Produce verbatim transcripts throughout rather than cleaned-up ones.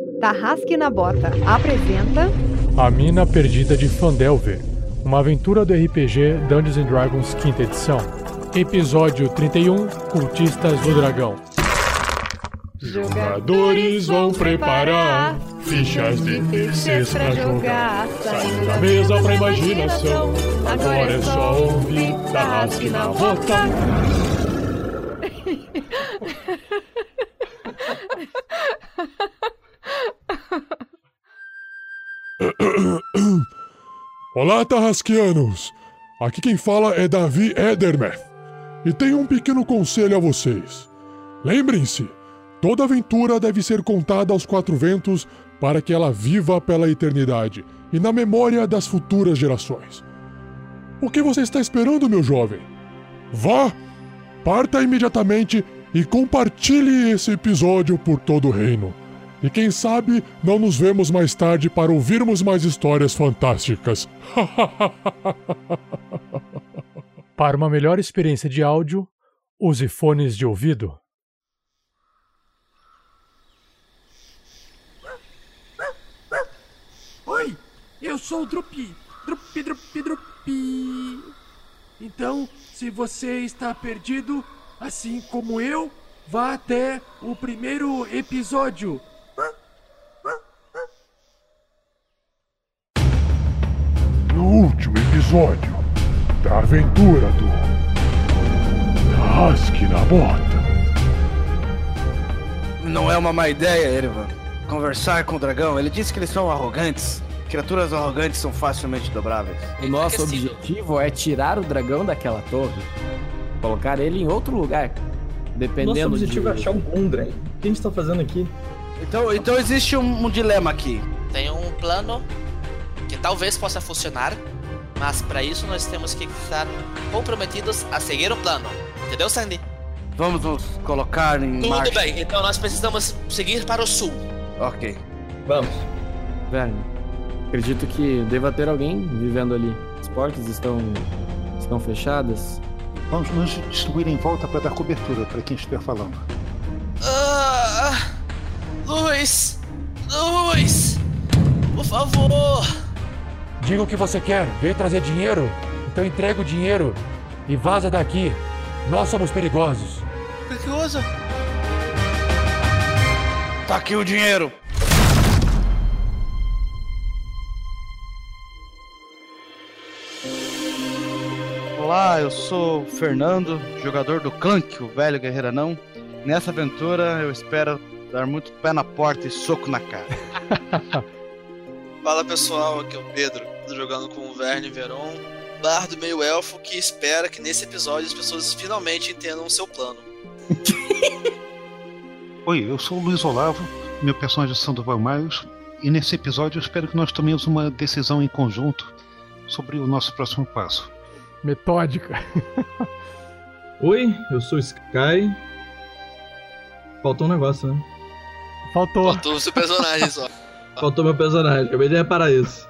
Tarrasque na Bota apresenta A Mina Perdida de Phandelver, uma aventura do R P G Dungeons and Dragons quinta edição. Episódio trinta e um, Cultistas do Dragão. Jogadores vão preparar fichas de terceiros pra jogar, saindo da mesa pra imaginação. Agora é só ouvir Tarrasque na Bota. Olá, Tarrasquianos! Aqui quem fala é Davi Edermeth. E tenho um pequeno conselho a vocês. Lembrem-se, toda aventura deve ser contada aos quatro ventos para que ela viva pela eternidade e na memória das futuras gerações. O que você está esperando, meu jovem? Vá, parta imediatamente e compartilhe esse episódio por todo o reino. E quem sabe não nos vemos mais tarde para ouvirmos mais histórias fantásticas. Para uma melhor experiência de áudio, use fones de ouvido. Oi, eu sou o Drupi. Drupi, Drupi, Drupi. Então, se você está perdido, assim como eu, vá até o primeiro episódio. No último episódio da aventura do Tarrasque na Bota. Não é uma má ideia, Erevan, conversar com o dragão. Ele disse que eles são arrogantes. Criaturas arrogantes são facilmente dobráveis. O nosso objetivo é tirar o dragão daquela torre, colocar ele em outro lugar. Dependendo Nosso objetivo de... é achar o Gundren. O que a gente tá fazendo aqui? Então, então existe um, um dilema aqui. Tem um plano que talvez possa funcionar, mas para isso nós temos que estar comprometidos a seguir o plano. Entendeu, Sandy? Vamos nos colocar em Tudo marcha. bem, então nós precisamos seguir para o sul. Ok. Vamos. Velho, acredito que deva ter alguém vivendo ali. As portas estão, estão fechadas. Vamos nos distribuir em volta para dar cobertura para quem estiver falando. Ah, Luiz! Luiz! Por favor! Diga o que você quer. Veio trazer dinheiro? Então entrega o dinheiro e vaza daqui. Nós somos perigosos. Perigoso? Tá aqui o dinheiro. Olá, eu sou o Fernando, jogador do Clank, o velho guerreiro anão. Nessa aventura eu espero dar muito pé na porta e soco na cara. Fala pessoal, aqui é o Pedro, tô jogando com o Verne Veron, bardo meio elfo que espera que nesse episódio as pessoas finalmente entendam o seu plano. Oi, eu sou o Luiz Olavo, meu personagem é Sandoval Miles, e nesse episódio eu espero que nós tomemos uma decisão em conjunto sobre o nosso próximo passo. Metódica. Oi, eu sou o Sky. Faltou um negócio, né? Faltou. Faltou o seu personagem só. Faltou meu personagem, acabei de reparar isso.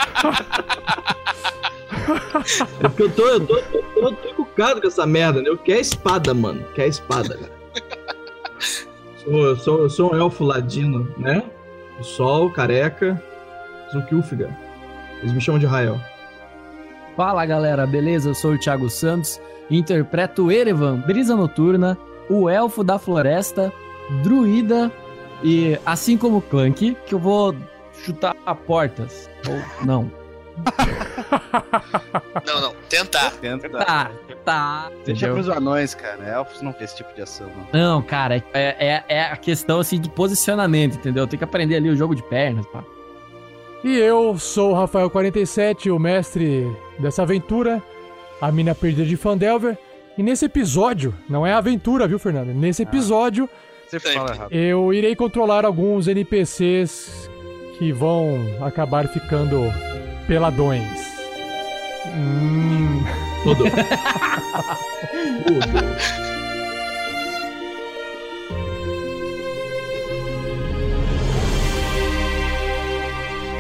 É porque eu tô, eu tô, eu tô, eu tô encucado com essa merda, né? Eu quero espada, mano. Quero espada, cara. Sou, eu, sou, eu sou um elfo ladino, né? O sol, careca, Zukilfiga. Eles me chamam de Rael. Fala galera, beleza? Eu sou o Thiago Santos, interpreto o Erevan, Brisa Noturna, o Elfo da Floresta, Druida e assim como o Clank, que eu vou chutar portas. Ou não. Não, não, tentar. Tenta. Tá, tá. Deixa pros anões, cara. Elfos não tem esse tipo de ação, não. Não, cara, é, é, é a questão assim de posicionamento, entendeu? Tem que aprender ali o jogo de pernas, pá. E eu sou o Rafael quarenta e sete, o mestre dessa aventura, a Mina Perdida de Phandelver. E nesse episódio, não é aventura, viu, Fernando? Nesse episódio, Você fala errado. eu irei controlar alguns N P Cs que vão acabar ficando peladões. Hum... Tudo.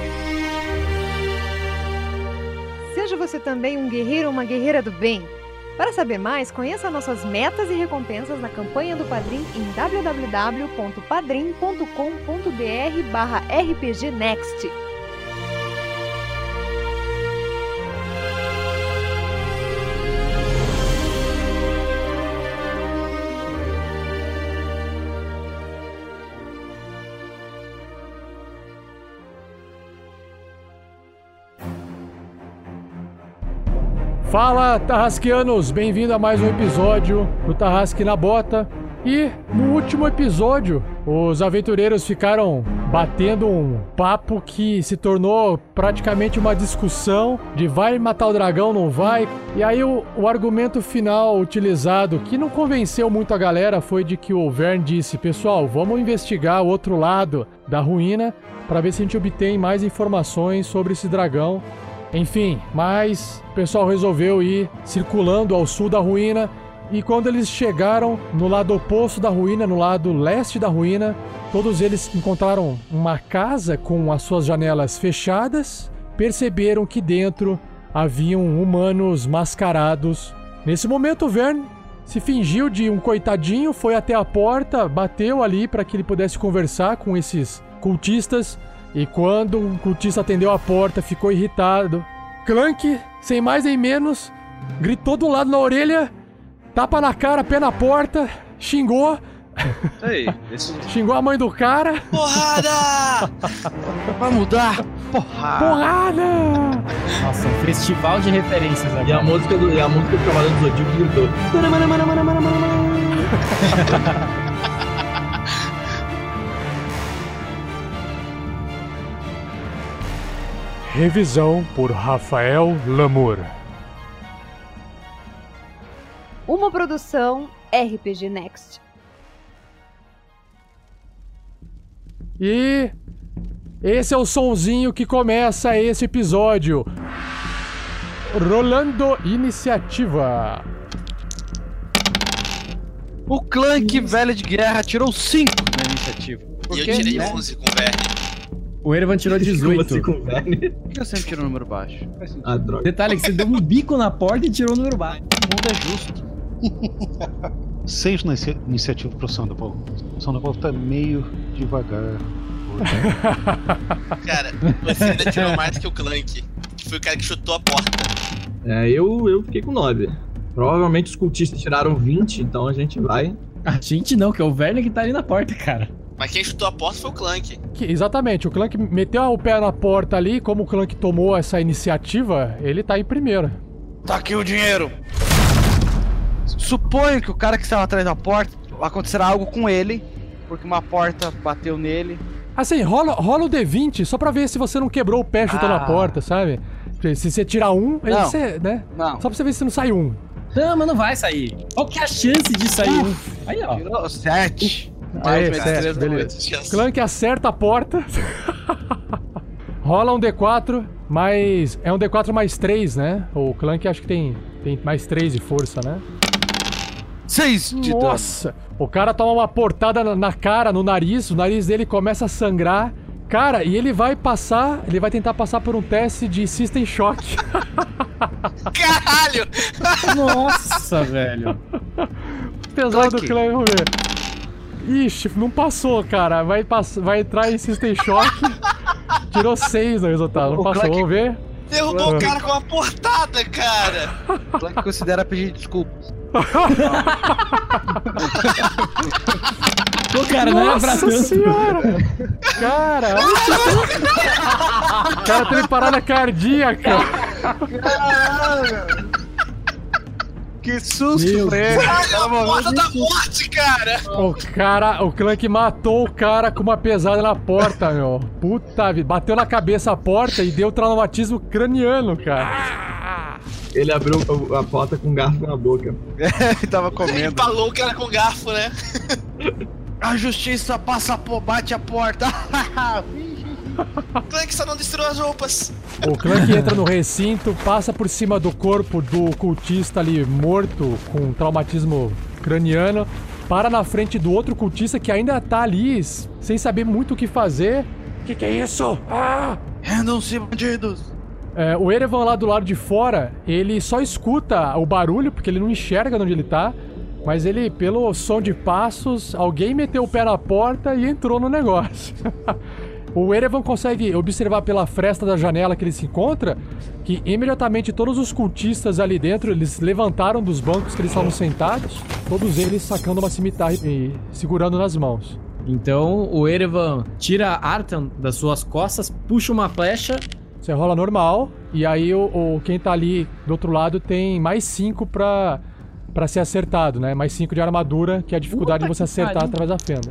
Seja você também um guerreiro ou uma guerreira do bem. Para saber mais, conheça nossas metas e recompensas na campanha do Padrim em w w w ponto padrim ponto com ponto b r barra r p g next. Fala, Tarrasqueanos! Bem-vindo a mais um episódio do Tarrasque na Bota. E no último episódio, os aventureiros ficaram batendo um papo que se tornou praticamente uma discussão de vai matar o dragão, não vai. E aí o, o argumento final utilizado, que não convenceu muito a galera, foi de que o Vern disse: pessoal, vamos investigar o outro lado da ruína para ver se a gente obtém mais informações sobre esse dragão. Enfim, mas o pessoal resolveu ir circulando ao sul da ruína, e quando eles chegaram no lado oposto da ruína, no lado leste da ruína, todos eles encontraram uma casa com as suas janelas fechadas, perceberam que dentro haviam humanos mascarados. Nesse momento, o Vern se fingiu de um coitadinho, foi até a porta, bateu ali para que ele pudesse conversar com esses cultistas. E quando o cultista atendeu a porta, ficou irritado. Clank, sem mais nem menos, gritou do lado na orelha, tapa na cara, pé na porta, xingou. Ei, esse... Xingou a mãe do cara. Porrada! Vai mudar! Porrada! Porrada! Nossa, um festival de referências agora. E a música do, e a música do Cavaleiro do Zodíaco gritou. Revisão por Rafael Lamour. Uma produção R P G Next. E esse é o sonzinho que começa esse episódio. Rolando iniciativa. O Clank velho de guerra tirou cinco na iniciativa. E eu tirei onze com o Verne. O Erevan tirou dezoito. Com o Verne? Por que eu sempre tiro o número baixo? Ah, droga. Detalhe que você deu um bico na porta e tirou o número baixo. O mundo é justo. Seis na inicia- iniciativa pro Sandoval. O Sandoval tá meio devagar. Cara, você ainda tirou mais que o Clank, que foi o cara que chutou a porta. É, eu, eu fiquei com nove. Provavelmente os cultistas tiraram vinte, então a gente vai. A gente não, que é o Verne que tá ali na porta, cara. Mas quem chutou a porta foi o Clank. Que, exatamente, o Clank meteu o pé na porta ali, como o Clank tomou essa iniciativa, ele tá em primeiro. Tá aqui o dinheiro. Suponho que o cara que estava atrás da porta acontecerá algo com ele, porque uma porta bateu nele. Assim, rola, rola o D vinte só pra ver se você não quebrou o pé chutando Ah. a porta, sabe? Se você tirar um, aí Não. você, né? Não. Só pra você ver se não sai um. Não, mas não vai sair. Qual que é a chance de sair um? Aí, ó. Tirou sete. Aí, Mas certo, três beleza. chance. Clank acerta a porta. Rola um D quatro, mas é um D quatro mais três, né? O Clank acho que tem, tem mais três de força, né? Seis de dano. Nossa! O cara toma uma portada na, na cara, no nariz, o nariz dele começa a sangrar. Cara, e ele vai passar, ele vai tentar passar por um teste de System Shock. Caralho! Nossa, velho. Pesado do Clank. Clank, vamos ver. Ixi, não passou, cara. Vai, pass... vai entrar em System Shock. Tirou seis no resultado, não O passou, Clank- vamos ver. Derrubou o cara com uma portada, cara! O Clank considera pedir desculpas. Pô, cara, não era pra Nossa tanto. senhora! Cara, o cara teve parada cardíaca. Que susto, Meu velho. A porta da morte, cara! O cara, o Clank matou o cara com uma pesada na porta, meu. Puta vida, bateu na cabeça a porta e deu traumatismo craniano, cara. Ele abriu a, a porta com um garfo na boca. Ele tava Ele comendo. falou que era com garfo, né? A justiça passa por bate a porta. Clank só não destruiu as roupas. O Clank entra no recinto, passa por cima do corpo do cultista ali morto com traumatismo craniano, para na frente do outro cultista que ainda tá ali sem saber muito o que fazer. Que que é isso? Ah! Rendam-se, bandidos. É, o Erevan lá do lado de fora, ele só escuta o barulho, porque ele não enxerga onde ele tá, mas ele, pelo som de passos, alguém meteu o pé na porta e entrou no negócio. O Erevan consegue observar pela fresta da janela que ele se encontra que imediatamente todos os cultistas ali dentro, eles levantaram dos bancos que eles estavam sentados, todos eles sacando uma cimitarra e segurando nas mãos. Então o Erevan tira Artan das suas costas, puxa uma flecha. Você rola normal, e aí o, o quem tá ali do outro lado tem mais cinco pra, pra ser acertado, né? Mais cinco de armadura, que é a dificuldade Puta de você acertar carinho. através da fenda.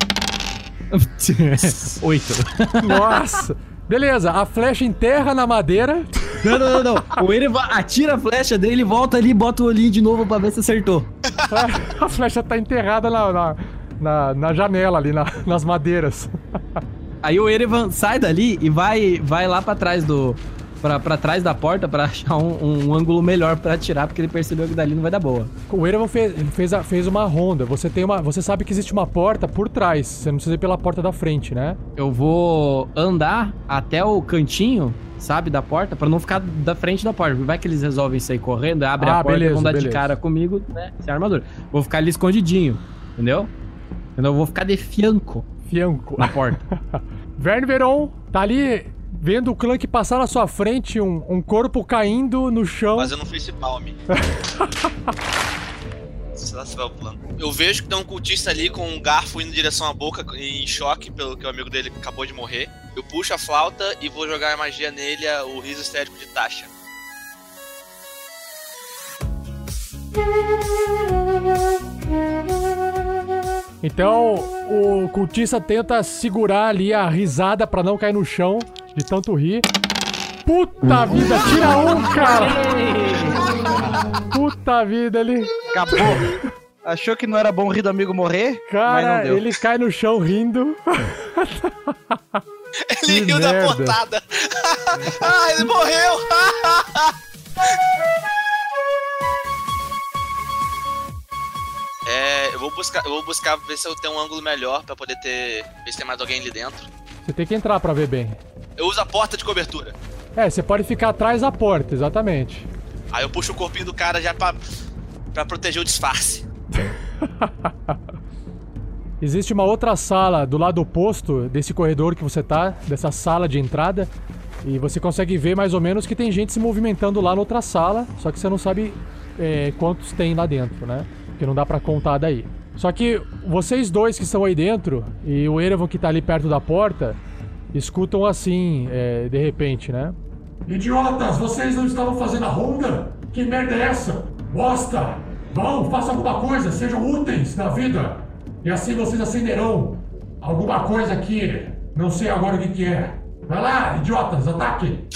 Oito. Nossa! Beleza, a flecha enterra na madeira. Não, não, não, não. O Erevan atira a flecha dele, volta ali e bota o olhinho de novo pra ver se acertou. A flecha tá enterrada na, na, na, na janela ali, na, nas madeiras. Aí o Erevan sai dali e vai, vai lá pra trás do... Pra, pra trás da porta pra achar um, um ângulo melhor pra atirar, porque ele percebeu que dali não vai dar boa. O Erevan fez, fez, a, fez uma ronda. Você tem uma, você sabe que existe uma porta por trás. Você não precisa ir pela porta da frente, né? Eu vou andar até o cantinho, sabe, da porta, pra não ficar da frente da porta. Vai que eles resolvem sair correndo, abre ah, a porta beleza, e vão dar beleza. de cara comigo, né? Sem armadura. Vou ficar ali escondidinho, entendeu? Eu vou ficar de fianco. Fianco. Na porta. Verne Veron tá ali vendo o Clank passar na sua frente, um, um corpo caindo no chão. Fazendo um facepalm. Sei lá se vai o plano. Eu vejo que tem um cultista ali com um garfo indo em direção à boca, em choque pelo que o amigo dele acabou de morrer. Eu puxo a flauta e vou jogar a magia nele, o riso histérico de Tasha. Então, o cultista tenta segurar ali a risada pra não cair no chão, de tanto rir. Puta vida, tira um, cara! Puta vida, ele... Acabou. Achou que não era bom rir do amigo morrer? Cara, mas não deu. Ele cai no chão rindo. Ele riu da portada. Ah, ele morreu! É, eu vou buscar, eu vou buscar ver se eu tenho um ângulo melhor pra poder ter, ver se tem mais alguém ali dentro. Você tem que entrar pra ver bem. Eu uso a porta de cobertura. É, você pode ficar atrás da porta, exatamente. Aí eu puxo o corpinho do cara já pra, pra proteger o disfarce. Existe uma outra sala do lado oposto desse corredor que você tá, dessa sala de entrada, e você consegue ver mais ou menos que tem gente se movimentando lá na outra sala, só que você não sabe é, quantos tem lá dentro, né? Porque não dá pra contar daí. Só que vocês dois que estão aí dentro e o Erevan que tá ali perto da porta escutam assim, é, de repente, né? Idiotas, vocês não estavam fazendo a ronda? Que merda é essa? Bosta! Vão, façam alguma coisa, sejam úteis na vida. E assim vocês acenderão alguma coisa que não sei agora o que, que é. Vai lá, idiotas, ataquem!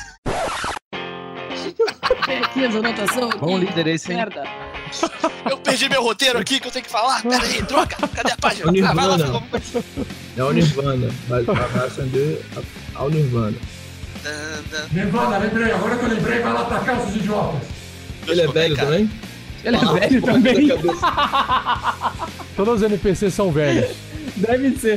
Aqui as anotações. Bom líder esse, hein? Merda. Eu perdi meu roteiro aqui que eu tenho que falar. Pera aí, droga. Cadê a página? É o Nirvana. Ah, vai lá, É o Nirvana. Vai, vai acender ao Nirvana. Nirvana, lembrei. Agora que eu lembrei, vai lá atacar esses idiotas. Ele é velho cara. também? Ele é velho também? Todos os N P Cs são velhos. Deve ser.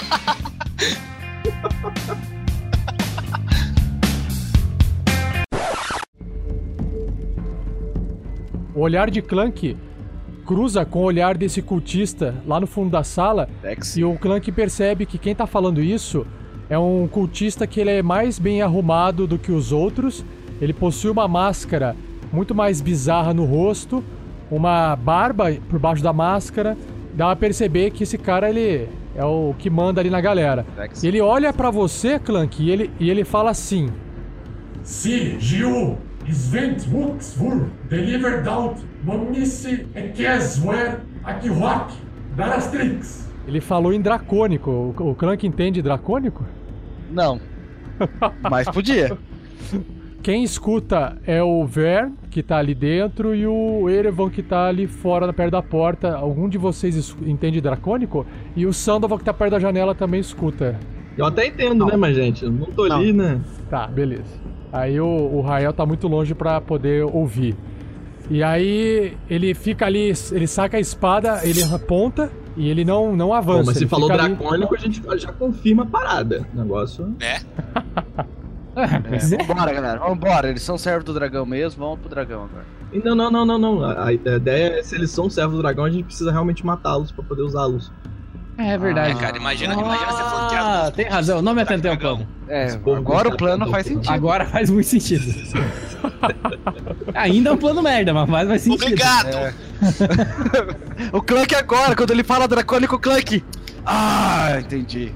O olhar de Clank cruza com o olhar desse cultista lá no fundo da sala. Sexy. E o Clank percebe que quem tá falando isso é um cultista que ele é mais bem arrumado do que os outros. Ele possui uma máscara muito mais bizarra no rosto, uma barba por baixo da máscara. Dá pra perceber que esse cara, ele é o que manda ali na galera. Sexy. Ele olha pra você, Clank, e ele, e ele fala assim: Si, Giu, Svent Wuxvur, Delivered Out, Nomnice Ekeswer, Akihwak, Darastrix. Ele falou em dracônico. O, o Clank entende dracônico? Não. Mas podia. Quem escuta é o Vern, que tá ali dentro, e o Erevan, que tá ali fora, perto da porta. Algum de vocês es- entende dracônico? E o Sandoval, que tá perto da janela, também escuta. Eu até entendo, né, mas gente, eu não tô ali, né? Tá, beleza. Aí o, o Rael tá muito longe pra poder ouvir. E aí ele fica ali, ele saca a espada, ele aponta e ele não, não avança. Bom, mas se ele falou fica ali- dracônico, a gente já confirma a parada. O negócio. Né? É, vambora, galera, vambora. Eles são servos do dragão mesmo, vamos pro dragão agora. Não, não, não, não, não. A, a ideia é, se eles são servos do dragão, a gente precisa realmente matá-los pra poder usá-los. É verdade. É, cara, imagina, ah, imagina você flanqueado. Ah, tem razão, não me atentei ao plano. É, agora o plano faz sentido. Agora faz muito sentido. Ainda é um plano merda, mas faz mais sentido. Obrigado! É. O Clank agora, quando ele fala dracônico Clank. Ah, entendi.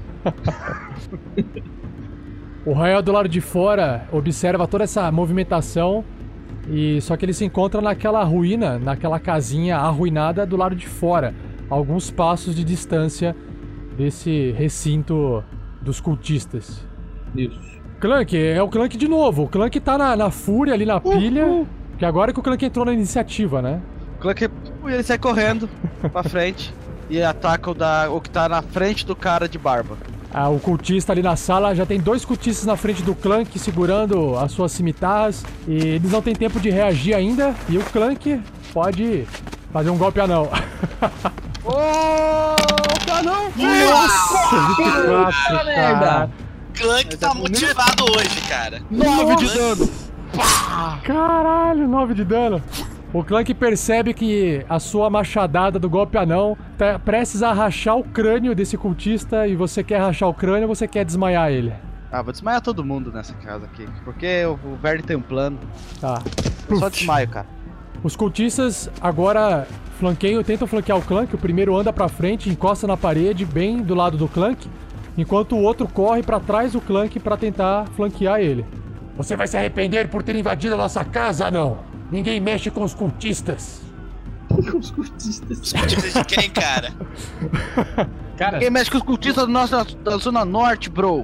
O Rael do lado de fora observa toda essa movimentação e só que ele se encontra naquela ruína, naquela casinha arruinada do lado de fora, alguns passos de distância desse recinto dos cultistas. Isso. Clank, é o Clank de novo. O Clank tá na, na fúria ali na pilha, uh, uh. que agora é que o Clank entrou na iniciativa, né? O Clank, ele sai correndo pra frente e ataca o, da, o que tá na frente do cara de barba. Ah, o cultista ali na sala, já tem dois cultistas na frente do Clank segurando as suas cimitarras e eles não têm tempo de reagir ainda e o Clank pode fazer um golpe anão. Ô, oh, canão! Nossa, vinte e quatro, cara. Clank tá motivado hoje, cara. nove de dano. Caralho, nove de dano. O Clank percebe que a sua machadada do golpe anão tá prestes a rachar o crânio desse cultista e você quer rachar o crânio ou você quer desmaiar ele? Ah, vou desmaiar todo mundo nessa casa aqui, porque o, o Verne tem um plano. Tá. Eu só desmaio, cara. Os cultistas agora flanqueiam, tentam flanquear o Clank. O primeiro anda pra frente, encosta na parede, bem do lado do Clank, enquanto o outro corre pra trás do Clank pra tentar flanquear ele. Você vai se arrepender por ter invadido a nossa casa, não? Ninguém mexe com os cultistas. Com os cultistas? Os cultistas de quem, cara? Cara, ninguém mexe com os cultistas do nosso, da Zona Norte, bro.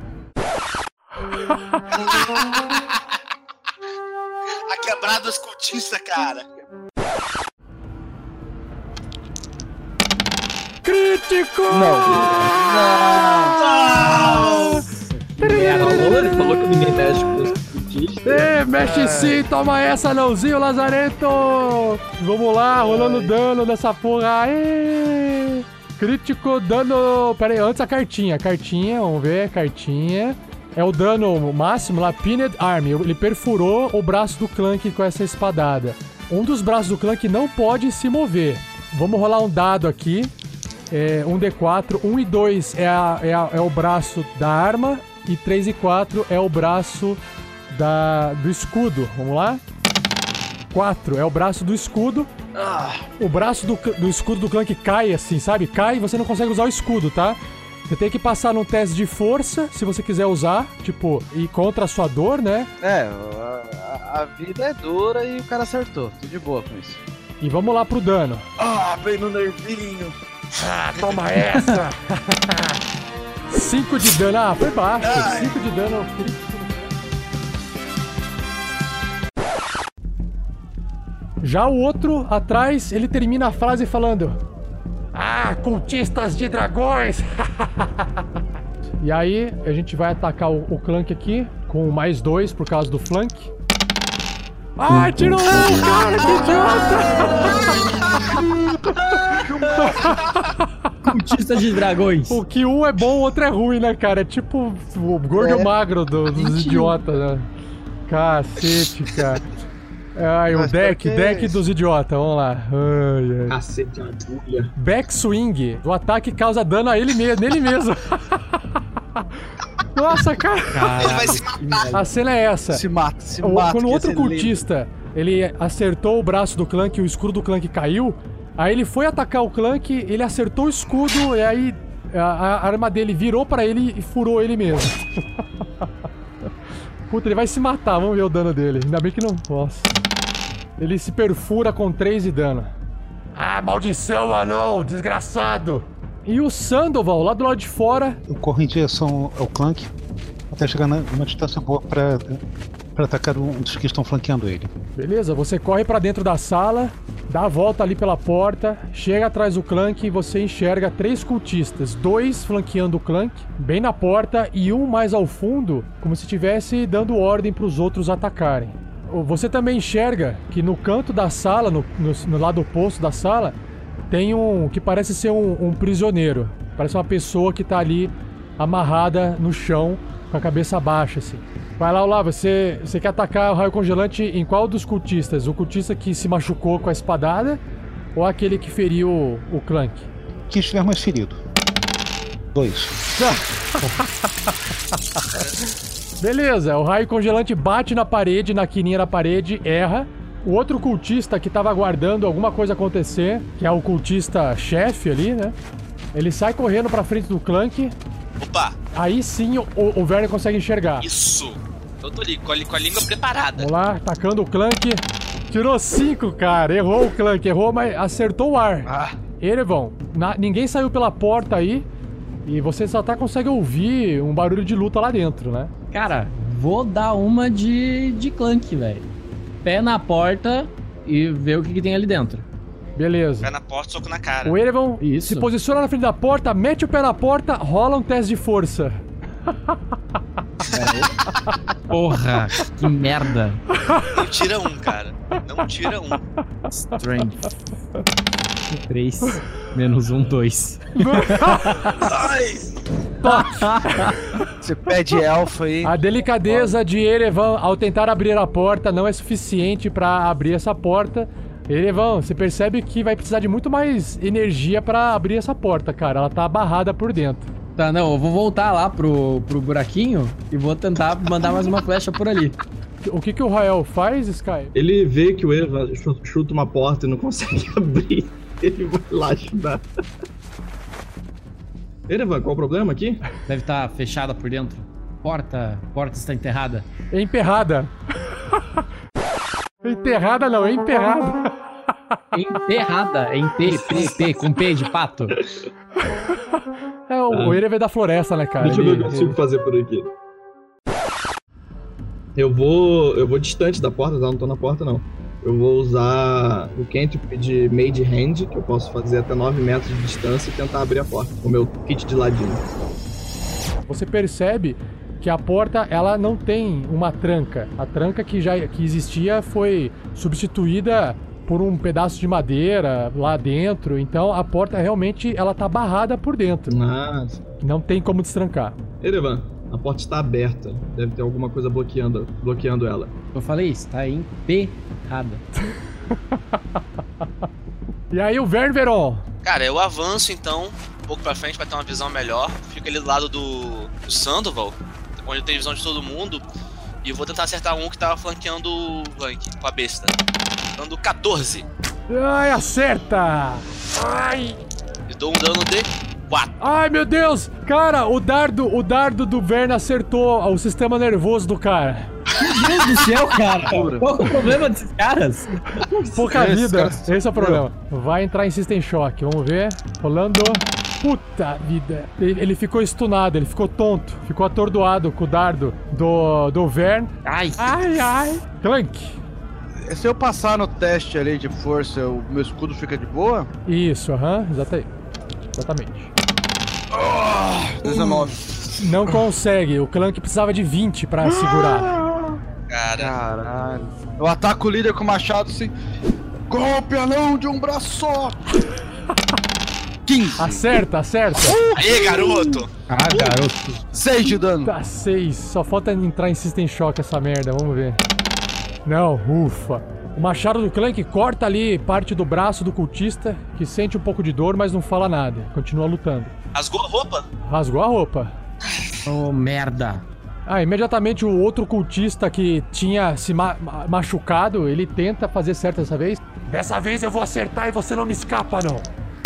A quebrada dos cultistas, cara. Crítico! Não. Não! Falou, ele falou que ninguém mexe com os cultistas. Ê, mexe sim, toma essa, nãozinho, Lazarento! Vamos lá, rolando dano nessa porra. Aê! Crítico, dano... Pera aí, antes a cartinha. Cartinha, vamos ver, cartinha. É o dano máximo lá, Pinned Arm. Ele perfurou o braço do Clank com essa espadada. Um dos braços do Clank não pode se mover. Vamos rolar um dado aqui. É, um D quatro. um e dois é, a, é, a, é o braço da arma. E três e quatro é o braço da, do escudo. Vamos lá? quatro é o braço do escudo. Ah. O braço do, do escudo do Clank cai assim, sabe? Cai e você não consegue usar o escudo, tá? Você tem que passar num teste de força, se você quiser usar, tipo, ir contra a sua dor, né? É, a, a vida é dura e o cara acertou. Tô de boa com isso. E vamos lá pro dano. Ah, bem no nervinho. Ah, toma essa! cinco de dano. Ah, foi baixo. cinco de dano. Já o outro, atrás, ele termina a frase falando: ah, cultistas de dragões! E aí, a gente vai atacar o, o Clank aqui, com mais dois por causa do flank. Ai, tirou um, cara, que idiota! Cultista de dragões. O que um é bom, o outro é ruim, né, cara? É tipo o gordo é. magro do, dos idiotas, né? Cacete, cara. Ai, o deck, deck dos idiotas, vamos lá. Ai, ai. Cacete, agulha. Backswing. O ataque causa dano a ele mesmo, nele mesmo. Nossa, cara. Caraca, ele vai se matar. A cena é essa. Se mata, se o, mata. Quando o outro cultista, ele acertou o braço do Clank e o escudo do Clank caiu, aí ele foi atacar o Clank, ele acertou o escudo e aí a, a arma dele virou pra ele e furou ele mesmo. Puta, ele vai se matar, vamos ver o dano dele. Ainda bem que não... Nossa. Ele se perfura com três de dano. Ah, maldição, anão, desgraçado! E o Sandoval, lá do lado de fora... Eu corro em direção ao Clank, até chegar numa distância boa pra, pra atacar um dos que estão flanqueando ele. Beleza, você corre pra dentro da sala, dá a volta ali pela porta, chega atrás do Clank e você enxerga três cultistas. Dois flanqueando o Clank, bem na porta, e um mais ao fundo, como se estivesse dando ordem pros outros atacarem. Você também enxerga que no canto da sala, no, no, no lado oposto da sala, tem um que parece ser um, um prisioneiro. Parece uma pessoa que tá ali amarrada no chão, com a cabeça baixa, assim. Vai lá, Olá, você, você quer atacar o raio congelante em qual dos cultistas? O cultista que se machucou com a espadada ou aquele que feriu o, o Clank? Quem estiver mais ferido. Dois. Beleza, o raio congelante bate na parede, na quininha da parede, erra. O outro cultista que tava aguardando alguma coisa acontecer, que é o cultista chefe ali, né? Ele sai correndo pra frente do Clank. Opa! Aí sim o, o Werner consegue enxergar. Isso! Eu tô ali, com a, com a língua preparada. Vamos lá, atacando o Clank. Tirou cinco, cara. Errou o Clank, errou, mas acertou o ar. Ah. Erevon, na, ninguém saiu pela porta aí. E você só tá consegue ouvir um barulho de luta lá dentro, né? Cara, vou dar uma de, de Clank, velho. Pé na porta e ver o que, que tem ali dentro. Beleza. Pé na porta, soco na cara. O Erevon se posiciona na frente da porta, mete o pé na porta, rola um teste de força. Porra, que merda. Não tira um, cara. Não tira um. Strength. três. Menos um, dois. Você pede elfo aí. A delicadeza de Erevan ao tentar abrir a porta não é suficiente pra abrir essa porta. Erevan, você percebe que vai precisar de muito mais energia pra abrir essa porta, cara. Ela tá barrada por dentro. Tá, não, eu vou voltar lá pro, pro buraquinho e vou tentar mandar mais uma flecha por ali. O que que o Rael faz, Sky? Ele vê que o Erevan chuta uma porta e não consegue abrir. Ele vai lá ajudar. Erevan, qual o problema aqui? Deve estar fechada por dentro. Porta, porta está enterrada. É emperrada. Enterrada não, é emperrada. Enterrada, é em P, P, P, com P de pato. É, o, Ah. o Erevan é da floresta, né, cara? Deixa eu ver o Ele- que eu consigo ele- fazer por aqui. Eu vou. Eu vou distante da porta, tá? Não tô na porta não. Eu vou usar o cantrip de Mage Hand, que eu posso fazer até nove metros de distância e tentar abrir a porta com o meu kit de ladino. Você percebe que a porta, ela não tem uma tranca. A tranca que já que existia foi substituída por um pedaço de madeira lá dentro. Então a porta realmente ela tá barrada por dentro. Mas... Não tem como destrancar. Erevan, a porta está aberta. Deve ter alguma coisa bloqueando, bloqueando ela. Eu falei, está emperrada. E aí o Ververon? Cara, eu avanço então um pouco pra frente pra ter uma visão melhor. Fico ali do lado do, do Sandoval, onde tem visão de todo mundo. E vou tentar acertar um que tava flanqueando o Blank com a besta. Dando quatorze. Ai, acerta! Ai! E dou um dano de quatro. Ai, meu Deus! Cara, o dardo, o dardo do Vern acertou o sistema nervoso do cara. Meu Deus do céu, cara! Qual é o problema desses caras? Pouca Esse vida, cara- esse é o problema. Vai entrar em System Shock, vamos ver. Rolando. Puta vida. Ele, ele ficou stunado, ele ficou tonto. Ficou atordoado com o dardo do, do Vern. Ai! Ai, ai. Clank. Se eu passar no teste ali de força, o meu escudo fica de boa? Isso, aham, exatamente. Exatamente. dezenove. Não consegue, o Clank precisava de vinte pra segurar. Cara, Caralho. Eu ataco o líder com o machado assim. Golpe anão de um braço só. quinze. Acerta, acerta. aí, garoto! Ah, garoto. seis de dano. Tá, seis. Só falta entrar em System Shock essa merda, vamos ver. Não, ufa. O machado do Clank corta ali parte do braço do cultista, que sente um pouco de dor, mas não fala nada. Continua lutando. Rasgou a roupa? Rasgou a roupa. Oh, merda. Ah, imediatamente o outro cultista que tinha se ma- ma- machucado, ele tenta fazer certo dessa vez. Dessa vez eu vou acertar e você não me escapa, não.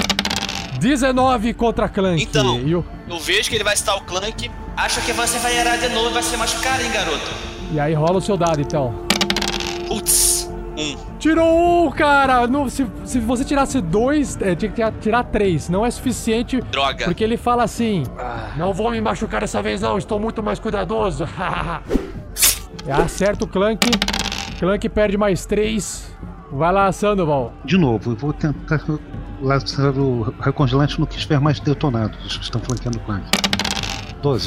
dezenove contra Clank. Então. E, o- Eu vejo que ele vai estar o Clank. Acho que você vai erar de novo e vai se machucar, hein, garoto? e aí rola o seu dado, então. Putz, um. Tirou um, cara! No- se, se você tirasse dois, é, tinha que tirar- tirar três. Não é suficiente, Droga. porque ele fala assim... Não vou me machucar dessa vez, não. Estou muito mais cuidadoso. Acerta o Clank. Clank perde mais três. Vai lá, Sandoval. De novo, eu vou tentar lançar o raio congelante no que estiver mais detonado. Os que estão flanqueando o clã. doze.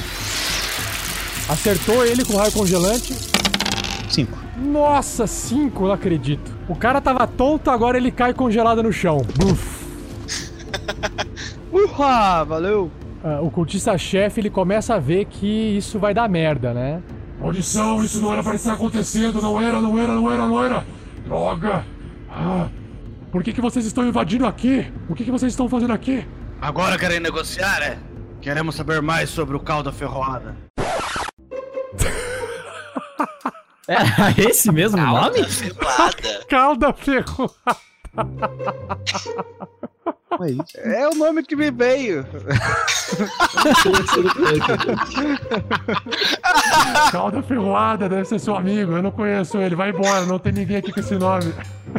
Acertou ele com o raio congelante. cinco. Nossa, cinco, não acredito. O cara tava tonto, agora ele cai congelado no chão. Buf. Uhá, valeu. uh, o cultista-chefe ele começa a ver que isso vai dar merda, né? Maldição, isso não era pra estar acontecendo, não era, não era, não era, não era. Droga. Ah, por que que vocês estão invadindo aqui? O que que vocês estão fazendo aqui? Agora querem negociar, é? Queremos saber mais sobre o Calda Ferroada. Era esse mesmo o nome? Ferroada. Calda Ferroada. É isso. É o nome que me veio. Calda Ferroada, deve ser seu amigo. Eu não conheço ele. Vai embora, não tem ninguém aqui com esse nome.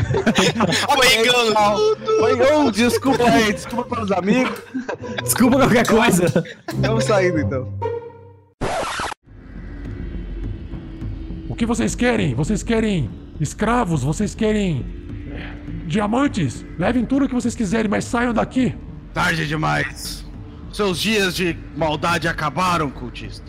Oi, desculpa aí, desculpa pelos amigos. Desculpa qualquer coisa. Estamos saindo então. O que vocês querem? Vocês querem escravos? Vocês querem diamantes? Levem tudo o que vocês quiserem, mas saiam daqui. Tarde demais. Seus dias de maldade acabaram, cultista.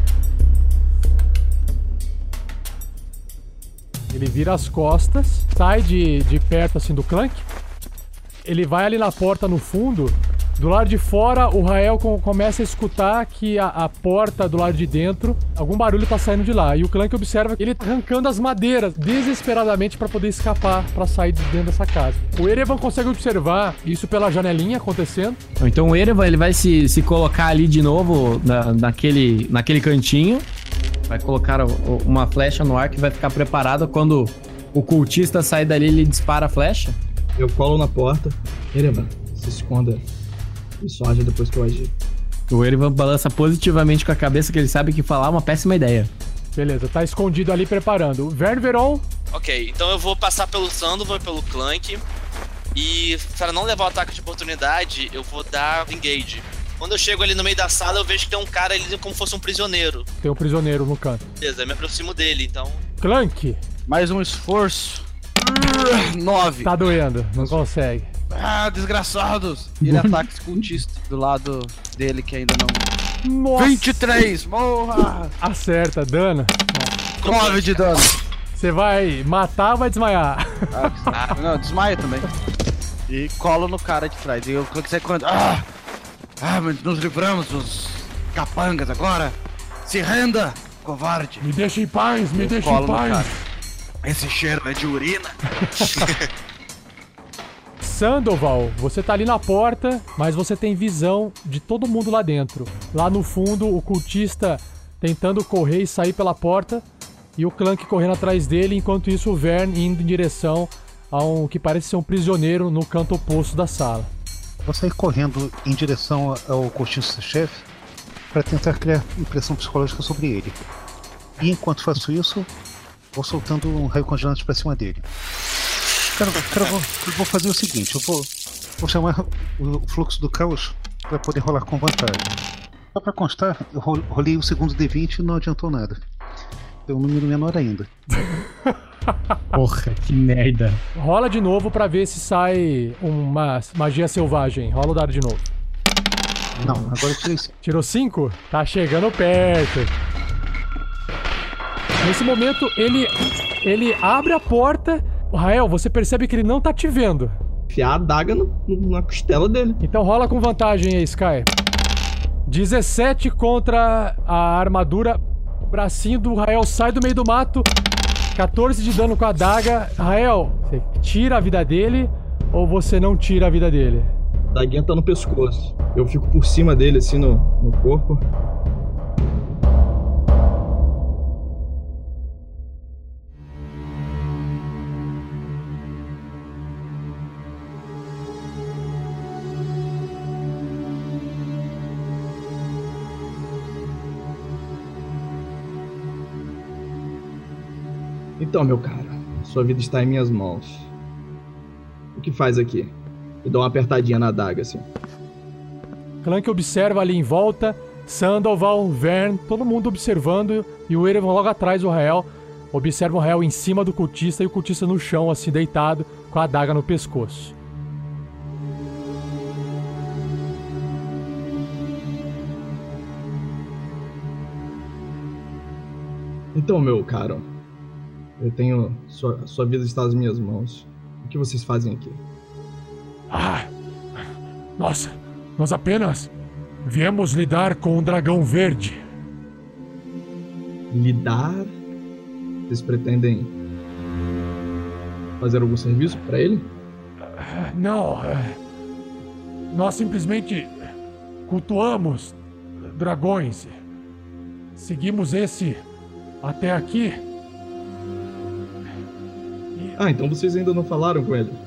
Ele vira as costas, sai de, de perto assim do Clank. Ele vai ali na porta no fundo. Do lado de fora, o Rael com, começa a escutar que a, a porta do lado de dentro, algum barulho tá saindo de lá. E o Clank observa ele arrancando as madeiras desesperadamente para poder escapar, para sair de dentro dessa casa. O Erevan consegue observar isso pela janelinha acontecendo. Então o Erevan ele vai se, se colocar ali de novo na, naquele, naquele cantinho. Vai colocar o, o, uma flecha no ar que vai ficar preparada quando o cultista sair dali, ele dispara a flecha. Eu colo na porta. Erevan, se esconda. E só age depois que eu agir. O Erevan balança positivamente com a cabeça, que ele sabe que falar é uma péssima ideia. Beleza, tá escondido ali preparando. Vern Veron. Ok, então eu vou passar pelo Sandoval e pelo Clank. E para não levar o ataque de oportunidade, eu vou dar engage. Quando eu chego ali no meio da sala, eu vejo que tem um cara ali como se fosse um prisioneiro. Tem um prisioneiro no canto. Beleza, eu me aproximo dele, então... Clank. Mais um esforço. Nove. Tá doendo, não consegue. Ah, desgraçados! E ele ataca esse cultista do lado dele que ainda não... Nossa. vinte e três, morra! Acerta, dano. nove de dano. Você vai matar ou vai desmaiar? Ah, não, desmaia também. E colo no cara de trás. E eu cliquei quando... Ah! Ah, mas nos livramos dos capangas agora. Se renda, covarde. Me deixa em paz, me eu deixa em paz. Esse cheiro é de urina. Sandoval, você tá ali na porta, mas você tem visão de todo mundo lá dentro. Lá no fundo, o cultista tentando correr e sair pela porta, e o Clank correndo atrás dele, enquanto isso o Vern indo em direção a um que parece ser um prisioneiro no canto oposto da sala. Vou sair correndo em direção ao cultista-chefe para tentar criar impressão psicológica sobre ele. E enquanto faço isso, vou soltando um raio congelante para cima dele. Cara, cara, eu, vou, eu vou fazer o seguinte, eu vou, vou chamar o fluxo do caos para poder rolar com vantagem. Só para constar, eu rolei o segundo D vinte e não adiantou nada. É um número menor ainda. Porra, que merda. Rola de novo pra ver se sai uma magia selvagem. Rola o dado de novo. Não, agora eu tirei cinco. Tirou cinco? Tá chegando perto. Nesse momento, ele, ele abre a porta. Rael, você percebe que ele não tá te vendo. Enfiar a adaga no, no, na costela dele. Então rola com vantagem aí, Sky. dezessete contra a armadura. O bracinho do Rael sai do meio do mato. quatorze de dano com a adaga. Rael, você tira a vida dele ou você não tira a vida dele? A daguinha tá no pescoço. Eu fico por cima dele, assim, no, no corpo. Então, meu caro, sua vida está em minhas mãos. O que faz aqui? E dá uma apertadinha na adaga, assim. Clank observa ali em volta, Sandoval, Vern, todo mundo observando, e o Erevan logo atrás do Rael. Observa o Rael em cima do cultista e o cultista no chão, assim, deitado, com a adaga no pescoço. Então, meu caro, eu tenho... Sua, sua vida está nas minhas mãos. O que vocês fazem aqui? Ah, nossa, nós apenas Viemos lidar com um dragão verde. Lidar? Vocês pretendem fazer algum serviço pra ele? Não. Nós simplesmente cultuamos dragões. Seguimos esse até aqui. Ah, então vocês ainda não falaram com ele?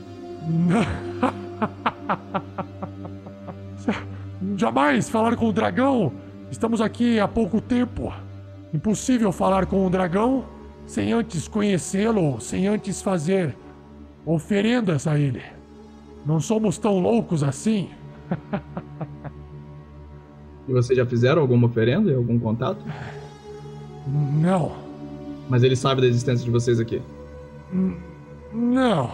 Jamais falar com o dragão. Estamos aqui há pouco tempo. Impossível falar com o dragão sem antes conhecê-lo, sem antes fazer oferendas a ele. Não somos tão loucos assim. E vocês já fizeram alguma oferenda, algum contato? Não. Mas ele sabe da existência de vocês aqui? Não.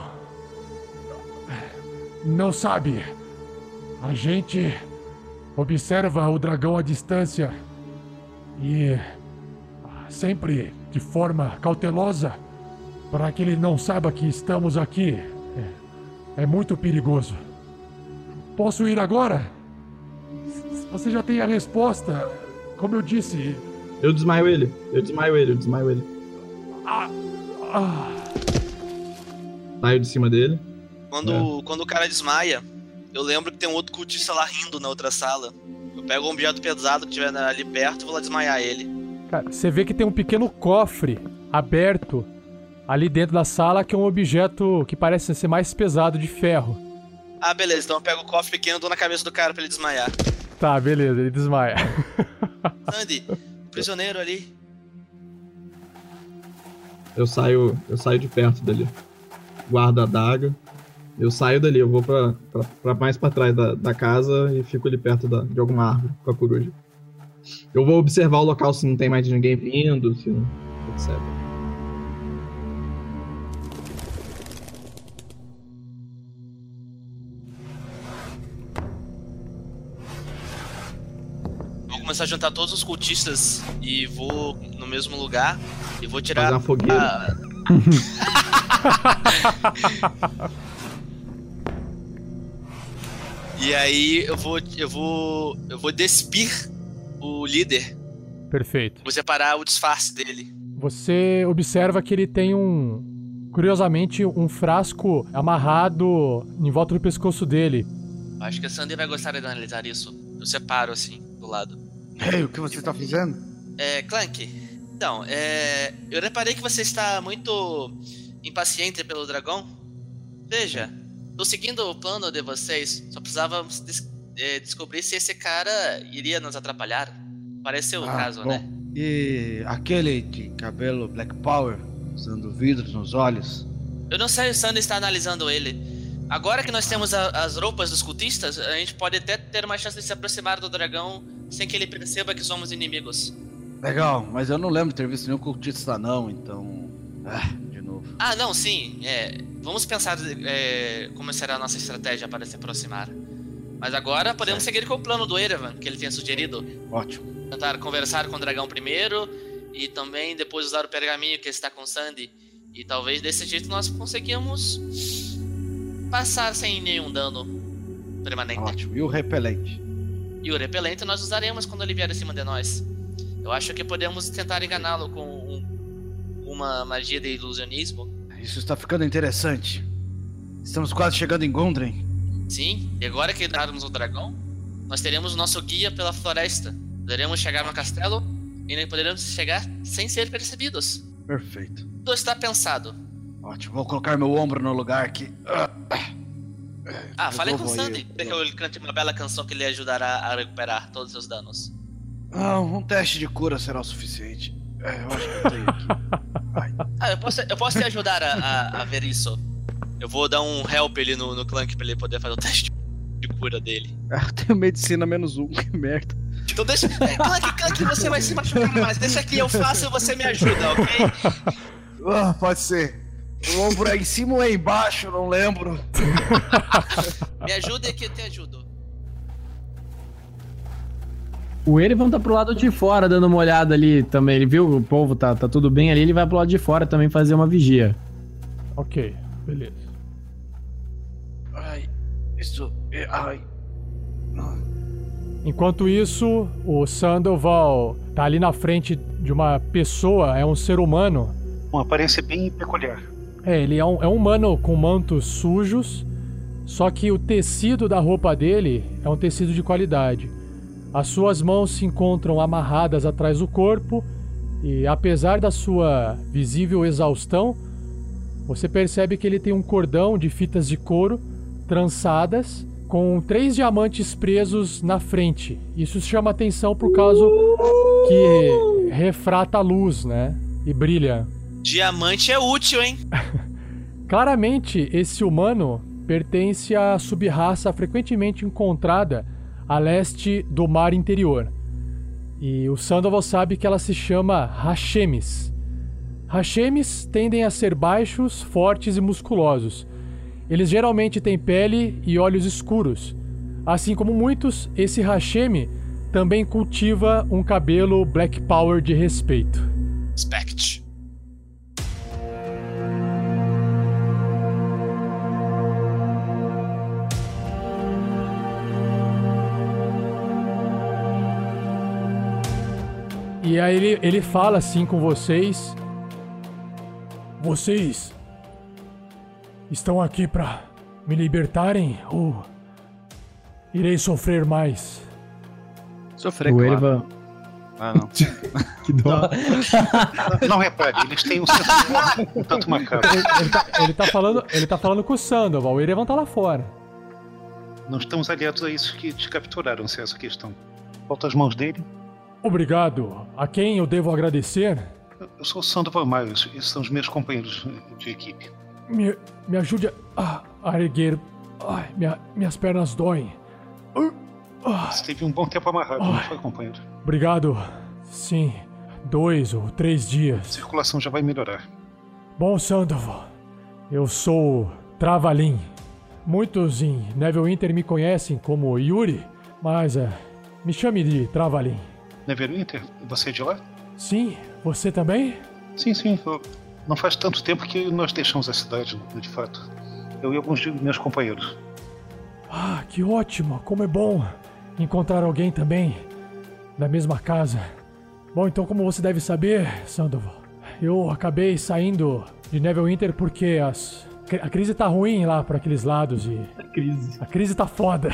Não sabe. A gente observa o dragão à distância e sempre de forma cautelosa para que ele não saiba que estamos aqui. É, é muito perigoso. Posso ir agora? Você já tem a resposta. Como eu disse... Eu desmaio ele. Eu desmaio ele. Eu desmaio ele. Ah, ah. Saio de cima dele. Quando, é. quando o cara desmaia, eu lembro que tem um outro cultista lá rindo na outra sala. Eu pego um objeto pesado que tiver ali perto e vou lá desmaiar ele. Cara, você vê que tem um pequeno cofre aberto ali dentro da sala, que é um objeto que parece ser mais pesado, de ferro. Ah, beleza. Então eu pego o cofre pequeno e dou na cabeça do cara pra ele desmaiar. Tá, beleza. Ele desmaia. Sandy, prisioneiro ali. Eu saio, eu saio de perto dali. Guardo a adaga. Eu saio dali, eu vou pra, pra, pra mais pra trás da, da casa e fico ali perto da, de alguma árvore com a coruja. Eu vou observar o local se não tem mais ninguém vindo, se não, etcétera. Vou começar a juntar todos os cultistas e vou no mesmo lugar e vou tirar... Fazer uma fogueira. A... E aí eu vou, eu vou, eu vou despir o líder. Perfeito. Vou separar o disfarce dele. Você observa que ele tem um, curiosamente, um frasco amarrado em volta do pescoço dele. Acho que a Sandy vai gostar de analisar isso. Eu separo assim, do lado. Ei, o que você está fazendo? É, Clank, então, é, eu reparei que você está muito impaciente pelo dragão. Veja, tô seguindo o plano de vocês, só precisávamos des é, descobrir se esse cara iria nos atrapalhar. Pareceu o ah, caso, bom. né? E aquele de cabelo Black Power, usando vidros nos olhos? Eu não sei, o Sandy está analisando ele. Agora que nós temos a, as roupas dos cultistas, a gente pode até ter uma chance de se aproximar do dragão sem que ele perceba que somos inimigos. Legal, mas eu não lembro de ter visto nenhum cultista não, então... Ah, de novo. Ah, não, sim. É, vamos pensar é, como será a nossa estratégia para se aproximar. Mas agora podemos certo. seguir com o plano do Erevan, que ele tinha sugerido. Ótimo. Tentar conversar com o dragão primeiro e também depois usar o pergaminho que está com Sandy. E talvez desse jeito nós conseguimamos passar sem nenhum dano permanente. Ótimo. E o repelente? E o repelente nós usaremos quando ele vier acima de nós. Eu acho que podemos tentar enganá-lo com um, uma magia de ilusionismo. Isso está ficando interessante. Estamos quase chegando em Gondren. Sim, e agora que darmos o dragão, nós teremos o nosso guia pela floresta. Poderemos chegar no castelo e nem poderemos chegar sem ser percebidos. Perfeito. Tudo está pensado. Ótimo, vou colocar meu ombro no lugar aqui. Ah, falei com o Sandy, que ele cante uma bela canção que lhe ajudará a recuperar todos os seus danos. Não, um teste de cura será o suficiente. É, eu acho que eu tenho aqui. Ai. Ah, eu posso, eu posso te ajudar a, a, a ver isso. Eu vou dar um help ali no, no Clank pra ele poder fazer o teste de cura dele. Ah, eu tenho medicina menos um, que merda. Então deixa... É, Clank, Clank, você vai se machucar mais. Deixa que eu faço e você me ajuda, ok? Ah, pode ser. O ombro é em cima ou é embaixo, não lembro. Me ajuda e que eu te ajudo. O Erevan tá pro lado de fora dando uma olhada ali também. Ele viu o povo tá, tá tudo bem ali, ele vai pro lado de fora também fazer uma vigia. Ok, beleza. Ai, isso... Ai... Enquanto isso, o Sandoval tá ali na frente de uma pessoa, é um ser humano. Uma aparência bem peculiar. É, ele é um, é um humano com mantos sujos, só que o tecido da roupa dele é um tecido de qualidade. As suas mãos se encontram amarradas atrás do corpo e, apesar da sua visível exaustão, você percebe que ele tem um cordão de fitas de couro trançadas com três diamantes presos na frente. Isso chama atenção por causa que refrata a luz, né? E brilha. Diamante é útil, hein? Claramente, esse humano pertence à sub-raça frequentemente encontrada a leste do mar interior. E o Sandoval sabe que ela se chama Hashemis. Hashemis tendem a ser baixos, fortes e musculosos. Eles geralmente têm pele e olhos escuros. Assim como muitos, esse Hashemi também cultiva um cabelo Black Power de respeito. Spect. E aí ele, ele fala assim com vocês. Vocês estão aqui pra me libertarem ou irei sofrer mais? Sofrer, O claro. Erevan. Ah, não. Que dó. Não, não repare, eles têm um senso de humor um tanto macabro. Ele, ele, tá, ele, tá falando, ele tá falando com o Sandoval, o Erevan tá lá fora. Não estamos aliados a isso que te capturaram, se é essa questão. Volta as mãos dele. Obrigado. A quem eu devo agradecer? Eu sou o Sandoval Miles, esses são os meus companheiros de equipe. Me, me ajude a, a erguer. Ai, minha, minhas pernas doem. Uh, ah. Você teve um bom tempo amarrado, não foi, companheiro? Obrigado. Sim, dois ou três dias. A circulação já vai melhorar. Bom, Sandoval, eu sou Travalin. Muitos em Neverwinter me conhecem como Yuri, mas é, me chame de Travalin. Neverwinter? Você é de lá? Sim, você também? Sim, sim. Eu... Não faz tanto tempo que nós deixamos a cidade, de fato. Eu e alguns de meus companheiros. Ah, que ótimo! Como é bom encontrar alguém também da mesma casa. Bom, então como você deve saber, Sandoval, eu acabei saindo de Neverwinter porque as... a crise tá ruim lá para aqueles lados e... A crise. A crise tá foda.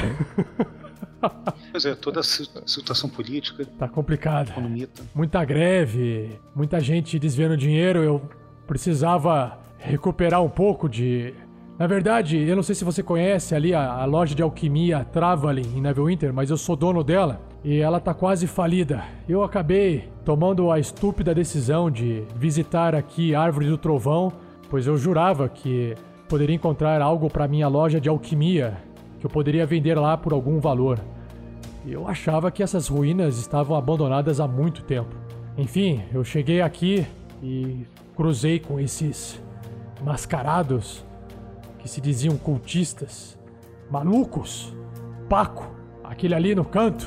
Pois é, toda a situação política... Tá complicada. Economia tá... Muita greve, muita gente desviando dinheiro, eu precisava recuperar um pouco de... Na verdade, eu não sei se você conhece ali a, a loja de alquimia Travalin em Neverwinter, mas eu sou dono dela e ela tá quase falida. Eu acabei tomando a estúpida decisão de visitar aqui Árvore do Trovão, pois eu jurava que poderia encontrar algo para minha loja de alquimia, que eu poderia vender lá por algum valor. Eu achava que essas ruínas estavam abandonadas há muito tempo. Enfim, eu cheguei aqui e cruzei com esses mascarados que se diziam cultistas, malucos. Paco, aquele ali no canto,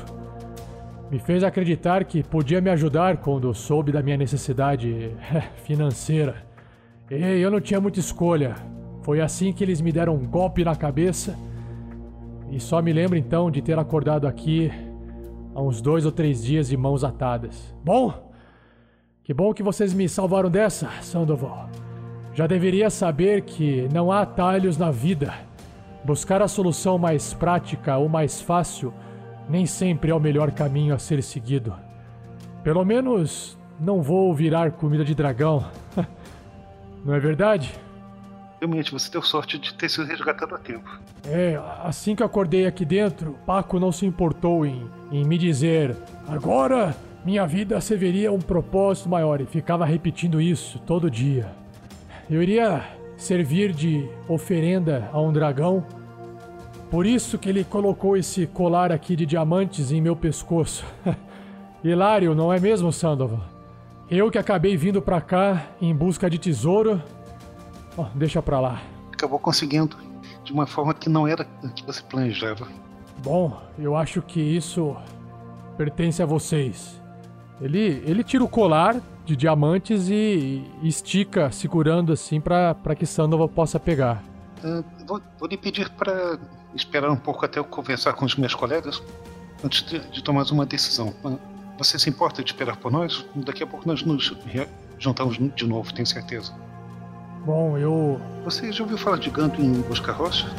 me fez acreditar que podia me ajudar quando soube da minha necessidade financeira. E eu não tinha muita escolha. Foi assim que eles me deram um golpe na cabeça. E só me lembro então de ter acordado aqui há uns dois ou três dias de mãos atadas. Bom, que bom que vocês me salvaram dessa, Sandoval. Já deveria saber que não há atalhos na vida. Buscar a solução mais prática ou mais fácil nem sempre é o melhor caminho a ser seguido. Pelo menos não vou virar comida de dragão. Não é verdade? Realmente, você deu sorte de ter sido resgatado a tempo. É, assim que eu acordei aqui dentro, Paco não se importou em, em me dizer agora minha vida serviria um propósito maior e ficava repetindo isso todo dia. Eu iria servir de oferenda a um dragão. Por isso que ele colocou esse colar aqui de diamantes em meu pescoço. Hilário, não é mesmo, Sandoval? Eu que acabei vindo pra cá em busca de tesouro... Oh, deixa pra lá. Acabou conseguindo de uma forma que não era a que você planejava. Bom, eu acho que isso pertence a vocês. Ele, ele tira o colar de diamantes e, e estica, segurando assim pra, pra que Sandoval possa pegar. Uh, vou, vou lhe pedir para esperar um pouco até eu conversar com os meus colegas. antes de, de tomar uma decisão. Você se importa de esperar por nós? Daqui a pouco nós nos juntamos de novo, tenho certeza. Bom, eu... Você já ouviu falar de Gando em Busca Rocha?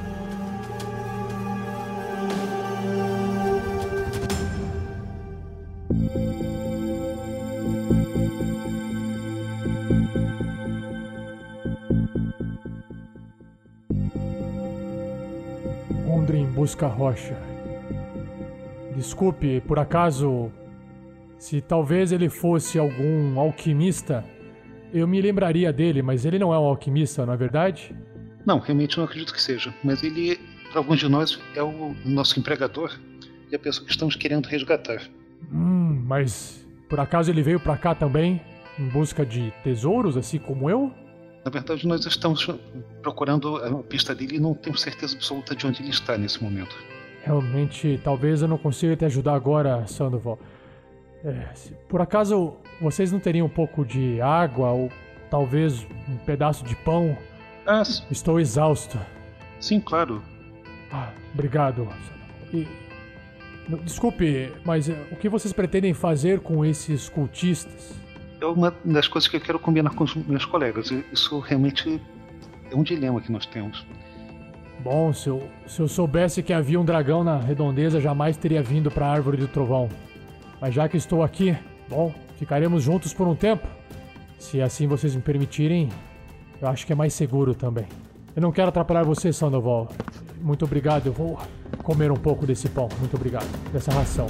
Gondrin Busca Rocha. Desculpe, por acaso, se talvez ele fosse algum alquimista, eu me lembraria dele, mas ele não é um alquimista, não é verdade? Não, realmente não acredito que seja. Mas ele, para alguns de nós, é o nosso empregador e a pessoa que estamos querendo resgatar. Hum, mas por acaso ele veio pra cá também, em busca de tesouros, assim como eu? Na verdade, nós estamos procurando a pista dele e não temos certeza absoluta de onde ele está nesse momento. Realmente, talvez eu não consiga te ajudar agora, Sandoval. É, se, por acaso, vocês não teriam um pouco de água ou talvez um pedaço de pão? Ah, estou exausto. Sim, claro. Ah, obrigado. E, desculpe, mas o que vocês pretendem fazer com esses cultistas? É uma das coisas que eu quero combinar com os meus colegas. Isso realmente é um dilema que nós temos. Bom, se eu, se eu soubesse que havia um dragão na redondeza, jamais teria vindo para a Árvore do Trovão. Mas já que estou aqui, bom, ficaremos juntos por um tempo. Se assim vocês me permitirem, eu acho que é mais seguro também. Eu não quero atrapalhar você, Sandoval. Muito obrigado, eu vou comer um pouco desse pão. Muito obrigado, dessa ração.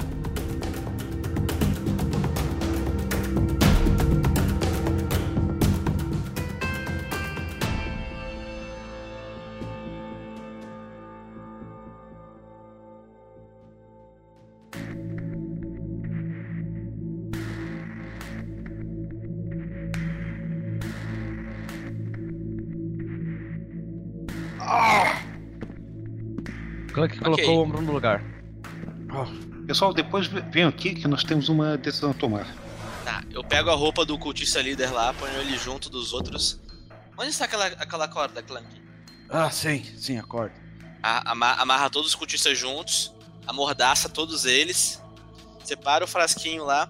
Clank colocou okay. o ombro no lugar. Oh, pessoal, depois venham aqui que nós temos uma decisão a tomar. Tá, eu pego a roupa do cultista líder lá, ponho ele junto dos outros. Onde está aquela, aquela corda, Clank? Ah, sim, sim, a corda. A, amarra, amarra todos os cultistas juntos, amordaça todos eles, separa o frasquinho lá.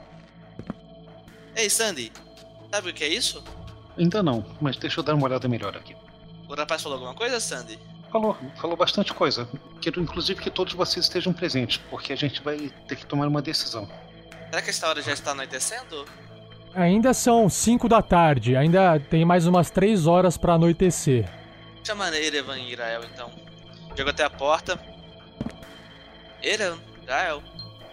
Ei, Sandy, sabe o que é isso? Ainda não, mas deixa eu dar uma olhada melhor aqui. O rapaz falou alguma coisa, Sandy? Falou, falou bastante coisa. Quero inclusive que todos vocês estejam presentes, porque a gente vai ter que tomar uma decisão. Será que esta hora já está anoitecendo? Ainda são cinco da tarde, ainda tem mais umas três horas para anoitecer. Chama Erevan e Irael então. Chego até a porta. Erevan, Irael.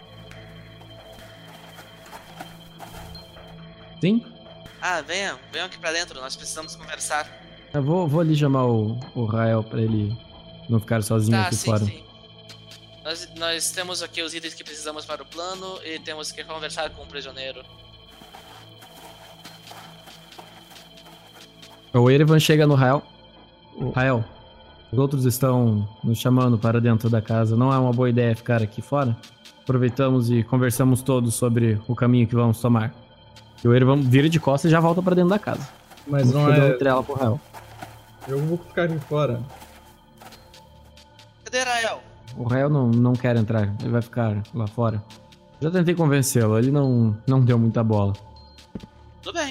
Sim? Ah, venham, venham aqui pra dentro, nós precisamos conversar. Eu vou, vou ali chamar o, o Rael pra ele não ficar sozinho tá, aqui sim, fora. Sim. Nós, nós temos aqui os itens que precisamos para o plano e temos que conversar com o prisioneiro. O Erevan chega no Rael. O Rael, os outros estão nos chamando para dentro da casa. Não é uma boa ideia ficar aqui fora? Aproveitamos e conversamos todos sobre o caminho que vamos tomar. E o Erevan vira de costas e já volta para dentro da casa. Mas não é... entre ela pro Rael. Eu vou ficar aqui fora. Cadê Rael? O Rael não, não quer entrar, ele vai ficar lá fora. Já tentei convencê-lo, ele não, não deu muita bola. Tudo bem.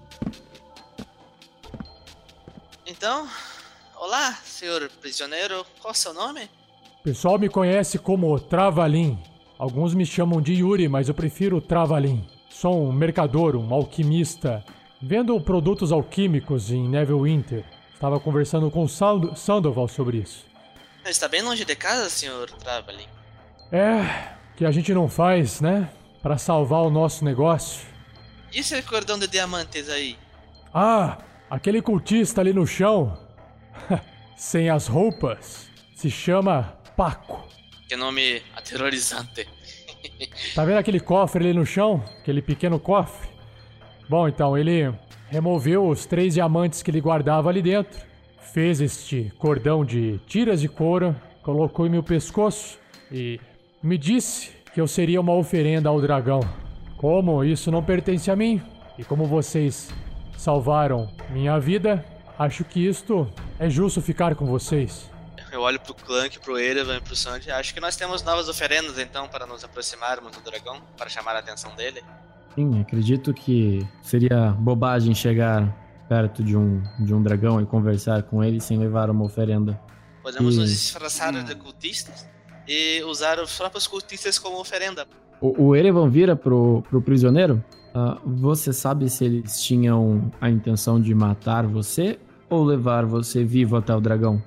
Então, olá, senhor prisioneiro, qual é o seu nome? O pessoal me conhece como Travalim. Alguns me chamam de Yuri, mas eu prefiro Travalim. Sou um mercador, um alquimista. Vendo produtos alquímicos em Neverwinter. Estava conversando com Sand- Sandoval sobre isso. Está bem longe de casa, senhor Traveling? É, que a gente não faz, né? Para salvar o nosso negócio. E esse cordão de diamantes aí? Ah, aquele cultista ali no chão. Sem as roupas. Se chama Paco. Que nome aterrorizante. Tá vendo aquele cofre ali no chão? Aquele pequeno cofre? Bom, então, ele removeu os três diamantes que ele guardava ali dentro, fez este cordão de tiras de couro, colocou em meu pescoço e me disse que eu seria uma oferenda ao dragão. Como isso não pertence a mim, e como vocês salvaram minha vida, acho que isto é justo ficar com vocês. Eu olho pro Clank, pro Erevan e pro Sandy. Acho que nós temos novas oferendas, então, para nos aproximarmos do dragão, para chamar a atenção dele. Sim, acredito que seria bobagem chegar perto de um, de um dragão e conversar com ele sem levar uma oferenda. Podemos e... nos disfarçar de cultistas e usar os próprios cultistas como oferenda. O, o Erevan vira pro, pro prisioneiro. Uh, você sabe se eles tinham a intenção de matar você ou levar você vivo até o dragão?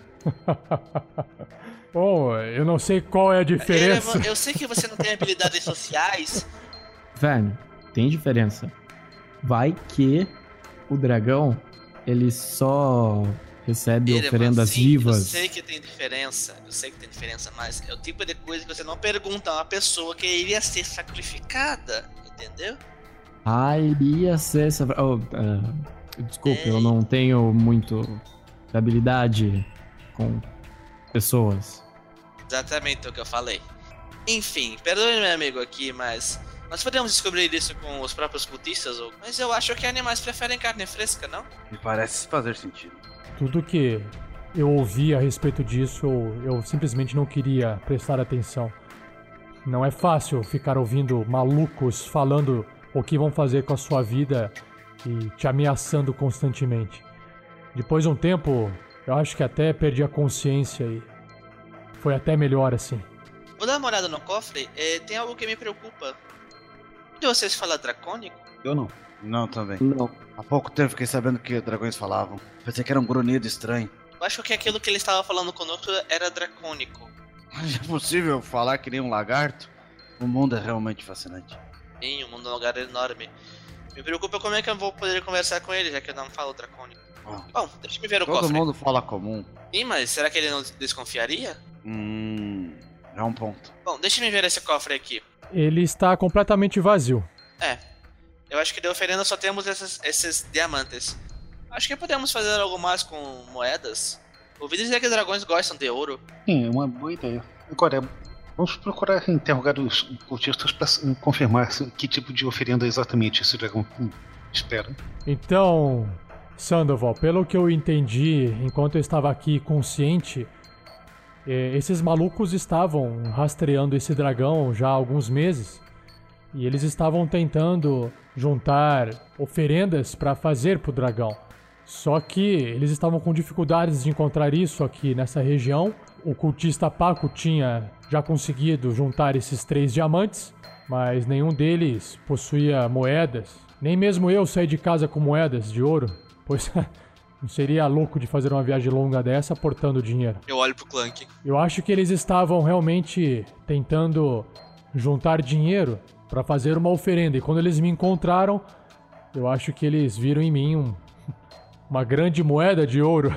Bom, eu não sei qual é a diferença. Erevan, eu sei que você não tem habilidades sociais. Verne, tem diferença. Vai que o dragão, ele só recebe Erevan, oferendas sim, vivas. Eu sei que tem diferença, eu sei que tem diferença, mas é o tipo de coisa que você não pergunta a uma pessoa que iria ser sacrificada, entendeu? Ah, iria ser... Oh, uh, desculpe, é. eu não tenho muito habilidade com pessoas. Exatamente o que eu falei. Enfim, perdoe meu amigo aqui, mas... Nós podemos descobrir isso com os próprios cultistas, ou... mas eu acho que animais preferem carne fresca, não? Me parece fazer sentido. Tudo que eu ouvi a respeito disso, eu simplesmente não queria prestar atenção. Não é fácil ficar ouvindo malucos falando o que vão fazer com a sua vida e te ameaçando constantemente. Depois de um tempo, eu acho que até perdi a consciência e foi até melhor assim. Vou dar uma olhada no cofre, é, tem algo que me preocupa. De vocês falam dracônico? Eu não. Não, também. Não. Há pouco tempo fiquei sabendo que dragões falavam. Pensei que era um grunhido estranho. Eu acho que aquilo que ele estava falando conosco era dracônico. Mas é possível falar que nem um lagarto? O mundo é realmente fascinante. Sim, o mundo é um lugar enorme. Me preocupa como é que eu vou poder conversar com ele, já que eu não falo dracônico. Oh. Bom, deixa eu ver o Todo cofre. Todo mundo fala comum. Sim, mas será que ele não desconfiaria? Hum... É um ponto. Bom, deixa eu ver esse cofre aqui. Ele está completamente vazio. É. Eu acho que de oferenda só temos esses, esses diamantes. Acho que podemos fazer algo mais com moedas. Ouvi dizer que dragões gostam de ouro. Sim, é uma boa ideia. Agora, vamos procurar interrogar os cultistas para confirmar que tipo de oferenda exatamente esse dragão espera. Então, Sandoval, pelo que eu entendi enquanto eu estava aqui consciente, esses malucos estavam rastreando esse dragão já há alguns meses e eles estavam tentando juntar oferendas para fazer pro dragão. Só que eles estavam com dificuldades de encontrar isso aqui nessa região. O cultista Paco tinha já conseguido juntar esses três diamantes, mas nenhum deles possuía moedas. Nem mesmo eu saí de casa com moedas de ouro, pois não seria louco de fazer uma viagem longa dessa portando dinheiro. Eu olho pro Clank. Eu acho que eles estavam realmente tentando juntar dinheiro para fazer uma oferenda. E quando eles me encontraram, eu acho que eles viram em mim um, uma grande moeda de ouro.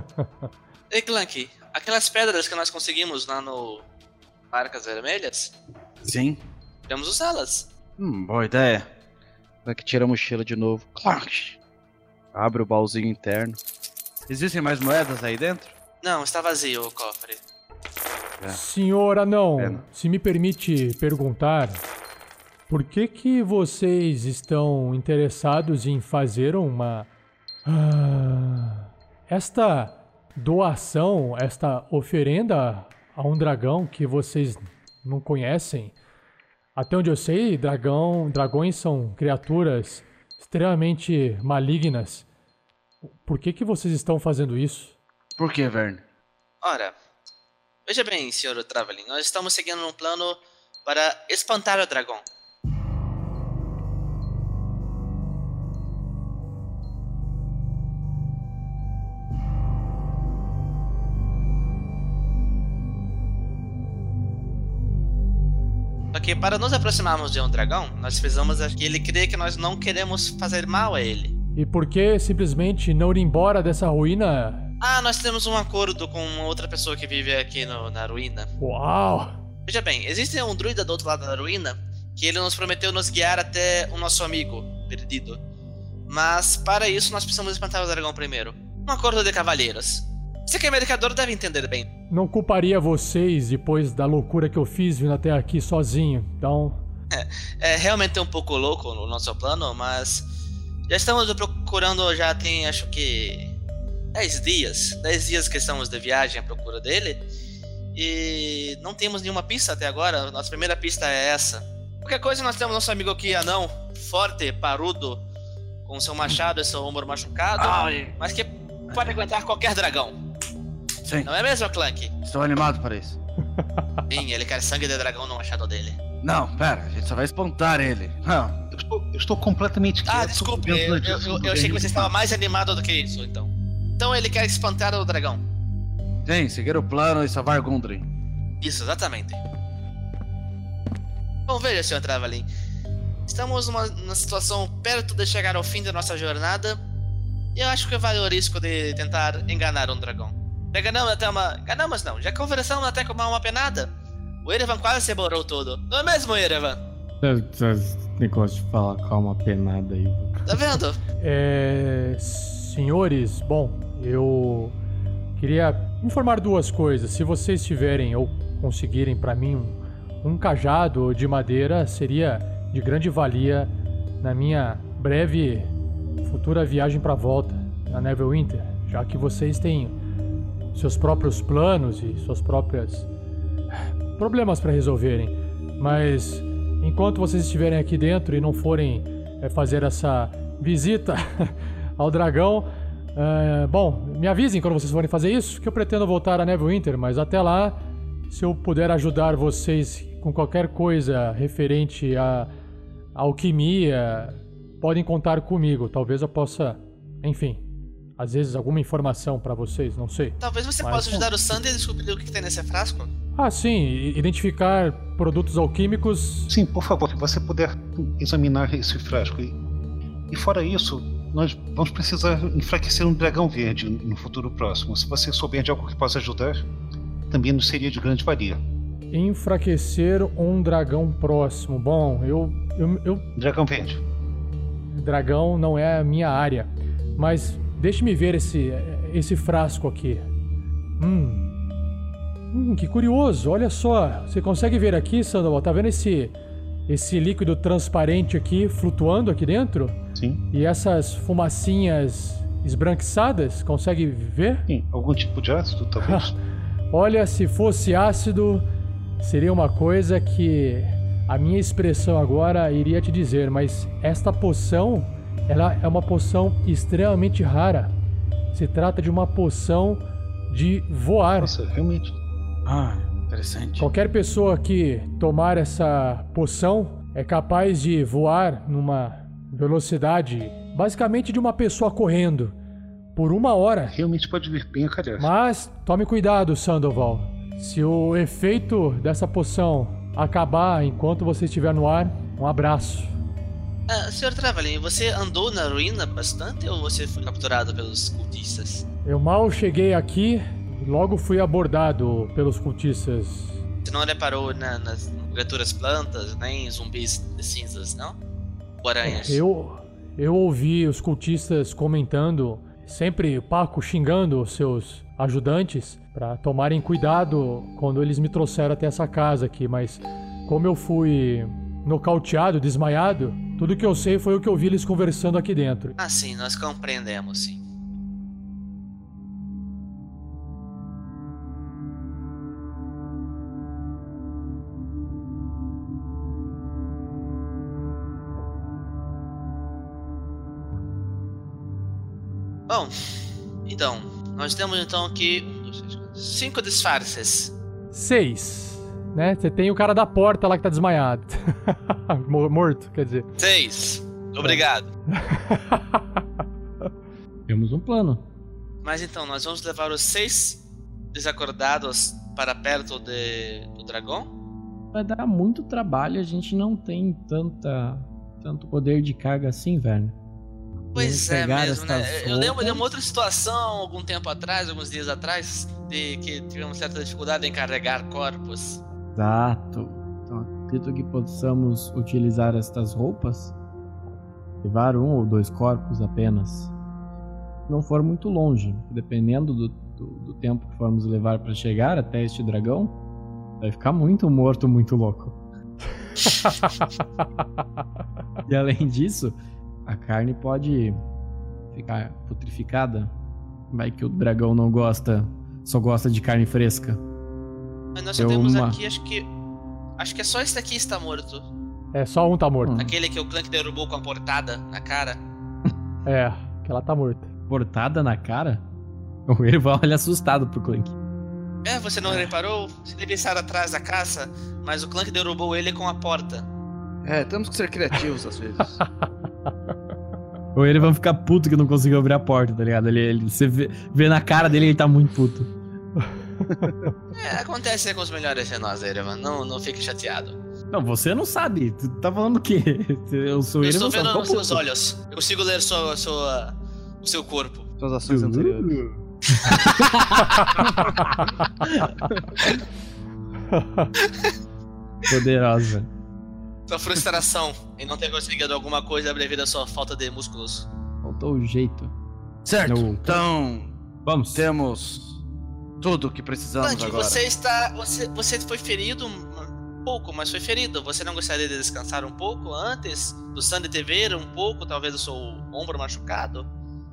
Ei, Clank, aquelas pedras que nós conseguimos lá no Marcas Vermelhas? Sim. Podemos usá-las. Hum, boa ideia. Clank tira a mochila de novo. Clank! Abre o baúzinho interno. Existem mais moedas aí dentro? Não, está vazio o cofre. É. Senhora, não. Pena. Se me permite perguntar, por que que vocês estão interessados em fazer uma... Ah, esta doação, esta oferenda a um dragão que vocês não conhecem? Até onde eu sei, dragão, dragões são criaturas extremamente malignas. Por que que vocês estão fazendo isso? Por que, Verne? Ora, veja bem, senhor Traveling, nós estamos seguindo um plano para espantar o dragão. Porque para nos aproximarmos de um dragão, nós precisamos que ele creia que nós não queremos fazer mal a ele. E por que simplesmente não ir embora dessa ruína? Ah, nós temos um acordo com outra pessoa que vive aqui no, na ruína. Uau! Veja bem, existe um druida do outro lado da ruína que ele nos prometeu nos guiar até o nosso amigo perdido. Mas para isso nós precisamos espantar o dragão primeiro. Um acordo de cavalheiros. Você que é mercador deve entender bem. Não culparia vocês depois da loucura que eu fiz vindo até aqui sozinho, então... É, é realmente um pouco louco o nosso plano, mas... Já estamos procurando, já tem, acho que... dez dias. dez dias que estamos de viagem à procura dele. E não temos nenhuma pista até agora. Nossa primeira pista é essa. Qualquer coisa, nós temos nosso amigo aqui, anão, forte, parudo, com seu machado e seu ombro machucado, Ai. mas que pode aguentar qualquer dragão. Sim. Não é mesmo, Clank? Estou animado para isso. Sim, ele quer sangue de dragão no machado dele. Não, pera, a gente só vai espantar ele. Não. Eu estou, eu estou completamente quieto. Ah, desculpe, eu, eu, eu, eu achei que você estava mais animado do que isso, então. Então ele quer espantar o dragão. Sim, seguir o plano e salvar Gundren. Isso, exatamente. Bom, veja, senhor Travelin. Estamos numa, numa situação perto de chegar ao fim da nossa jornada. E eu acho que vale o risco de tentar enganar um dragão. Já enganamos até uma... Enganamos não, já conversamos até com uma alma penada. O Erevan quase se borrou todo. Não é mesmo, Erevan? Esse negócio de falar calma penada aí. Tá vendo? É... Senhores, bom, eu queria informar duas coisas. Se vocês tiverem ou conseguirem pra mim um, um cajado de madeira, seria de grande valia na minha breve futura viagem pra volta na Neverwinter, já que vocês têm seus próprios planos e suas próprias problemas pra resolverem. Mas enquanto vocês estiverem aqui dentro e não forem é, fazer essa visita ao dragão, é, bom, me avisem quando vocês forem fazer isso, que eu pretendo voltar a Neverwinter, mas até lá, se eu puder ajudar vocês com qualquer coisa referente a alquimia, podem contar comigo. Talvez eu possa, enfim, às vezes alguma informação pra vocês, não sei. Talvez você Mas, possa bom. ajudar o Sander a descobrir o que tem nesse frasco. Ah, sim, identificar produtos alquímicos. Sim, por favor, se você puder examinar esse frasco. E, e fora isso, nós vamos precisar enfraquecer um dragão verde no futuro próximo. Se você souber de algo que possa ajudar, também nos seria de grande valia. Enfraquecer um dragão próximo. Bom, eu, eu, eu... Dragão verde. Dragão não é a minha área. Mas deixe-me ver esse, esse frasco aqui. Hum... Hum, que curioso, olha só. Você consegue ver aqui, Sandoval? Tá vendo esse, esse líquido transparente aqui, flutuando aqui dentro? Sim. E essas fumacinhas esbranquiçadas, consegue ver? Sim, algum tipo de ácido, talvez? Olha, se fosse ácido, seria uma coisa que a minha expressão agora iria te dizer, mas esta poção, ela é uma poção extremamente rara. Se trata de uma poção de voar. Nossa, realmente. Ah, interessante. Qualquer pessoa que tomar essa poção é capaz de voar numa velocidade basicamente de uma pessoa correndo por uma hora. Realmente pode vir bem a calhar. Mas tome cuidado, Sandoval. Se o efeito dessa poção acabar enquanto você estiver no ar, um abraço. Ah, senhor Travelin, você andou na ruína bastante ou você foi capturado pelos cultistas? Eu mal cheguei aqui e logo fui abordado pelos cultistas. Você não reparou na, nas criaturas plantas, nem zumbis de cinzas, não? Ou aranhas? Eu, eu ouvi os cultistas comentando, sempre o Paco xingando os seus ajudantes para tomarem cuidado quando eles me trouxeram até essa casa aqui, mas como eu fui nocauteado, desmaiado, tudo que eu sei foi o que eu vi eles conversando aqui dentro. Ah, sim, nós compreendemos, sim. Bom, então, nós temos então aqui um, dois, três, quatro, cinco disfarces. Seis, né? Você tem o cara da porta lá que tá desmaiado. Morto, quer dizer. Seis. Obrigado. Temos um plano. Mas então, nós vamos levar os seis desacordados para perto de, do dragão? Vai dar muito trabalho, a gente não tem tanta, tanto poder de carga assim, velho. Pois é mesmo, né? roupas. Eu lembro de uma outra situação, algum tempo atrás, alguns dias atrás, de que tivemos certa dificuldade em carregar corpos. Exato. Então acredito que possamos utilizar estas roupas, levar um ou dois corpos apenas. Não for muito longe, dependendo do, do, do tempo que formos levar para chegar até este dragão, vai ficar muito morto, muito louco. E além disso, a carne pode ficar putrificada Vai que o dragão não gosta, só gosta de carne fresca. Mas nós só Eu temos uma- aqui, acho que... Acho que é só esse daqui que está morto. É, só um tá morto. Aquele que o Clank derrubou com a portada na cara. É, que ela tá morta. Portada na cara? O Erevan olha assustado pro Clank. É, você não reparou? Você devia estar atrás da caça, mas o Clank derrubou ele com a porta. É, temos que ser criativos às vezes. O Erevan fica puto que não conseguiu abrir a porta, tá ligado? Ele, ele, você vê, vê na cara dele que ele tá muito puto. É, acontece com os melhores de nós, Erevan. Não, não fique chateado. Não, você não sabe. Tu tá falando o quê? Eu sou Eu Erevan, estou só vendo ficou nos seus puto. olhos. Eu consigo ler sua, sua, o seu corpo. Suas ações anteriores. Poderosa. Sua frustração em não ter conseguido alguma coisa devido à sua falta de músculos. Faltou o jeito. Certo, Não. então Vamos. temos tudo o que precisamos Clank, agora. você está. Você, você foi ferido um pouco, mas foi ferido. Você não gostaria de descansar um pouco antes do Sandy te ver um pouco, talvez o seu ombro machucado?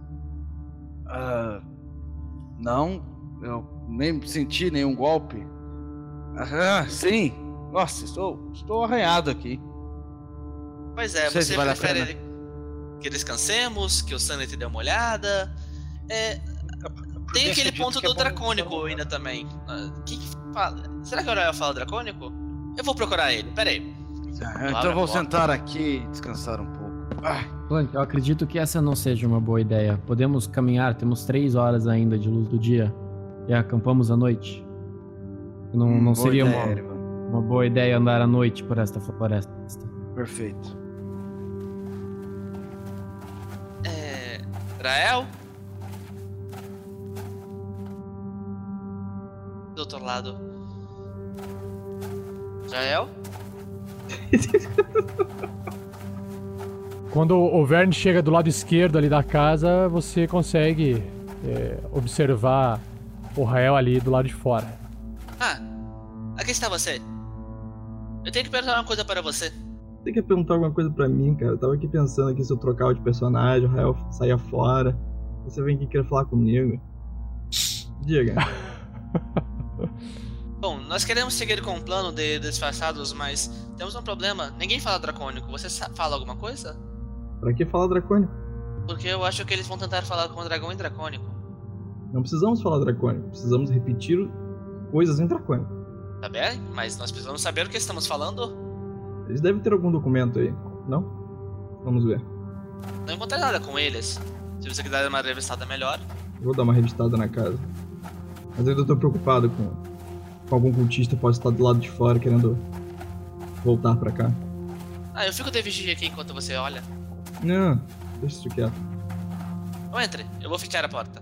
Ah, não, eu nem senti nenhum golpe. Ah, sim. Nossa, estou, estou arranhado aqui. Pois é, Não sei você se vale a prefere que descansemos, que o Sandy te dê uma olhada. É, tem bem aquele acredito ponto que é do bom- dracônico ainda também. Ah, que que fala? Será que o Aurel fala dracônico? Eu vou procurar ele, peraí. Ah, então eu vou sentar aqui e descansar um pouco. Ah, Clank, eu acredito que essa não seja uma boa ideia. Podemos caminhar, temos três horas ainda de luz do dia e acampamos à noite. Não, Hum, não boa seria ideia, uma, Erevan. uma boa ideia andar à noite por esta floresta. Perfeito. É. Rael? Do outro lado. Rael? Quando o Verne chega do lado esquerdo ali da casa, você consegue é, observar o Rael ali do lado de fora. Ah, aqui está você. Eu tenho que perguntar uma coisa para você. Você quer perguntar alguma coisa pra mim, cara? Eu tava aqui pensando aqui se eu trocar de personagem, o Rael saia fora. Você vem aqui querer falar comigo. Diga. Bom, nós queremos seguir com o plano de disfarçados, mas temos um problema. Ninguém fala dracônico. Você sa- fala alguma coisa? Pra que falar dracônico? Porque eu acho que eles vão tentar falar com o dragão em dracônico. Não precisamos falar dracônico, precisamos repetir coisas em dracônico. Tá bem? Mas nós precisamos saber o que estamos falando. Eles devem ter algum documento aí, não? Vamos ver. Não encontrei nada com eles. Se você quiser dar uma revistada melhor. Vou dar uma revistada na casa. Mas eu ainda tô preocupado com, com algum cultista que pode estar do lado de fora querendo voltar pra cá. Ah, eu fico de vigia aqui enquanto você olha. Não, deixa isso quieto. Não entre, eu vou fechar a porta.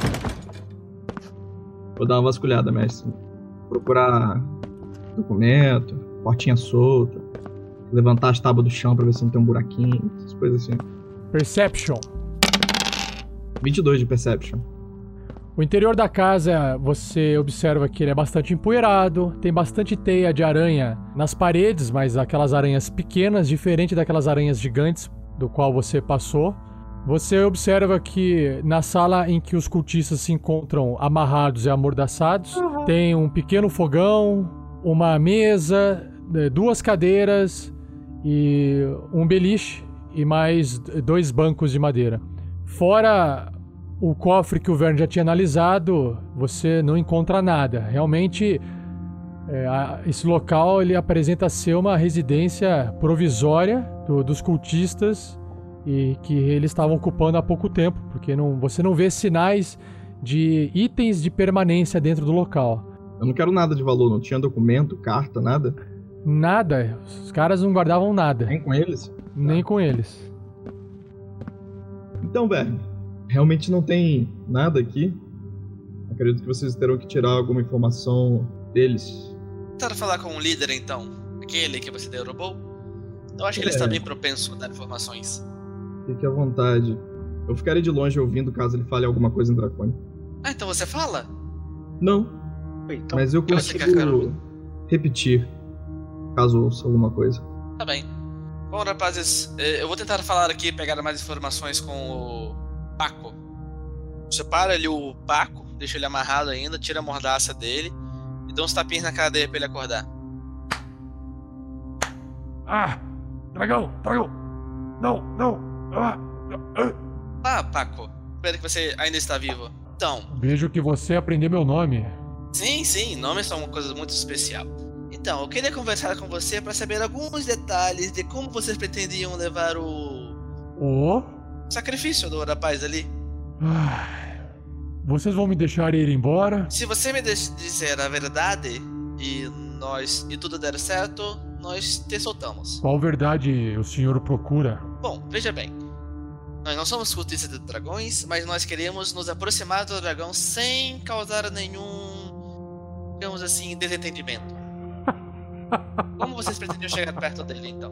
Vou dar uma vasculhada, mestre. Procurar documento, portinha solta, levantar as tábuas do chão pra ver se não tem um buraquinho, essas coisas assim. Perception. vinte e dois de Perception. O interior da casa, você observa que ele é bastante empoeirado, tem bastante teia de aranha nas paredes, mas aquelas aranhas pequenas, diferente daquelas aranhas gigantes do qual você passou. Você observa que na sala em que os cultistas se encontram amarrados e amordaçados, tem um pequeno fogão, uma mesa, eh, duas cadeiras e um beliche e mais dois bancos de madeira. Fora o cofre que o Verne já tinha analisado, você não encontra nada. Realmente, é, a, esse local ele apresenta ser uma residência provisória do, dos cultistas e que eles estavam ocupando há pouco tempo, porque não, você não vê sinais de itens de permanência dentro do local. Eu não quero nada de valor, não tinha documento, carta, nada. Nada, os caras não guardavam nada. Nem com eles? Nem com eles. Então, Verne, realmente não tem nada aqui. Acredito que vocês terão que tirar alguma informação deles. Tentar falar com o líder então. Aquele que você derrubou. Eu acho que ele É. está bem propenso a dar informações. Fique à vontade. Eu ficarei de longe ouvindo caso ele fale alguma coisa em dracônico. Ah, então você fala? Não, Então, mas eu o que você quer, consigo repetir caso ouça alguma coisa. Tá bem. Bom, rapazes, eh, eu vou tentar falar aqui e pegar mais informações com o Paco separa ali o Paco, deixa ele amarrado ainda, tira a mordaça dele e dá uns tapinhas na cara dele pra ele acordar. Ah! Dragão! Dragão! Não! Não! Ah! Ah, Paco, espero que você ainda está vivo. Então... Vejo que você aprendeu meu nome. Sim, sim, nomes são uma coisa muito especial. Então, eu queria conversar com você para saber alguns detalhes de como vocês pretendiam levar o... O? sacrifício do rapaz ali. Ah, vocês vão me deixar ir embora? Se você me dizer a verdade e nós e tudo der certo, nós te soltamos. Qual verdade o senhor procura? Bom, veja bem. Nós não somos cultistas de dragões, mas nós queremos nos aproximar do dragão sem causar nenhum, digamos assim, desentendimento. Como vocês pretendiam chegar perto dele, então?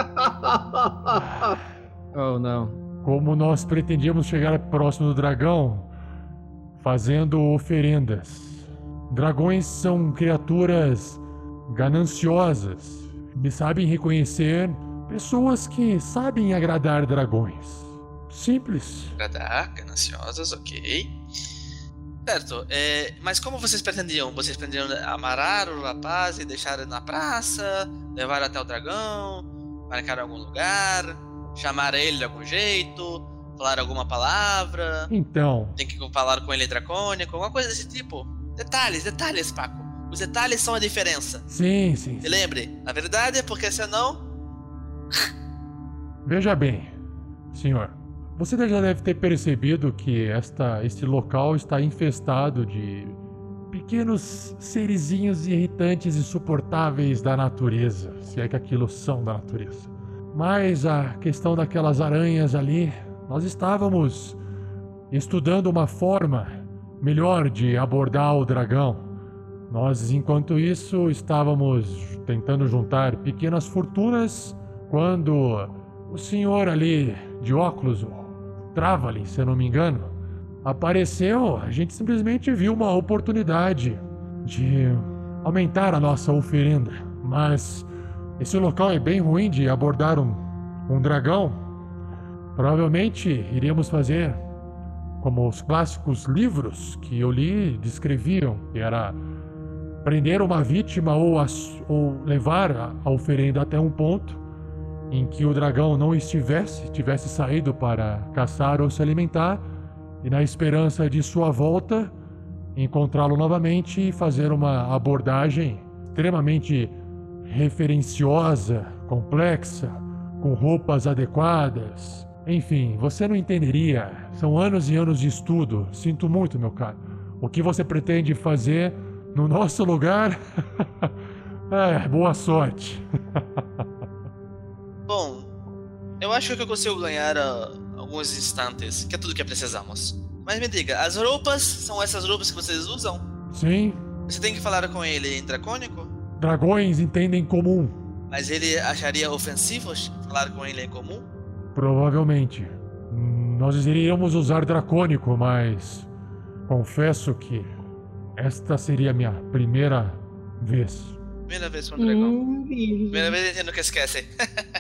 Oh, não. Como nós pretendíamos chegar próximo do dragão? Fazendo oferendas. Dragões são criaturas gananciosas. E sabem reconhecer pessoas que sabem agradar dragões. Simples. Agradar, gananciosas, ok. Certo, é, mas como vocês pretendiam? Vocês pretendiam amarrar o rapaz e deixar ele na praça, levar até o dragão, marcar algum lugar, chamar ele de algum jeito, falar alguma palavra? Então... Tem que falar com ele dracônico, alguma coisa desse tipo. Detalhes, detalhes, Paco. Os detalhes são a diferença. Sim, sim. E lembre, a verdade é porque senão... Veja bem, senhor. Você já deve ter percebido que esta, este local está infestado de pequenos serizinhos irritantes e insuportáveis da natureza, se é que aquilo são da natureza. Mas a questão daquelas aranhas ali, nós estávamos estudando uma forma melhor de abordar o dragão. Nós, enquanto isso, estávamos tentando juntar pequenas fortunas quando o senhor ali de óculos, Travali, se eu não me engano, apareceu. A gente simplesmente viu uma oportunidade de aumentar a nossa oferenda. Mas esse local é bem ruim de abordar um, um dragão. Provavelmente iríamos fazer como os clássicos livros que eu li descreviam, que era prender uma vítima ou, as, ou levar a, a oferenda até um ponto em que o dragão não estivesse, tivesse saído para caçar ou se alimentar, e na esperança de sua volta, encontrá-lo novamente e fazer uma abordagem extremamente referenciosa, complexa, com roupas adequadas. Enfim, você não entenderia. São anos e anos de estudo. Sinto muito, meu caro. O que você pretende fazer no nosso lugar? É, boa sorte. Bom, eu acho que eu consigo ganhar uh, alguns instantes, que é tudo que precisamos. Mas me diga, as roupas são essas roupas que vocês usam? Sim. Você tem que falar com ele em dracônico? Dragões entendem comum. Mas ele acharia ofensivo falar com ele em comum? Provavelmente. Nós iríamos usar dracônico, mas confesso que esta seria a minha primeira vez. Primeira vez com um dragão. Hum, primeira vez entendo que esquece.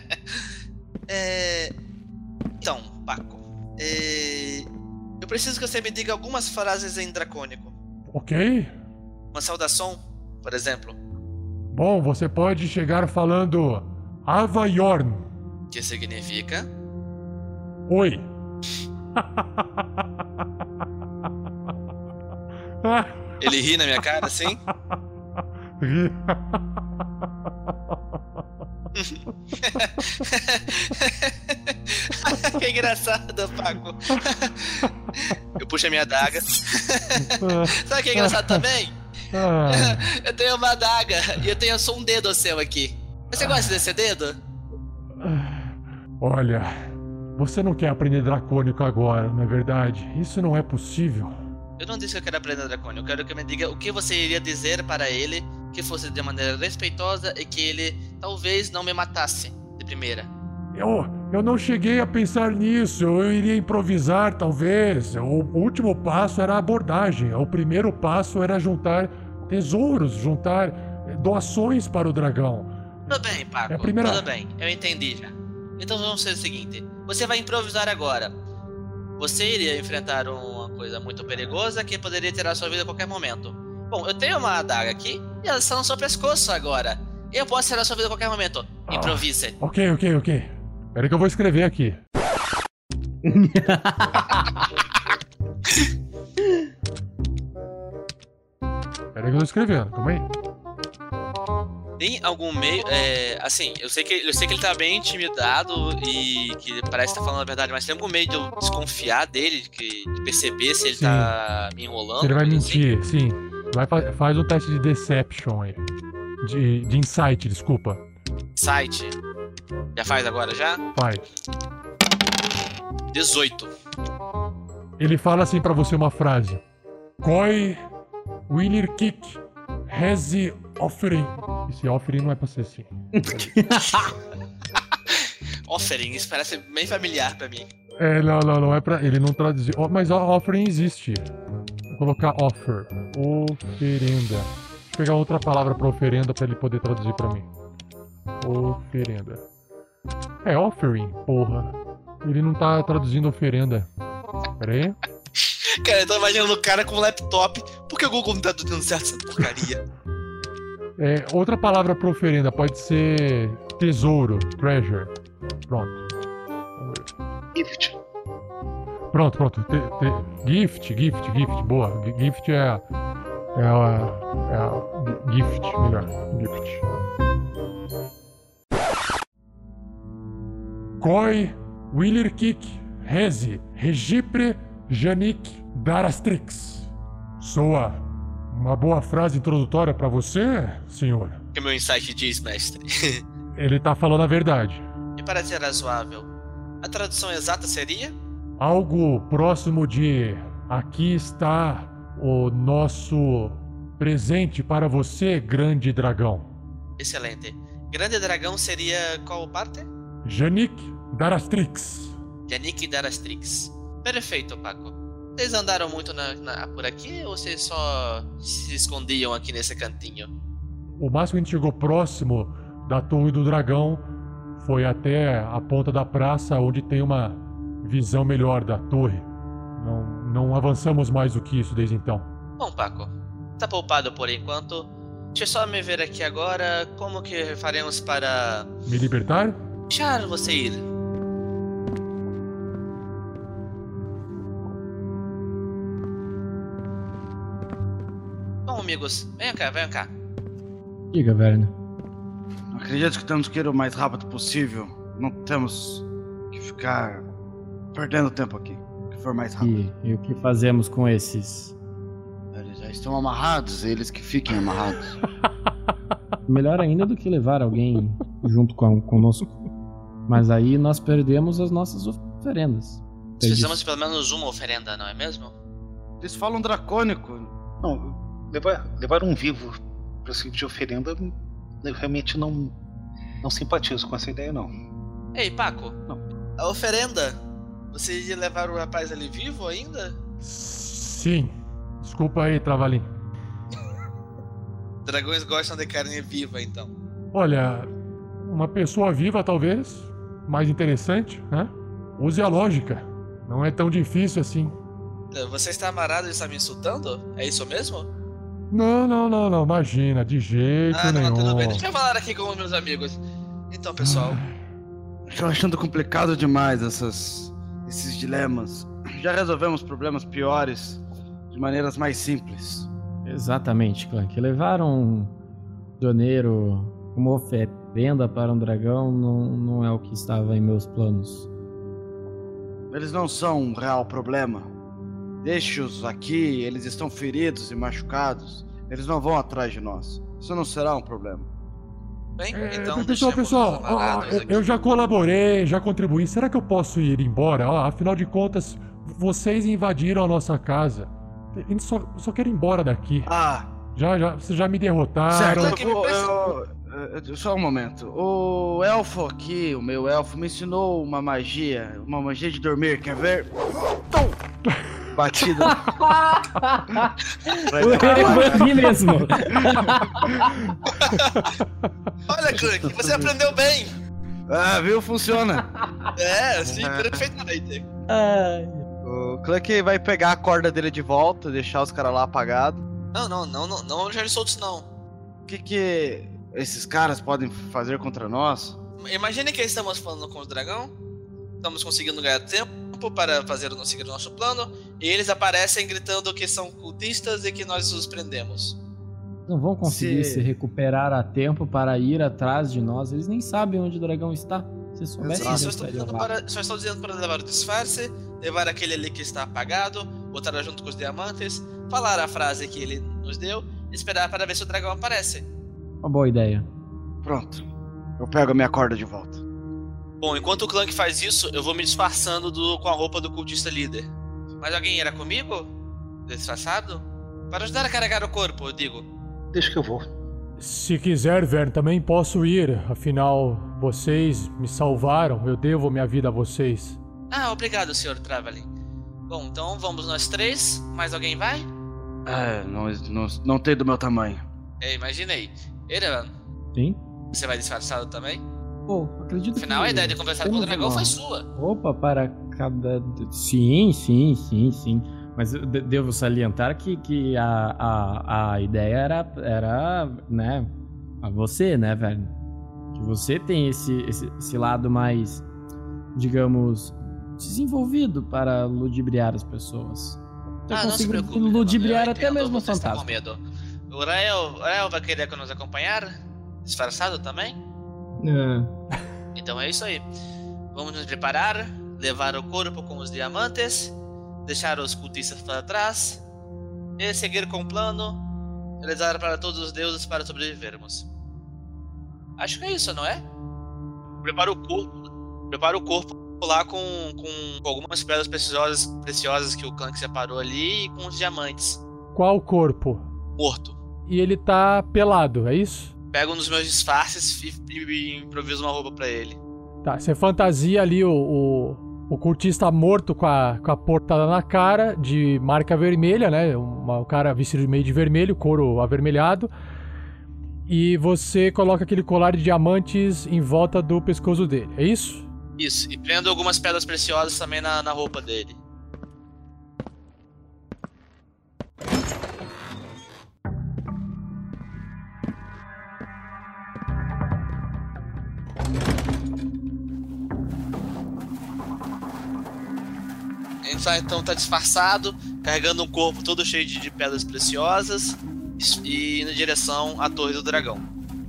é... Então, Paco. É... Eu preciso que você me diga algumas frases em dracônico. Ok. Uma saudação, por exemplo. Bom, você pode chegar falando Ava Yorn. Que significa? Oi. Ele ri na minha cara, assim? Ri. Que engraçado, Paco. Eu puxo a minha adaga. Sabe o que é engraçado também? Eu tenho uma adaga e eu tenho só um dedo seu aqui. Você gosta desse dedo? Olha, você não quer aprender dracônico agora, não é verdade? Isso não é possível. Eu não disse que eu quero aprender dracônico. Eu quero que me diga o que você iria dizer para ele que fosse de maneira respeitosa e que ele talvez não me matasse de primeira. Eu, eu não cheguei a pensar nisso. Eu iria improvisar, talvez. O último passo era a abordagem. O primeiro passo era juntar tesouros, juntar doações para o dragão. Tudo bem, Paco. É a primeira... Tudo bem, eu entendi já. Então vamos fazer o seguinte. Você vai improvisar agora. Você iria enfrentar um coisa muito perigosa que poderia tirar sua vida a qualquer momento. Bom, eu tenho uma adaga aqui e ela está no seu pescoço agora. Eu posso tirar sua vida a qualquer momento. Improvise. Ah, ok, ok, ok. Peraí que eu vou escrever aqui. Peraí que eu tô escrevendo, calma aí. Tem algum meio, é, assim, eu sei, que, eu sei que ele tá bem intimidado e que ele parece estar tá falando a verdade, mas tem algum meio de eu desconfiar dele, de, de perceber se ele sim. tá me enrolando? Se ele vai mentir, assim? sim. Vai, faz um teste de deception aí. De, de insight, desculpa. Insight? Já faz agora, já? Faz. dezoito. Ele fala assim pra você uma frase. Koi Willer Kick Rezi Offering. Esse offering não é pra ser assim. Offering, isso parece bem familiar pra mim. É, não, não, não é pra... Ele não traduziu... Oh, mas offering existe. Vou colocar offer. Oferenda. Deixa eu pegar outra palavra pra oferenda pra ele poder traduzir pra mim. Oferenda. É offering, porra. Ele não tá traduzindo oferenda. Pera aí. Cara, eu tô imaginando o cara com um laptop. Por que o Google não tá traduzindo certo essa porcaria? É, outra palavra pra oferenda pode ser tesouro, treasure. Pronto. Gift. Pronto, pronto. Te, te, gift, gift, gift. Boa. Gift é a... É a... É a gift, melhor. Gift. Koi, Willer Kick, Rezi, Regipre, Janik, Darastrix. Soa uma boa frase introdutória pra você, senhor? O que meu insight diz, mestre? Ele tá falando a verdade. E para ser razoável, a tradução exata seria? Algo próximo de aqui está o nosso presente para você, grande dragão. Excelente. Grande dragão seria qual parte? Janik Darastrix. Janik Darastrix. Perfeito, Paco. Vocês andaram muito na, na, por aqui ou vocês só se escondiam aqui nesse cantinho? O máximo que a gente chegou próximo da Torre do Dragão foi até a ponta da praça, onde tem uma visão melhor da torre. Não, não avançamos mais do que isso desde então. Bom, Paco, tá poupado por enquanto. Deixa eu só me ver aqui agora como que faremos para... Me libertar? Deixar você ir. Bom, amigos, venham cá, venham cá. Diga, Werner. Acredito que temos que ir o mais rápido possível. Não temos que ficar perdendo tempo aqui. Que for mais rápido. E, e o que fazemos com esses? Eles já estão amarrados, eles que fiquem amarrados. Melhor ainda do que levar alguém junto com, conosco. Mas aí nós perdemos as nossas oferendas. Precisamos de pelo menos uma oferenda, não é mesmo? Eles falam dracônico. Não, levar, levar um vivo para servir de oferenda, eu realmente não, não simpatizo com essa ideia, não. Ei, Paco. Não. A oferenda? Você ia levar o rapaz ali vivo ainda? Sim. Desculpa aí, Travalim. Dragões gostam de carne viva, então. Olha, uma pessoa viva talvez, mais interessante, né? Use a lógica. Não é tão difícil assim. Você está amarrado e está me insultando? É isso mesmo? Não, não, não, não. Imagina, de jeito ah, não, nenhum. Tudo bem. Deixa eu falar aqui com os meus amigos. Então, pessoal. Estou achando complicado demais essas, esses dilemas. Já resolvemos problemas piores de maneiras mais simples. Exatamente, Clank. Levar um doneiro como oferenda para um dragão não, não é o que estava em meus planos. Eles não são um real problema. Deixe-os aqui, eles estão feridos e machucados. Eles não vão atrás de nós. Isso não será um problema. Bem, é, então pessoal, pessoal, ó, eu já colaborei, já contribuí. Será que eu posso ir embora? Ó, afinal de contas, vocês invadiram a nossa casa. Eu só, só quero ir embora daqui. Ah! Já, já, vocês já me derrotaram. Certo, eu, eu, eu, só um momento. O elfo aqui, o meu elfo, me ensinou uma magia. Uma magia de dormir, quer ver? Tum! Batida. Foi aqui mesmo. Olha, Clank, você aprendeu bem. Ah, viu? Funciona. É, sim, perfeitamente. Ai. O Clank vai pegar a corda dele de volta, deixar os caras lá apagados. Não, não, não, não, não deixar eles soltos, não. O que que esses caras podem fazer contra nós? Imagine que estamos falando com o dragão, estamos conseguindo ganhar tempo para fazer seguir o nosso plano, e eles aparecem gritando que são cultistas e que nós os prendemos. Não vão conseguir se... se recuperar a tempo para ir atrás de nós. Eles nem sabem onde o dragão está. Se soubessem, Sim, só estou, dizendo para, só estou dizendo para levar o disfarce, levar aquele ali que está apagado, botar junto com os diamantes, falar a frase que ele nos deu e esperar para ver se o dragão aparece. Uma boa ideia. Pronto. Eu pego a minha corda de volta. Bom, enquanto o Clank faz isso, eu vou me disfarçando do, com a roupa do cultista líder. Mas alguém irá comigo? Disfarçado? Para ajudar a carregar o corpo, eu digo. Deixa que eu vou. Se quiser, Vern, também posso ir. Afinal, vocês me salvaram. Eu devo minha vida a vocês. Ah, obrigado, senhor Traveling. Bom, então vamos nós três. Mais alguém vai? Ah, não, não, não tem do meu tamanho. É, imaginei. Erevan? Sim? Você vai disfarçado também? Pô, acredito que... Afinal, a ideia de conversar com o dragão foi sua. Roupa para cada... Sim, sim, sim, sim. Mas eu devo salientar que, que a, a, a ideia era, era, né, a você, né, velho? Que você tem esse, esse, esse lado mais, digamos, desenvolvido para ludibriar as pessoas. Eu ah, consigo não se preocupe, ludibriar eu até mesmo o você está fantasma. com medo. O Rael, o Rael vai querer nos acompanhar? Disfarçado também? É. Então é isso aí. Vamos nos preparar, levar o corpo com os diamantes, deixar os cultistas para trás e seguir com o plano, rezar para todos os deuses para sobrevivermos. Acho que é isso, não é? Prepara o corpo, prepara o corpo lá com, com algumas pedras preciosas, preciosas que o Clank separou ali e com os diamantes. Qual corpo? Morto. E ele tá pelado, é isso? Pego um dos meus disfarces e, e improviso uma roupa pra ele. Tá, você fantasia ali o... o... O cultista morto com a, com a portada na cara, de marca vermelha, né? Uma, o cara vestido meio de vermelho, couro avermelhado. E você coloca aquele colar de diamantes em volta do pescoço dele, é isso? Isso, e prendo algumas pedras preciosas também na, na roupa dele. Então tá disfarçado, carregando um corpo todo cheio de, de pedras preciosas e indo em direção à Torre do Dragão.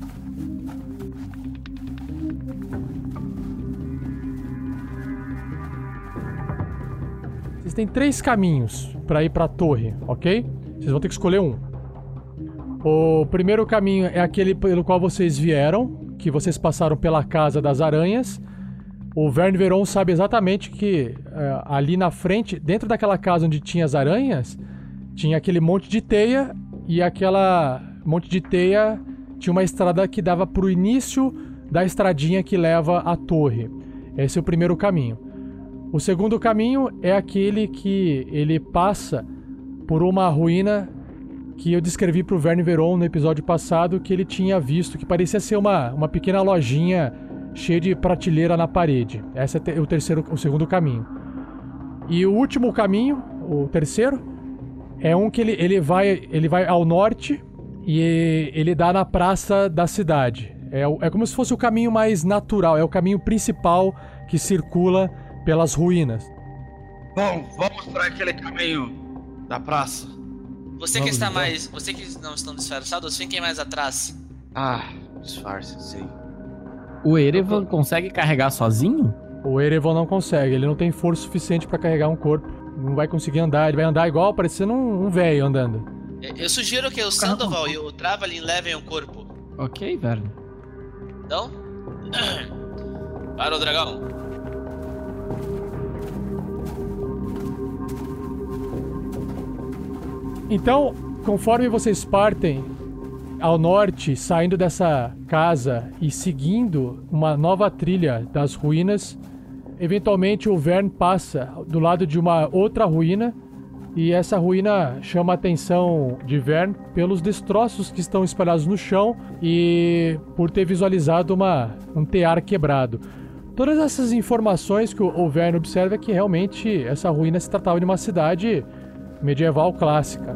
Vocês têm três caminhos pra ir pra torre, ok? Vocês vão ter que escolher um. O primeiro caminho é aquele pelo qual vocês vieram, que vocês passaram pela Casa das Aranhas. O Vern Veron sabe exatamente que uh, ali na frente, dentro daquela casa onde tinha as aranhas, tinha aquele monte de teia, e aquela monte de teia tinha uma estrada que dava pro início da estradinha que leva à torre. Esse é o primeiro caminho. O segundo caminho é aquele que ele passa por uma ruína que eu descrevi pro Vern Veron no episódio passado, que ele tinha visto, que parecia ser uma, uma pequena lojinha cheio de prateleira na parede. Esse é o terceiro, o segundo caminho. E o último caminho, o terceiro, é um que ele, ele, vai, ele vai ao norte e ele dá na praça da cidade. É, é como se fosse o caminho mais natural, é o caminho principal que circula pelas ruínas. Bom, vamos para aquele caminho da praça. Você vamos que está então. mais, você que não estão disfarçados, fiquem mais atrás. Ah, disfarce, sim. O Erevan consegue carregar sozinho? O Erevan não consegue, ele não tem força suficiente pra carregar um corpo. Não vai conseguir andar, ele vai andar igual parecendo um, um velho andando. Eu sugiro que o Sandoval e o Travelin levem o corpo. Ok, velho. Então, para o dragão. Então, conforme vocês partem ao norte, saindo dessa casa e seguindo uma nova trilha das ruínas, eventualmente o Vern passa do lado de uma outra ruína, e essa ruína chama a atenção de Vern pelos destroços que estão espalhados no chão e por ter visualizado uma, um tear quebrado. todas essas informações que o, o Verne observa é que realmente essa ruína se tratava de uma cidade medieval clássica.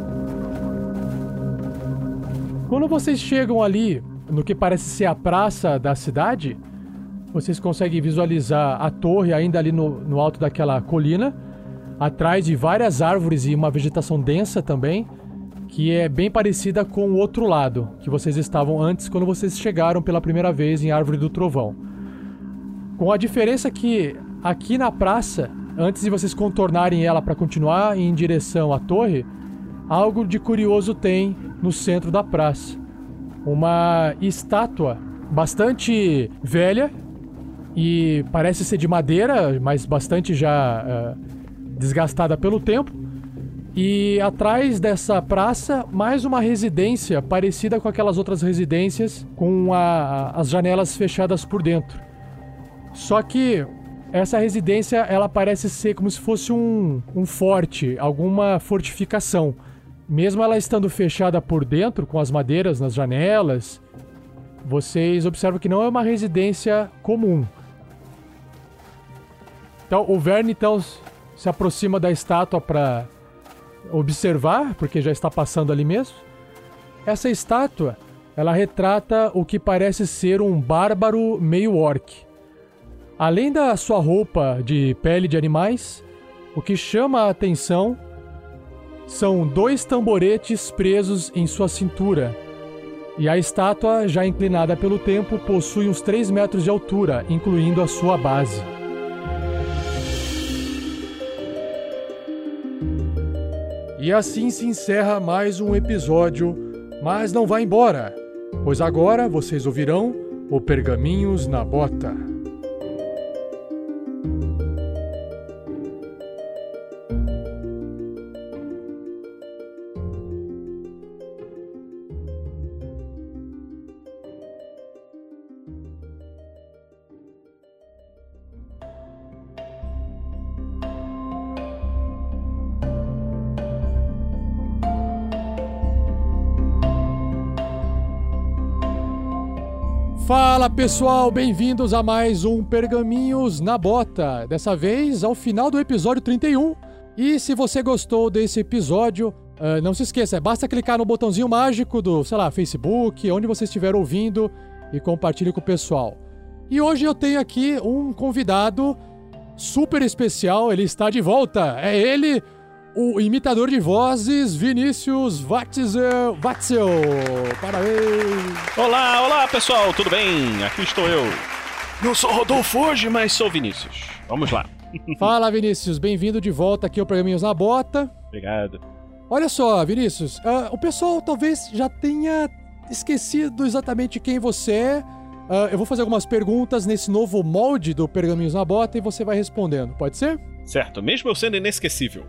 Quando vocês chegam ali, no que parece ser a praça da cidade, vocês conseguem visualizar a torre ainda ali no, no alto daquela colina, atrás de várias árvores e uma vegetação densa também, que é bem parecida com o outro lado, que vocês estavam antes quando vocês chegaram pela primeira vez em Árvore do Trovão. Com a diferença que aqui na praça, antes de vocês contornarem ela para continuar em direção à torre, algo de curioso tem no centro da praça. Uma estátua bastante velha e parece ser de madeira, mas bastante já uh, desgastada pelo tempo. E atrás dessa praça, mais uma residência parecida com aquelas outras residências, com a, as janelas fechadas por dentro. Só que essa residência, ela parece ser como se fosse um, um forte, alguma fortificação. Mesmo ela estando fechada por dentro, com as madeiras nas janelas, vocês observam que não é uma residência comum. Então, o Verne, então, se aproxima da estátua para observar, porque já está passando ali mesmo. Essa estátua, ela retrata o que parece ser um bárbaro meio orc. Além da sua roupa de pele de animais, o que chama a atenção são dois tamboretes presos em sua cintura. E a estátua, já inclinada pelo tempo, possui uns três metros de altura, incluindo a sua base. E assim se encerra mais um episódio, mas não vá embora, pois agora vocês ouvirão o Pergaminhos na Bota. Fala pessoal, bem-vindos a mais um Pergaminhos na Bota, dessa vez ao final do episódio trinta e um. E se você gostou desse episódio, uh, não se esqueça, basta clicar no botãozinho mágico do, sei lá, Facebook, onde você estiver ouvindo, e compartilhe com o pessoal. E hoje eu tenho aqui um convidado super especial, ele está de volta, é ele, o imitador de vozes, Vinícius Watzel. Watzel. Parabéns! Olá, olá pessoal, tudo bem? Aqui estou eu. Não sou Rodolfo hoje, mas sou Vinícius. Vamos lá. Fala, Vinícius, bem-vindo de volta aqui ao Pergaminhos na Bota. Obrigado. Olha só, Vinícius, uh, o pessoal talvez já tenha esquecido exatamente quem você é. Uh, eu vou fazer algumas perguntas nesse novo molde do Pergaminhos na Bota e você vai respondendo, pode ser? Certo, mesmo eu sendo inesquecível.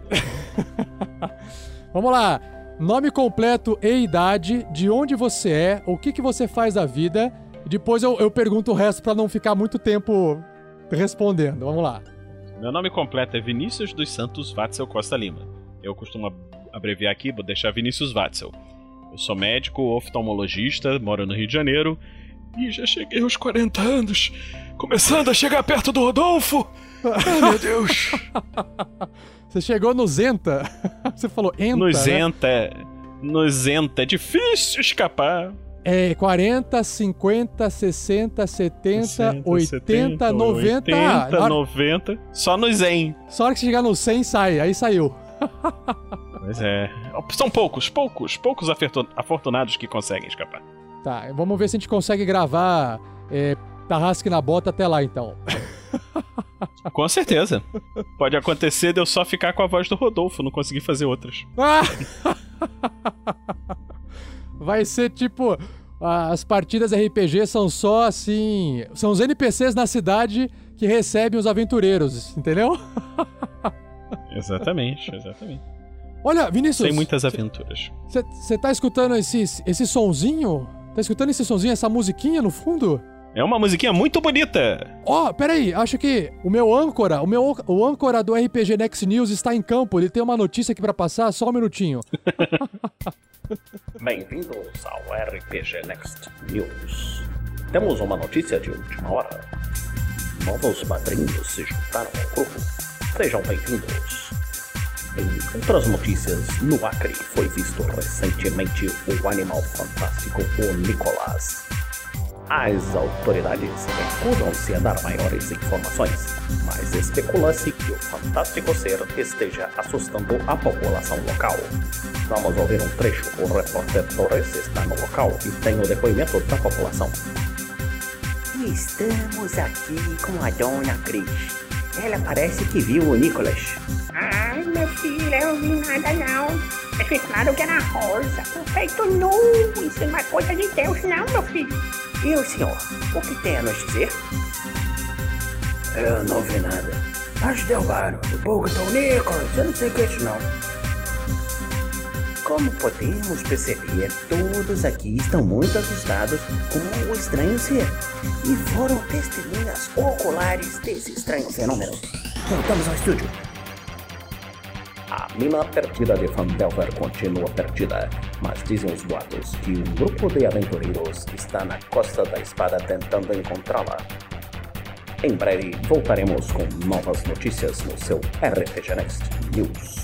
Vamos lá. Nome completo e idade, de onde você é, o que, que você faz da vida. Depois eu, eu pergunto o resto pra não ficar muito tempo respondendo. Vamos lá. Meu nome completo é Vinícius dos Santos Watzel Costa Lima. Eu costumo abreviar aqui, vou deixar Vinícius Watzel. Eu sou médico, oftalmologista, moro no Rio de Janeiro. E já cheguei aos quarenta anos, começando a chegar perto do Rodolfo. Ai, meu Deus. Você chegou no Zenta? Você falou enta, No né? Zenta. No Zenta. É difícil escapar. É quarenta, cinquenta, sessenta, setenta, sessenta, oitenta, setenta, noventa... oitenta, ah, noventa. Só no Zen. Só a hora que você chegar no cem, sai. Aí saiu. Pois é. São poucos, poucos, poucos afortunados que conseguem escapar. Tá, vamos ver se a gente consegue gravar é, Tarrasque na Bota até lá, então. Com certeza. Pode acontecer de eu só ficar com a voz do Rodolfo, não conseguir fazer outras. Ah! Vai ser tipo... As partidas R P G são só assim... São os N P Cs na cidade que recebem os aventureiros, entendeu? Exatamente, exatamente. Olha, Vinícius... Tem muitas aventuras. Você tá escutando esse, esse sonzinho? Tá escutando esse sonzinho, essa musiquinha no fundo? É uma musiquinha muito bonita. Ó, oh, peraí, acho que o meu âncora, o meu o âncora do R P G Next News está em campo. Ele tem uma notícia aqui pra passar, só um minutinho. Bem-vindos ao R P G Next News. Temos uma notícia de última hora. novos padrinhos se juntaram ao grupo. Sejam bem-vindos. Em outras notícias, no Acre foi visto recentemente o animal fantástico, o Nicolás. As autoridades recusam-se a dar maiores informações, mas especula-se que o fantástico ser esteja assustando a população local. Vamos ouvir um trecho. O repórter Torres está no local e tem o depoimento da população. Estamos aqui com a dona Cris. Ela parece que viu o Nicolas. Ai, meu filho, eu não vi nada não. É claro que era rosa, com peito nu. Isso não é coisa de Deus não, meu filho. E o senhor, o que tem a nos dizer? Eu não vi nada. Mas derrubaram. O pouco do Nicolas, eu não sei o que é isso não. Como podemos perceber, todos aqui estão muito assustados com o estranho ser e foram testemunhas oculares desse estranho fenômeno. Voltamos ao estúdio. A mina perdida de Phandelver continua perdida, mas dizem os boatos que um grupo de aventureiros está na Costa da Espada tentando encontrá-la. Em breve voltaremos com novas notícias no seu R P G Next News.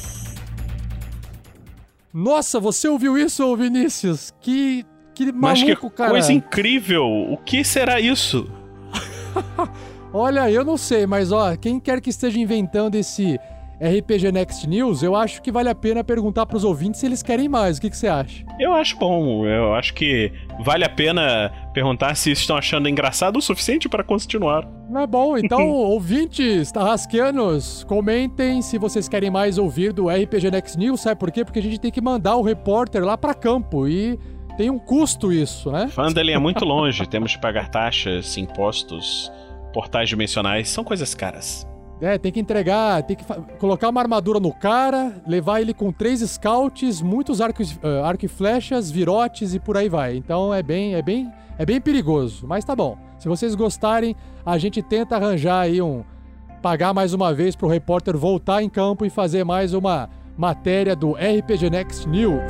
Nossa, você ouviu isso, Vinícius? Que, que maluco, Mas que cara. Coisa incrível! O que será isso? Olha, eu não sei, mas ó, quem quer que esteja inventando esse R P G Next News, eu acho que vale a pena perguntar pros ouvintes se eles querem mais. O que, que você acha? Eu acho bom. Eu acho que vale a pena perguntar se estão achando engraçado o suficiente para continuar. É bom, então, ouvintes tarrasqueanos, comentem se vocês querem mais ouvir do R P G Next News, sabe por quê? Porque a gente tem que mandar o repórter lá pra campo e tem um custo isso, né? Phandelver é muito longe, temos que pagar taxas, impostos, portais dimensionais, são coisas caras. É, tem que entregar, tem que colocar uma armadura no cara, levar ele com três scouts, muitos arcos, uh, arco e flechas, virotes e por aí vai. Então é bem, é bem, é bem perigoso, mas tá bom. Se vocês gostarem, a gente tenta arranjar aí um... pagar mais uma vez pro repórter voltar em campo e fazer mais uma matéria do R P G Next News.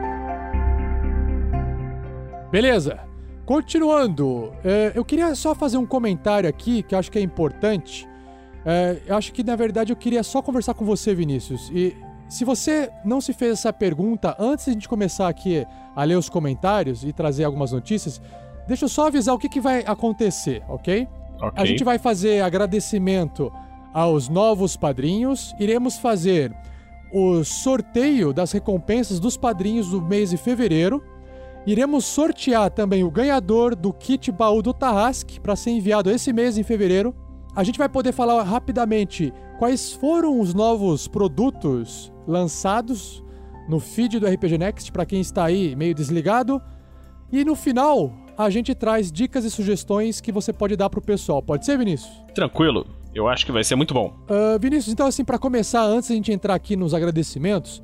Beleza. Continuando, é, eu queria só fazer um comentário aqui que eu acho que é importante. É, eu acho que, na verdade, eu queria só conversar com você, Vinícius. E se você não se fez essa pergunta antes de a gente começar aqui a ler os comentários e trazer algumas notícias, deixa eu só avisar o que, que vai acontecer, ok? Ok. A gente vai fazer agradecimento aos novos padrinhos. Iremos fazer o sorteio das recompensas dos padrinhos do mês de fevereiro. Iremos sortear também o ganhador do kit baú do Tarrasque para ser enviado esse mês em fevereiro. A gente vai poder falar rapidamente quais foram os novos produtos lançados no feed do R P G Next para quem está aí meio desligado. E no final, a gente traz dicas e sugestões que você pode dar pro pessoal. Pode ser, Vinícius? Tranquilo. Eu acho que vai ser muito bom. Uh, Vinícius, então assim, para começar, antes de a gente entrar aqui nos agradecimentos,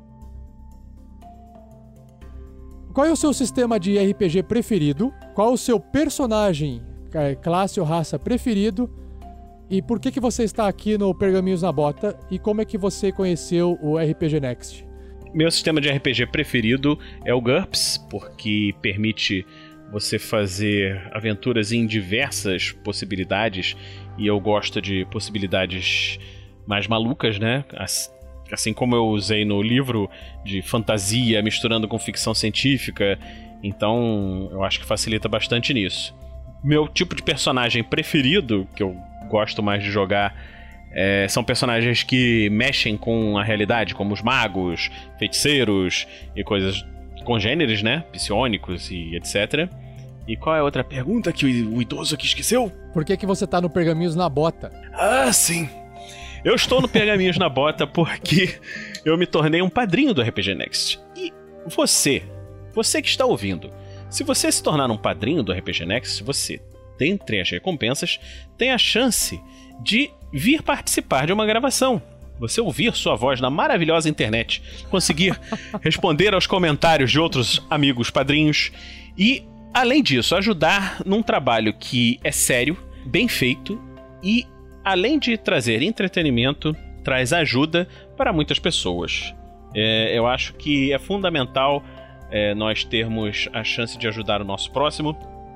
qual é o seu sistema de R P G preferido? Qual é o seu personagem, classe ou raça preferido? E por que que você está aqui no Pergaminhos na Bota? E como é que você conheceu o R P G Next? Meu sistema de R P G preferido é o GURPS, porque permite você fazer aventuras em diversas possibilidades. E eu gosto de possibilidades mais malucas, né? Assim como eu usei no livro de fantasia misturando com ficção científica. Então eu acho que facilita bastante nisso. Meu tipo de personagem preferido, que eu gosto mais de jogar, é, são personagens que mexem com a realidade, como os magos, feiticeiros e coisas congêneres, né? Psionicos e etcétera. E qual é a outra pergunta que o, o idoso aqui esqueceu? Por que que você tá no Pergaminhos na Bota? Ah, sim! Eu estou no Pergaminhos na Bota porque eu me tornei um padrinho do R P G Next. E você, você que está ouvindo, se você se tornar um padrinho do R P G Next, você, dentre as recompensas, tem a chance de vir participar de uma gravação. Você ouvir sua voz na maravilhosa internet, conseguir responder aos comentários de outros amigos padrinhos e, além disso, ajudar num trabalho que é sério, bem feito e, além de trazer entretenimento, traz ajuda para muitas pessoas. É, eu acho que é fundamental é, nós termos a chance de ajudar o nosso próximo.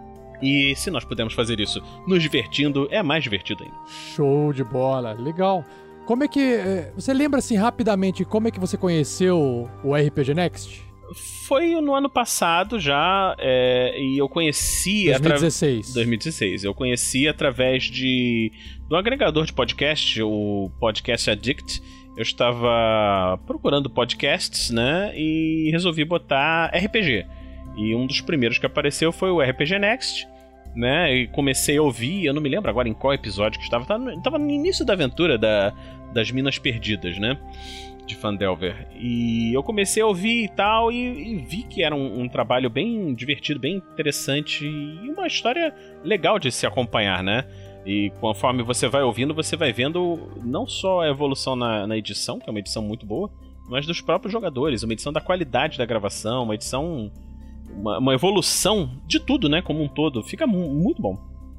E se nós pudermos fazer isso nos divertindo, é mais divertido ainda. Show de bola, legal. Como é que... é, você lembra, assim, rapidamente, como é que você conheceu o R P G Next? Foi no ano passado já, é, e eu conheci... dois mil e dezesseis. Atra... dois mil e dezesseis. Eu conheci através de do agregador de podcast, o Podcast Addict. Eu estava procurando podcasts, né, e resolvi botar R P G. E um dos primeiros que apareceu foi o R P G Next, né, e comecei a ouvir, eu não me lembro agora em qual episódio que estava, estava no início da aventura da, das Minas Perdidas, né, de Phandelver. E eu comecei a ouvir e tal, e, e vi que era um, um trabalho bem divertido, bem interessante, e uma história legal de se acompanhar, né. E conforme você vai ouvindo, você vai vendo não só a evolução na, na edição, que é uma edição muito boa, mas dos próprios jogadores, uma edição da qualidade da gravação, uma edição... Uma, uma evolução de tudo, né, como um todo. Fica muito bom.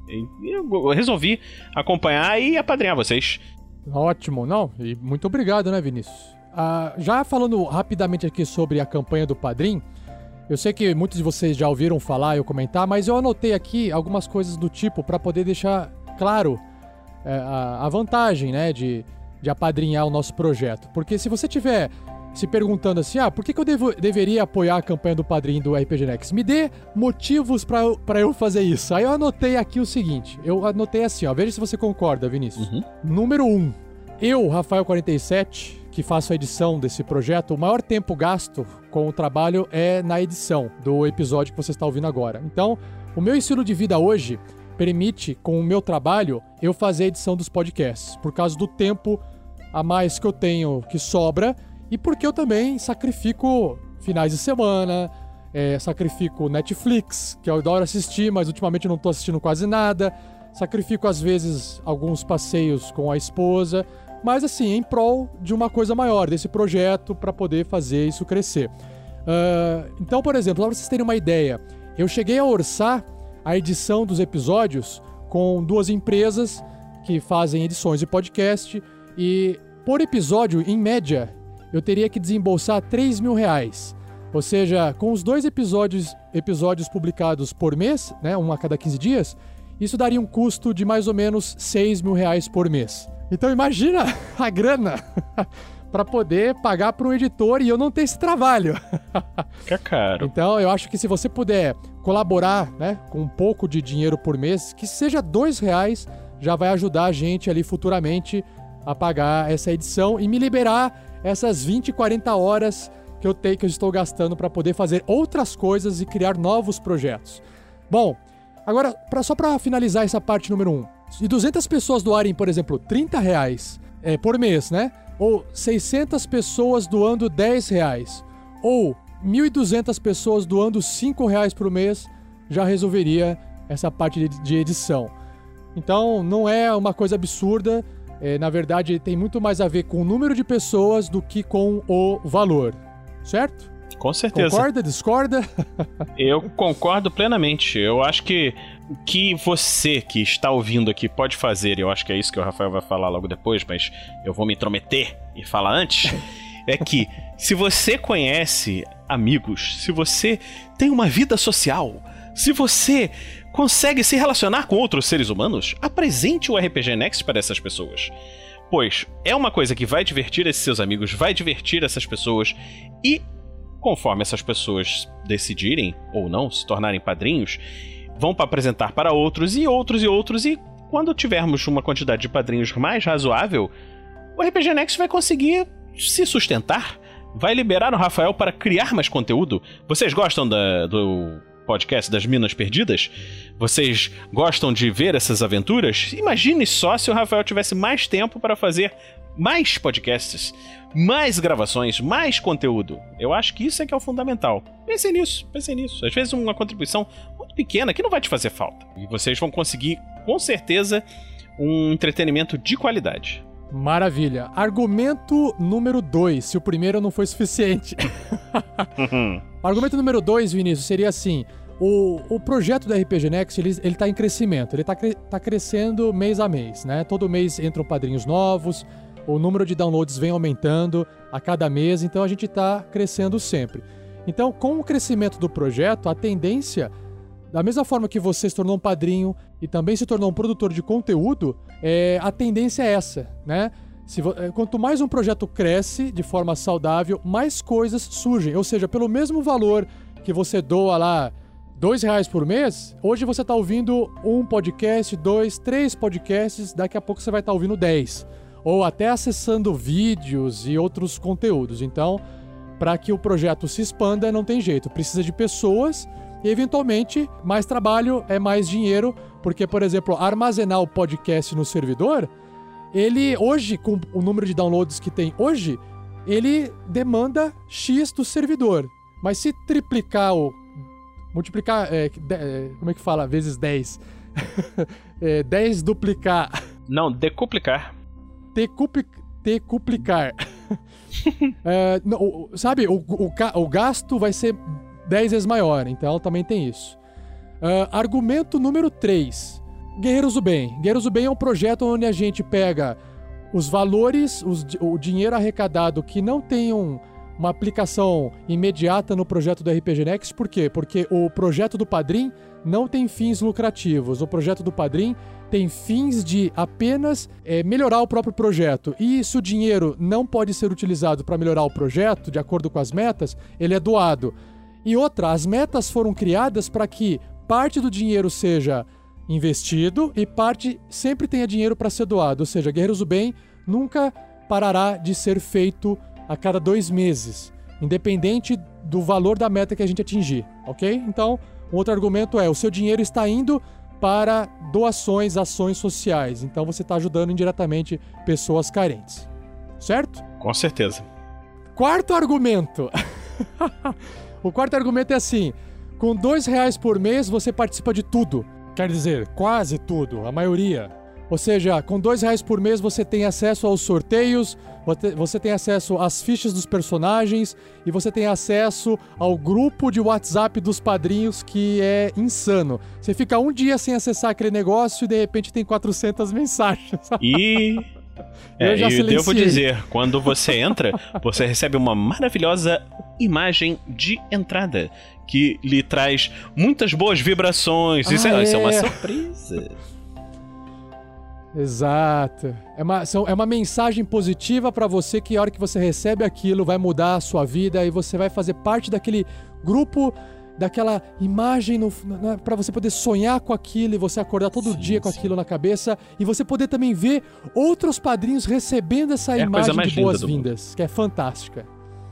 E eu resolvi acompanhar e apadrinhar vocês. Ótimo, não, e muito obrigado, né, Vinícius? Ah, já falando rapidamente aqui sobre a campanha do Padrim, eu sei que muitos de vocês já ouviram falar e eu comentar, mas eu anotei aqui algumas coisas do tipo para poder deixar claro é, a, a vantagem, né, de, de apadrinhar o nosso projeto. Porque se você tiver se perguntando assim, ah, por que, que eu devo, deveria apoiar a campanha do Padrim do R P G Next? Me dê motivos pra eu, pra eu fazer isso. Aí eu anotei aqui o seguinte, eu anotei assim, ó, veja se você concorda, Vinícius. Uhum. Número um, eu, Rafael quarenta e sete, que faço a edição desse projeto, o maior tempo gasto com o trabalho é na edição do episódio que você está ouvindo agora. Então, o meu estilo de vida hoje permite, com o meu trabalho, eu fazer a edição dos podcasts, por causa do tempo a mais que eu tenho que sobra, e porque eu também sacrifico finais de semana, é, sacrifico Netflix, que eu adoro assistir, mas ultimamente eu não tô assistindo quase nada, sacrifico às vezes alguns passeios com a esposa, mas assim, em prol de uma coisa maior, desse projeto, para poder fazer isso crescer. Uh, então, por exemplo, para vocês terem uma ideia, eu cheguei a orçar a edição dos episódios com duas empresas que fazem edições de podcast, e por episódio, em média, eu teria que desembolsar três mil reais. Ou seja, com os dois episódios, episódios publicados por mês, né, um a cada quinze dias, isso daria um custo de mais ou menos seis mil reais por mês. Então imagina a grana para poder pagar para um editor e eu não ter esse trabalho. Que caro. Então eu acho que se você puder colaborar, né, com um pouco de dinheiro por mês, que seja dois reais, já vai ajudar a gente ali futuramente a pagar essa edição e me liberar essas vinte, quarenta horas que eu tenho, que eu estou gastando para poder fazer outras coisas e criar novos projetos. Bom, agora, pra, só para finalizar essa parte número um, se duzentas pessoas doarem, por exemplo, trinta reais é, por mês, né? Ou seiscentas pessoas doando dez reais, ou mil e duzentas pessoas doando cinco reais por mês, já resolveria essa parte de, de edição. Então, não é uma coisa absurda. É, na verdade, tem muito mais a ver com o número de pessoas do que com o valor, certo? Com certeza. Concorda? Discorda? Eu concordo plenamente. Eu acho que o que você que está ouvindo aqui pode fazer, eu acho que é isso que o Rafael vai falar logo depois, mas eu vou me intrometer e falar antes, é que se você conhece amigos, se você tem uma vida social, se você consegue se relacionar com outros seres humanos, apresente o R P G Next para essas pessoas. Pois é uma coisa que vai divertir esses seus amigos, vai divertir essas pessoas, e conforme essas pessoas decidirem ou não se tornarem padrinhos, vão para apresentar para outros e outros e outros, e quando tivermos uma quantidade de padrinhos mais razoável, o R P G Next vai conseguir se sustentar, vai liberar o Rafael para criar mais conteúdo. Vocês gostam da, do podcast das Minas Perdidas? Vocês gostam de ver essas aventuras? Imagine só se o Rafael tivesse mais tempo para fazer mais podcasts, mais gravações, mais conteúdo. Eu acho que isso é que é o fundamental. Pensem nisso, pensem nisso. Às vezes uma contribuição muito pequena que não vai te fazer falta. E vocês vão conseguir, com certeza, um entretenimento de qualidade. Maravilha. Argumento número dois, se o primeiro não foi suficiente. Argumento número dois, Vinícius, seria assim: o, o projeto do R P G Next, ele, ele tá em crescimento, ele tá, cre, tá crescendo mês a mês, né? Todo mês entram padrinhos novos, o número de downloads vem aumentando a cada mês, então a gente tá crescendo sempre. Então, com o crescimento do projeto, a tendência da mesma forma que você se tornou um padrinho e também se tornou um produtor de conteúdo, é, a tendência é essa, né? Se, quanto mais um projeto cresce de forma saudável, mais coisas surgem. Ou seja, pelo mesmo valor que você doa lá dois reais por mês, hoje você está ouvindo um podcast, dois, três podcasts, daqui a pouco você vai estar tá ouvindo dez. Ou até acessando vídeos e outros conteúdos. Então, para que o projeto se expanda, não tem jeito. Precisa de pessoas e, eventualmente, mais trabalho é mais dinheiro. Porque, por exemplo, armazenar o podcast no servidor... Ele, hoje, com o número de downloads que tem hoje, ele demanda X do servidor. Mas se triplicar ou multiplicar, é, de, como é que fala? Vezes dez. é, dez duplicar. Não, decuplicar. Decup, decuplicar. é, não, o, sabe, o, o, o gasto vai ser dez vezes maior, então também tem isso. Uh, argumento número três. Guerreiros do Bem. Guerreiros do Bem é um projeto onde a gente pega os valores, os, o dinheiro arrecadado que não tenham uma aplicação imediata no projeto do R P G Next. Por quê? Porque o projeto do Padrim não tem fins lucrativos. O projeto do Padrim tem fins de apenas é, melhorar o próprio projeto. E se o dinheiro não pode ser utilizado para melhorar o projeto, de acordo com as metas, ele é doado. E outra, as metas foram criadas para que parte do dinheiro seja investido e parte sempre tenha dinheiro para ser doado. Ou seja, Guerreiros do Bem nunca parará de ser feito a cada dois meses, independente do valor da meta que a gente atingir, ok? Então, um outro argumento é, o seu dinheiro está indo para doações, ações sociais. Então você está ajudando indiretamente pessoas carentes. Certo? Com certeza. Quarto argumento. O quarto argumento é assim, com dois reais por mês você participa de tudo. Quer dizer, quase tudo, a maioria. Ou seja, com dois reais por mês você tem acesso aos sorteios, você tem acesso às fichas dos personagens e você tem acesso ao grupo de WhatsApp dos padrinhos, que é insano. Você fica um dia sem acessar aquele negócio e de repente tem quatrocentas mensagens. E... É, eu já e devo dizer, quando você entra, você recebe uma maravilhosa imagem de entrada que lhe traz muitas boas vibrações. Isso, ah, é, isso é uma surpresa. Exato. É uma, são, é uma mensagem positiva pra você que a hora que você recebe aquilo vai mudar a sua vida e você vai fazer parte daquele grupo, daquela imagem no, na, pra você poder sonhar com aquilo e você acordar todo sim, dia com sim. aquilo na cabeça e você poder também ver outros padrinhos recebendo essa é imagem de boas-vindas, que é fantástica.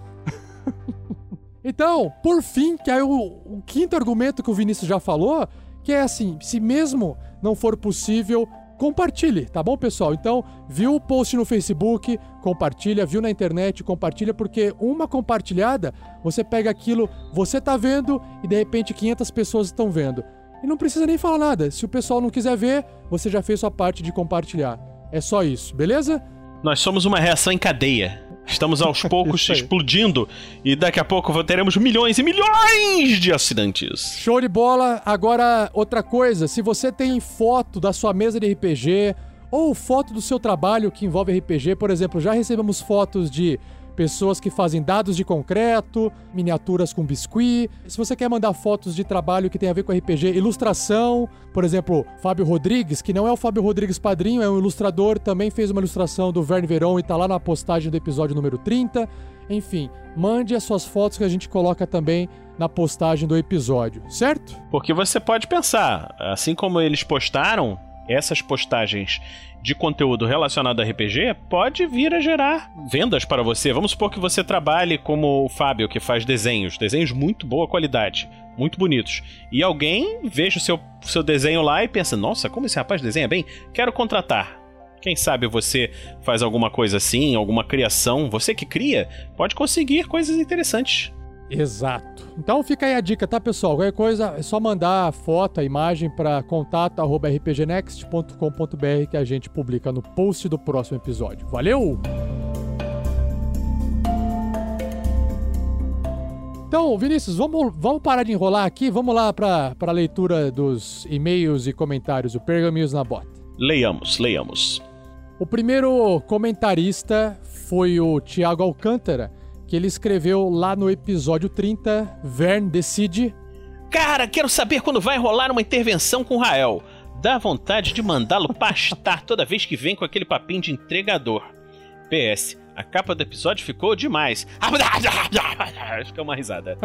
Então, por fim, que é o, o quinto argumento que o Vinícius já falou, que é assim, se mesmo não for possível, compartilhe, tá bom, pessoal? Então, viu o post no Facebook, compartilha, viu na internet, compartilha, porque uma compartilhada, você pega aquilo, você tá vendo e de repente quinhentas pessoas estão vendo. E não precisa nem falar nada, se o pessoal não quiser ver, você já fez sua parte de compartilhar. É só isso, beleza? Nós somos uma reação em cadeia. Estamos aos poucos explodindo e daqui a pouco teremos milhões e milhões de assinantes. Show de bola. Agora, outra coisa, se você tem foto da sua mesa de R P G ou foto do seu trabalho que envolve R P G, por exemplo, já recebemos fotos de pessoas que fazem dados de concreto, miniaturas com biscuit. Se você quer mandar fotos de trabalho que tem a ver com R P G, ilustração, por exemplo, Fábio Rodrigues, que não é o Fábio Rodrigues padrinho, é um ilustrador, também fez uma ilustração do Verne Veron e tá lá na postagem do episódio número trinta. Enfim, mande as suas fotos que a gente coloca também na postagem do episódio, certo? Porque você pode pensar, assim como eles postaram, essas postagens de conteúdo relacionado a R P G pode vir a gerar vendas para você. Vamos supor que você trabalhe como o Fábio, que faz desenhos, desenhos muito boa qualidade, muito bonitos, e alguém veja o seu, seu desenho lá e pensa, nossa, como esse rapaz desenha bem, quero contratar. Quem sabe você faz alguma coisa assim, alguma criação, você que cria, pode conseguir coisas interessantes. Exato. Então fica aí a dica, tá, pessoal? Qualquer coisa é só mandar a foto, a imagem para contato arroba r p g next ponto com ponto b r que a gente publica no post do próximo episódio. Valeu! Então, Vinícius, vamos, vamos parar de enrolar aqui, vamos lá para a leitura dos e-mails e comentários do Pergaminhos na Bota. Leiamos, leiamos. O primeiro comentarista foi o Thiago Alcântara, que ele escreveu lá no episódio trinta, Verne decide. Cara, quero saber quando vai rolar uma intervenção com o Rael. Dá vontade de mandá-lo pastar toda vez que vem com aquele papinho de entregador. P S. A capa do episódio ficou demais. Acho que é uma risada.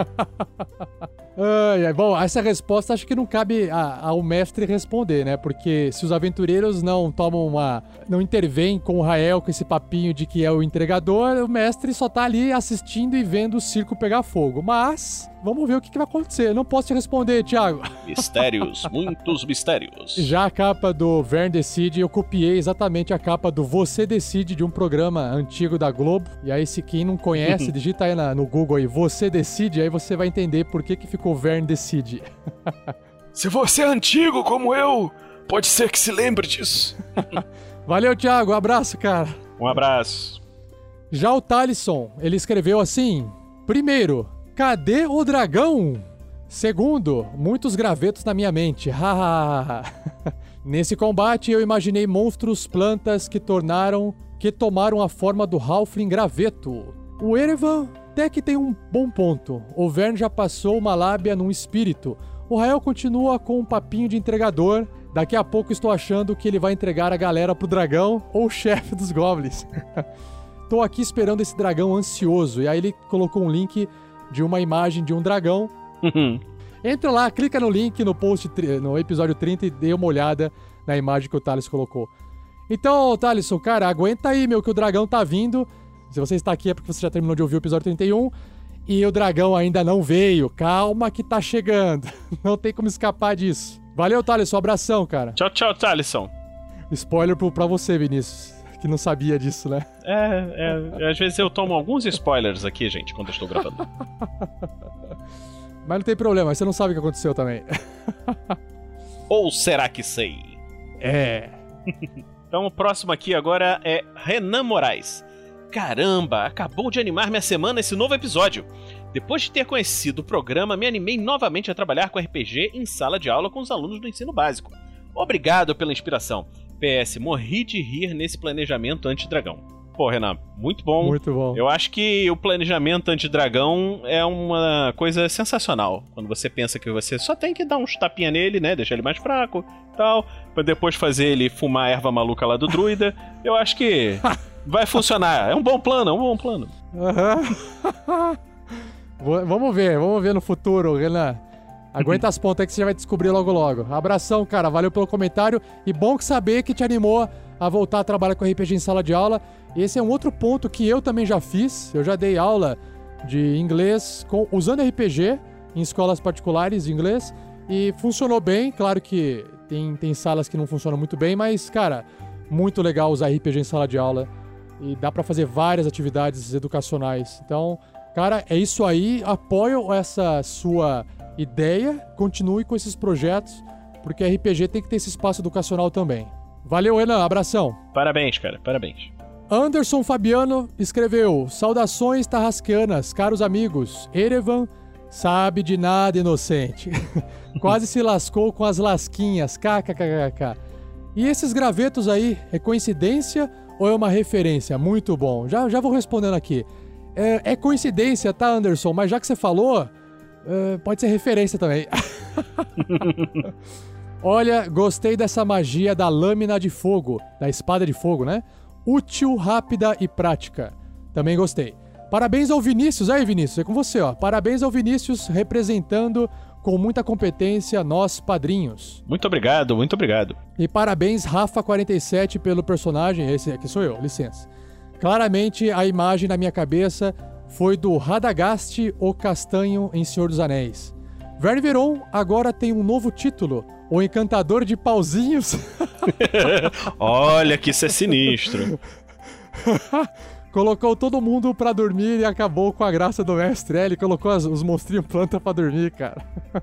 Ai, ai, bom, essa resposta acho que não cabe a, ao mestre responder, né? Porque se os aventureiros não tomam uma... não intervêm com o Rael com esse papinho de que é o entregador, o mestre só tá ali assistindo e vendo o circo pegar fogo. Mas, vamos ver o que, que vai acontecer. Eu não posso te responder, Thiago. Mistérios, muitos mistérios. Já a capa do Vern Decide, eu copiei exatamente a capa do Você Decide, de um programa antigo da Globo. E aí, se quem não conhece, digita aí na, no Google aí, Você Decide, aí você vai entender por que que ficou Vern Decide. Se você é antigo como eu, pode ser que se lembre disso. Valeu, Thiago. Um abraço, cara. Um abraço. Já o Thalisson, ele escreveu assim: primeiro, cadê o dragão? Segundo, muitos gravetos na minha mente. Nesse combate, eu imaginei monstros, plantas que tornaram... que tomaram a forma do Halfling graveto. O Erevan até que tem um bom ponto. O Vern já passou uma lábia num espírito. O Rael continua com um papinho de entregador. Daqui a pouco estou achando que ele vai entregar a galera pro dragão ou o chefe dos goblins. Tô aqui esperando esse dragão ansioso. E aí ele colocou um link de uma imagem de um dragão. Entra lá, clica no link no post, no episódio trinta e dê uma olhada na imagem que o Thales colocou. Então, Thaleson, cara, aguenta aí, meu, que o dragão tá vindo. Se você está aqui é porque você já terminou de ouvir o episódio trinta e um e o dragão ainda não veio. Calma que tá chegando. Não tem como escapar disso. Valeu, Thaleson. Um abração, cara. Tchau, tchau, Thaleson. Spoiler pro, pra você, Vinícius, que não sabia disso, né? É, é, às vezes eu tomo alguns spoilers aqui, gente, quando eu estou gravando. Mas não tem problema, você não sabe o que aconteceu também. Ou será que sei? É. Então o próximo aqui agora é Renan Moraes. Caramba, acabou de animar minha semana esse novo episódio. Depois de ter conhecido o programa, me animei novamente a trabalhar com R P G em sala de aula com os alunos do ensino básico. Obrigado pela inspiração. P S, morri de rir nesse planejamento anti-dragão. Pô, Renan, muito bom. Muito bom. Eu acho que o planejamento anti-dragão é uma coisa sensacional. Quando você pensa que você só tem que dar uns tapinha nele, né? Deixar ele mais fraco e tal. Pra depois fazer ele fumar a erva maluca lá do druida. Eu acho que vai funcionar. É um bom plano, é um bom plano. Uhum. Vamos ver, vamos ver no futuro, Renan. Aguenta as pontas aí que você já vai descobrir logo logo. Abração, cara. Valeu pelo comentário. E bom que saber que te animou a voltar a trabalhar com R P G em sala de aula. Esse é um outro ponto que eu também já fiz. Eu já dei aula de inglês com, usando R P G em escolas particulares de inglês. E funcionou bem. Claro que tem, tem salas que não funcionam muito bem. Mas, cara, muito legal usar R P G em sala de aula. E dá pra fazer várias atividades educacionais. Então, cara, é isso aí. Apoio essa sua ideia. Continue com esses projetos. Porque R P G tem que ter esse espaço educacional também. Valeu, Renan. Abração. Parabéns, cara. Parabéns. Anderson Fabiano escreveu: saudações tarrasqueanas, caros amigos. Erevan sabe de nada, inocente. Quase se lascou com as lasquinhas. Kkkk. E esses gravetos aí, é coincidência ou é uma referência? Muito bom. Já, já vou respondendo aqui. É, é coincidência, tá, Anderson? Mas já que você falou, é, pode ser referência também. Olha, gostei dessa magia da lâmina de fogo, da espada de fogo, né? Útil, rápida e prática. Também gostei. Parabéns ao Vinícius. Aí, Vinícius, é com você, ó. Parabéns ao Vinícius, representando com muita competência nós, padrinhos. Muito obrigado, muito obrigado. E parabéns, Rafa quarenta e sete, pelo personagem. Esse aqui sou eu, licença. Claramente, a imagem na minha cabeça foi do Radagast, o Castanho em Senhor dos Anéis. Verne Veron agora tem um novo título, O Encantador de Pauzinhos. Olha que isso é sinistro. Colocou todo mundo pra dormir e acabou com a graça do mestre. É, ele colocou as, os monstrinhos planta pra dormir, cara.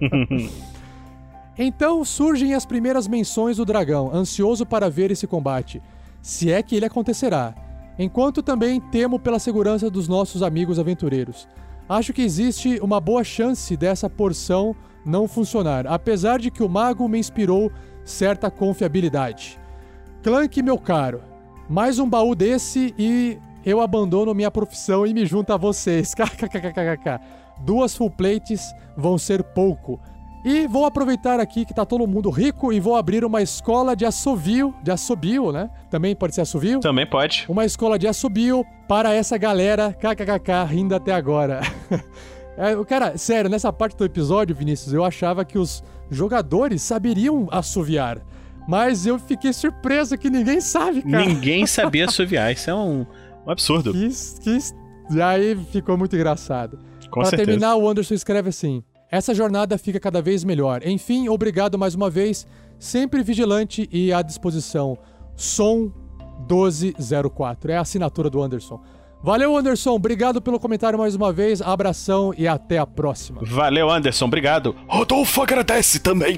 Então surgem as primeiras menções do dragão, ansioso para ver esse combate, se é que ele acontecerá. Enquanto também temo pela segurança dos nossos amigos aventureiros. Acho que existe uma boa chance dessa porção não funcionar, apesar de que o mago me inspirou certa confiabilidade. Clank, meu caro, mais um baú desse e eu abandono minha profissão e me junto a vocês. Kkkkkk. Duas full plates vão ser pouco. E vou aproveitar aqui que tá todo mundo rico e vou abrir uma escola de assobio, de assobio, né? Também pode ser assobio? Também pode. Uma escola de assobio para essa galera, kkkk, rindo até agora. É, cara, sério, nessa parte do episódio, Vinícius, eu achava que os jogadores saberiam assoviar. Mas eu fiquei surpreso que ninguém sabe, cara. Ninguém sabia assoviar, isso é um, um absurdo. Que, que, e aí ficou muito engraçado. Com Para certeza. terminar, o Anderson escreve assim: essa jornada fica cada vez melhor. Enfim, obrigado mais uma vez, sempre vigilante e à disposição. Som doze zero quatro, é a assinatura do Anderson. Valeu, Anderson, obrigado pelo comentário mais uma vez, abração e até a próxima. Valeu, Anderson, obrigado. Rodolfo agradece também.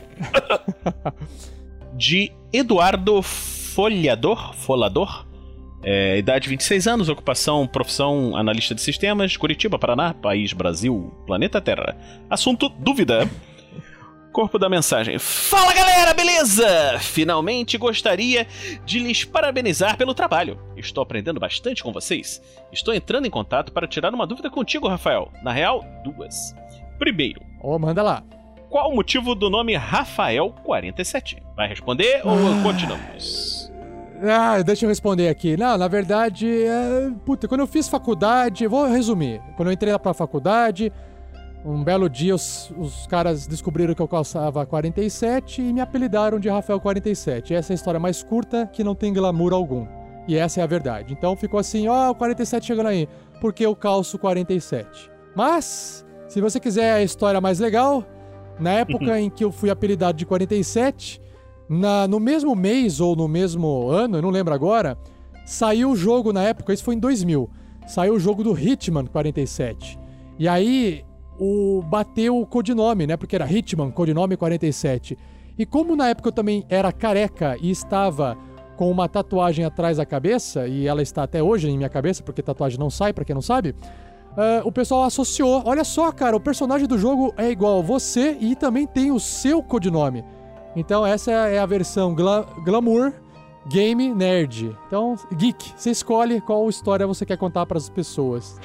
De Eduardo Folhador, Folador, é, idade vinte e seis anos, ocupação, profissão analista de sistemas, Curitiba, Paraná, país Brasil, planeta Terra. Assunto, dúvida. Corpo da mensagem. Fala, galera, beleza? Finalmente gostaria de lhes parabenizar pelo trabalho. Estou aprendendo bastante com vocês. Estou entrando em contato para tirar uma dúvida contigo, Rafael. Na real, duas. Primeiro. Ô, manda lá. Qual o motivo do nome Rafael quarenta e sete? Vai responder ou Ah. continuamos? Ah, deixa eu responder aqui. Não, na verdade, é... puta, quando eu fiz faculdade, vou resumir. Quando eu entrei lá pra faculdade, um belo dia os, os caras descobriram que eu calçava quarenta e sete e me apelidaram de Rafael quarenta e sete. Essa é a história mais curta que não tem glamour algum. E essa é a verdade. Então ficou assim, ó, oh, o quarenta e sete chegando aí, porque eu calço quarenta e sete. Mas, se você quiser a história mais legal, na época em que eu fui apelidado de quarenta e sete, na, no mesmo mês ou no mesmo ano, eu não lembro agora, saiu o jogo na época, isso foi em dois mil, saiu o jogo do Hitman quarenta e sete. E aí, o, bateu o codinome, né? Porque era Hitman, codinome quarenta e sete. E como na época eu também era careca e estava com uma tatuagem atrás da cabeça, e ela está até hoje em minha cabeça, porque tatuagem não sai, pra quem não sabe, uh, o pessoal associou. Olha só, cara, o personagem do jogo é igual a você e também tem o seu codinome. Então essa é a versão gla glamour, game, nerd. Então, geek, você escolhe qual história você quer contar para as pessoas.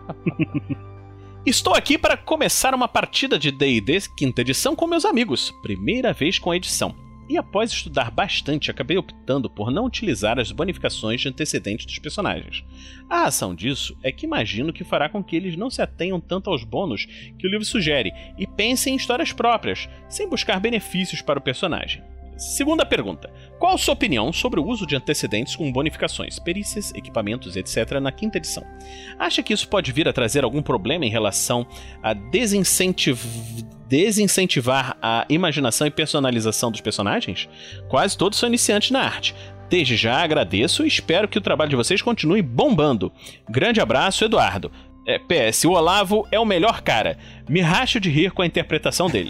Estou aqui para começar uma partida de D e D quinta edição com meus amigos. Primeira vez com a edição. E após estudar bastante, acabei optando por não utilizar as bonificações de antecedentes dos personagens. A razão disso é que imagino que fará com que eles não se atenham tanto aos bônus que o livro sugere e pensem em histórias próprias, sem buscar benefícios para o personagem. Segunda pergunta. Qual a sua opinião sobre o uso de antecedentes com bonificações, perícias, equipamentos, etcétera na quinta edição? Acha que isso pode vir a trazer algum problema em relação a desincentiv... desincentivar a imaginação e personalização dos personagens? Quase todos são iniciantes na arte. Desde já agradeço e espero que o trabalho de vocês continue bombando. Grande abraço, Eduardo. É, P S, o Olavo é o melhor cara. Me racho de rir com a interpretação dele.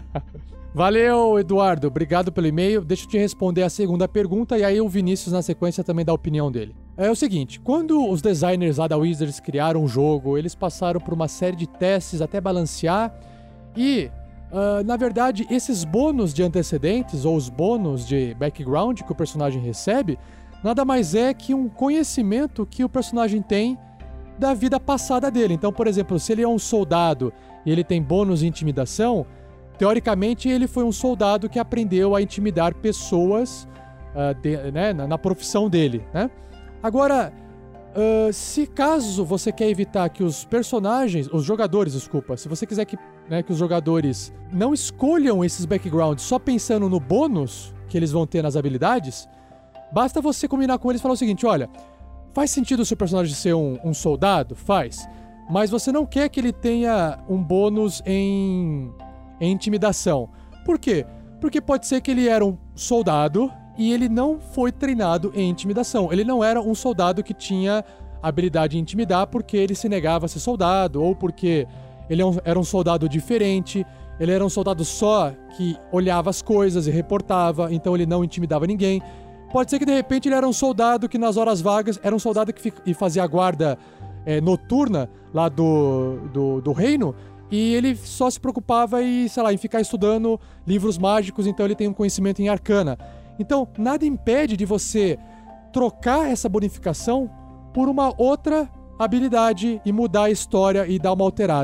Valeu, Eduardo. Obrigado pelo e-mail. Deixa eu te responder a segunda pergunta e aí o Vinícius, na sequência, também dá a opinião dele. É o seguinte, quando os designers lá da Wizards criaram o jogo, eles passaram por uma série de testes até balancear e, uh, na verdade, esses bônus de antecedentes ou os bônus de background que o personagem recebe, nada mais é que um conhecimento que o personagem tem da vida passada dele. Então, por exemplo, se ele é um soldado e ele tem bônus de intimidação, teoricamente, ele foi um soldado que aprendeu a intimidar pessoas uh, de, né, na, na profissão dele, né? Agora, uh, se caso você quer evitar que os personagens, os jogadores, desculpa, se você quiser que, né, que os jogadores não escolham esses backgrounds só pensando no bônus que eles vão ter nas habilidades, basta você combinar com eles e falar o seguinte, olha, faz sentido o seu personagem ser um, um soldado? Faz. Mas você não quer que ele tenha um bônus em... em intimidação. Por quê? Porque pode ser que ele era um soldado e ele não foi treinado em intimidação. Ele não era um soldado que tinha habilidade em intimidar porque ele se negava a ser soldado, ou porque ele era um soldado diferente, ele era um soldado só que olhava as coisas e reportava, então ele não intimidava ninguém. Pode ser que de repente ele era um soldado que nas horas vagas era um soldado que fica, e fazia a guarda é, noturna lá do, do, do reino, e ele só se preocupava em, sei lá, em ficar estudando livros mágicos, então ele tem um conhecimento em arcana. Então, nada impede de você trocar essa bonificação por uma outra habilidade e mudar a história e dar uma alterada.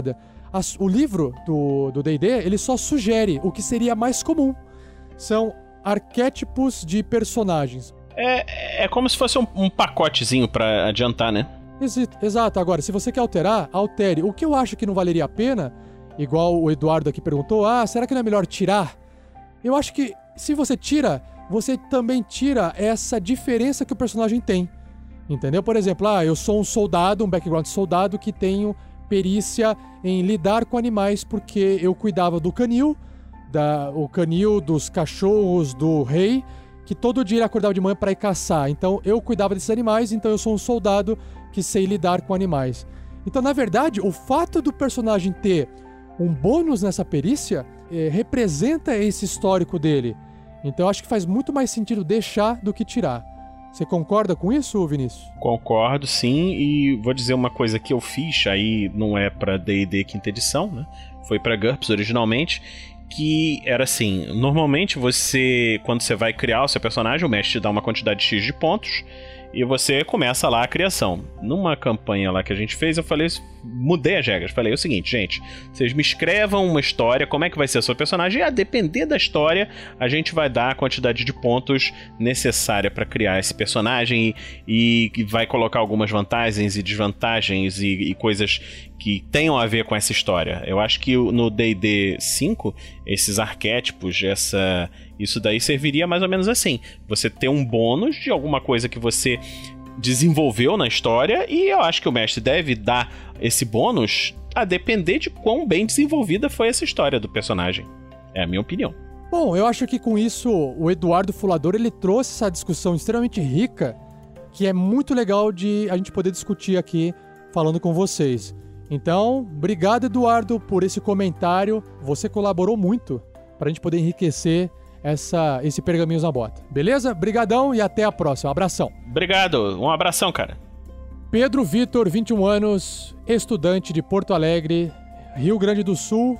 as, o livro do D e D, ele só sugere o que seria mais comum. São arquétipos de personagens. É, é como se fosse um, um pacotezinho pra adiantar, né? Exato. Agora, se você quer alterar, altere. O que eu acho que não valeria a pena, igual o Eduardo aqui perguntou, ah, será que não é melhor tirar? Eu acho que se você tira, você também tira essa diferença que o personagem tem. Entendeu? Por exemplo, ah, eu sou um soldado, um background soldado que tenho perícia em lidar com animais porque eu cuidava do canil, da, o canil dos cachorros do rei, que todo dia ele acordava de manhã para ir caçar. Então eu cuidava desses animais, então eu sou um soldado que sei lidar com animais. Então, na verdade, o fato do personagem ter um bônus nessa perícia é, representa esse histórico dele. Então eu acho que faz muito mais sentido deixar do que tirar. Você concorda com isso, Vinícius? Concordo, sim, e vou dizer uma coisa que eu fiz, aí não é pra D e D quinta edição, né? Foi pra GURPS originalmente, que era assim, normalmente você, quando você vai criar o seu personagem, o mestre te dá uma quantidade X de pontos, e você começa lá a criação. Numa campanha lá que a gente fez, eu falei, mudei as regras. Falei o seguinte, gente, vocês me escrevam uma história, como é que vai ser a sua personagem, e a depender da história, a gente vai dar a quantidade de pontos necessária para criar esse personagem e, e vai colocar algumas vantagens e desvantagens e, e coisas que tenham a ver com essa história. Eu acho que no D e D cinco, esses arquétipos, essa, isso daí serviria mais ou menos assim. Você ter um bônus de alguma coisa que você desenvolveu na história, e eu acho que o mestre deve dar esse bônus a depender de quão bem desenvolvida foi essa história do personagem. É a minha opinião. Bom, eu acho que com isso o Eduardo Fulador, ele trouxe essa discussão extremamente rica, que é muito legal de a gente poder discutir aqui falando com vocês. Então, obrigado, Eduardo, por esse comentário. Você colaborou muito para a gente poder enriquecer essa, esse Pergaminhos na Bota. Beleza? Brigadão e até a próxima. Abração. Obrigado. Um abração, cara. Pedro Vitor, vinte e um anos, estudante de Porto Alegre, Rio Grande do Sul.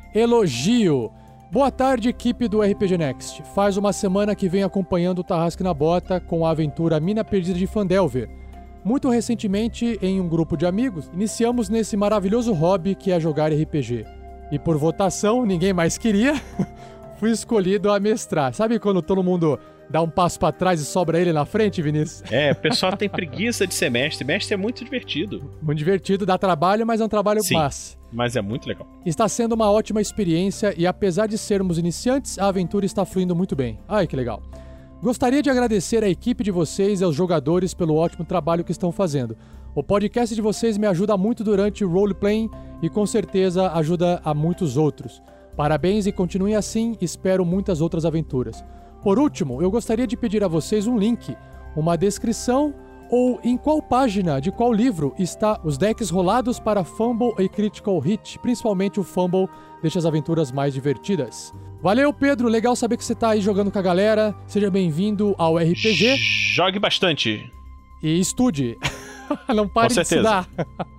Elogio. Boa tarde, equipe do R P G Next. Faz uma semana que venho acompanhando o Tarrasque na Bota com a aventura Mina Perdida de Fandelver. Muito recentemente, em um grupo de amigos, iniciamos nesse maravilhoso hobby que é jogar R P G. E por votação, ninguém mais queria, fui escolhido a mestrar. Sabe quando todo mundo dá um passo pra trás e sobra ele na frente, Vinícius? É, o pessoal tem preguiça de ser mestre. Mestre é muito divertido. Muito divertido, dá trabalho, mas é um trabalho Sim, massa. Mas é muito legal. Está sendo uma ótima experiência e apesar de sermos iniciantes, a aventura está fluindo muito bem. Ai, que legal. Gostaria de agradecer à equipe de vocês e aos jogadores pelo ótimo trabalho que estão fazendo. O podcast de vocês me ajuda muito durante o roleplaying e com certeza ajuda a muitos outros. Parabéns e continuem assim, espero muitas outras aventuras. Por último, eu gostaria de pedir a vocês um link, uma descrição ou em qual página de qual livro está os decks rolados para Fumble e Critical Hit, principalmente o Fumble deixa as aventuras mais divertidas. Valeu, Pedro, legal saber que você tá aí jogando com a galera, seja bem-vindo ao R P G. Jogue bastante. E estude. Não pare de estudar.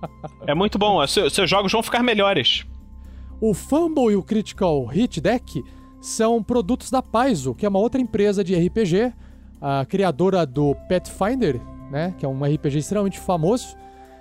É muito bom, seus, seus jogos vão ficar melhores. O Fumble e o Critical Hit Deck são produtos da Paizo, que é uma outra empresa de R P G, a criadora do Pathfinder, né, que é um R P G extremamente famoso,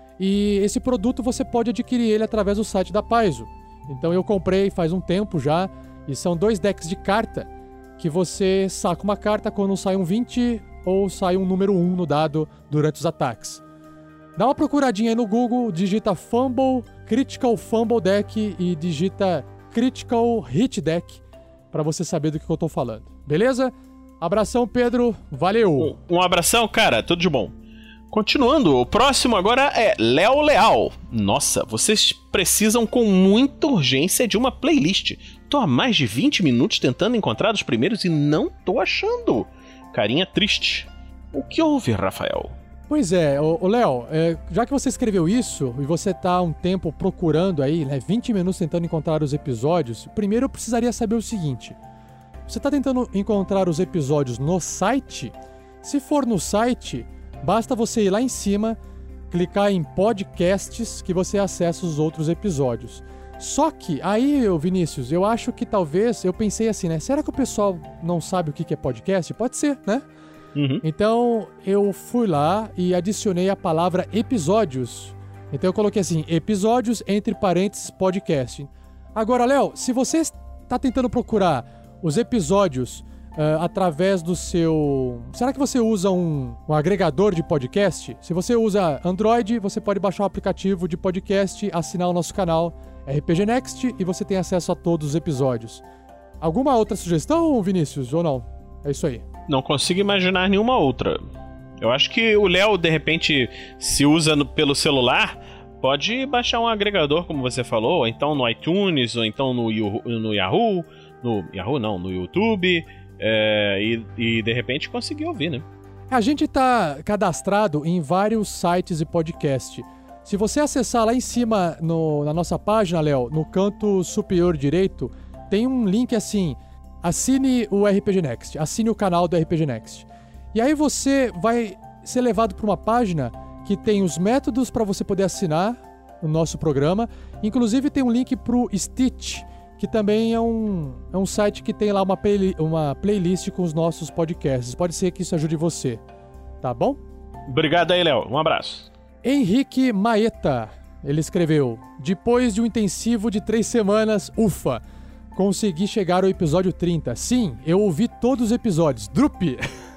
e esse produto você pode adquirir ele através do site da Paizo. Então eu comprei faz um tempo já, e são dois decks de carta, que você saca uma carta quando sai um vinte ou sai um número um no dado durante os ataques. Dá uma procuradinha aí no Google, digita Fumble, Critical Fumble Deck e digita Critical Hit Deck para você saber do que eu tô falando. Beleza? Abração, Pedro. Valeu! Um, um abração, cara. Tudo de bom. Continuando, o próximo agora é Léo Leal. Nossa, vocês precisam com muita urgência de uma playlist. Tô há mais de vinte minutos tentando encontrar os primeiros e não tô achando. Carinha triste. O que houve, Rafael? Pois é, ô Léo, é, já que você escreveu isso e você tá há um tempo procurando aí, né, vinte minutos tentando encontrar os episódios, primeiro eu precisaria saber o seguinte. Você tá tentando encontrar os episódios no site? Se for no site, basta você ir lá em cima, clicar em podcasts que você acessa os outros episódios. Só que aí, Vinícius, eu acho que talvez, eu pensei assim, né? Será que o pessoal não sabe o que é podcast? Pode ser, né? Uhum. Então, eu fui lá e adicionei a palavra episódios Então eu coloquei assim, episódios entre parênteses podcast. Agora, Léo, se você está tentando procurar os episódios uh, através do seu... Será que você usa um, um agregador de podcast? Se você usa Android, você pode baixar o aplicativo de podcast, assinar o nosso canal R P G Next e você tem acesso a todos os episódios. Alguma outra sugestão, Vinícius, ou não? É isso aí. Não consigo imaginar nenhuma outra. Eu acho que o Léo, de repente, se usa no, pelo celular, pode baixar um agregador, como você falou, ou então no iTunes, ou então no, no Yahoo, no Yahoo não, no YouTube, é, e, e de repente conseguir ouvir, né? A gente tá cadastrado em vários sites de podcast. Se você acessar lá em cima no, na nossa página, Léo, no canto superior direito, tem um link assim, assine o R P G Next, assine o canal do R P G Next. E aí você vai ser levado para uma página que tem os métodos para você poder assinar o nosso programa. Inclusive tem um link pro Stitch, que também é um, é um site que tem lá uma, play, uma playlist com os nossos podcasts. Pode ser que isso ajude você, tá bom? Obrigado aí, Léo. Um abraço. Henrique Maeta, ele escreveu: depois de um intensivo de três semanas, ufa, consegui chegar ao episódio trinta. Sim, eu ouvi todos os episódios. Drup!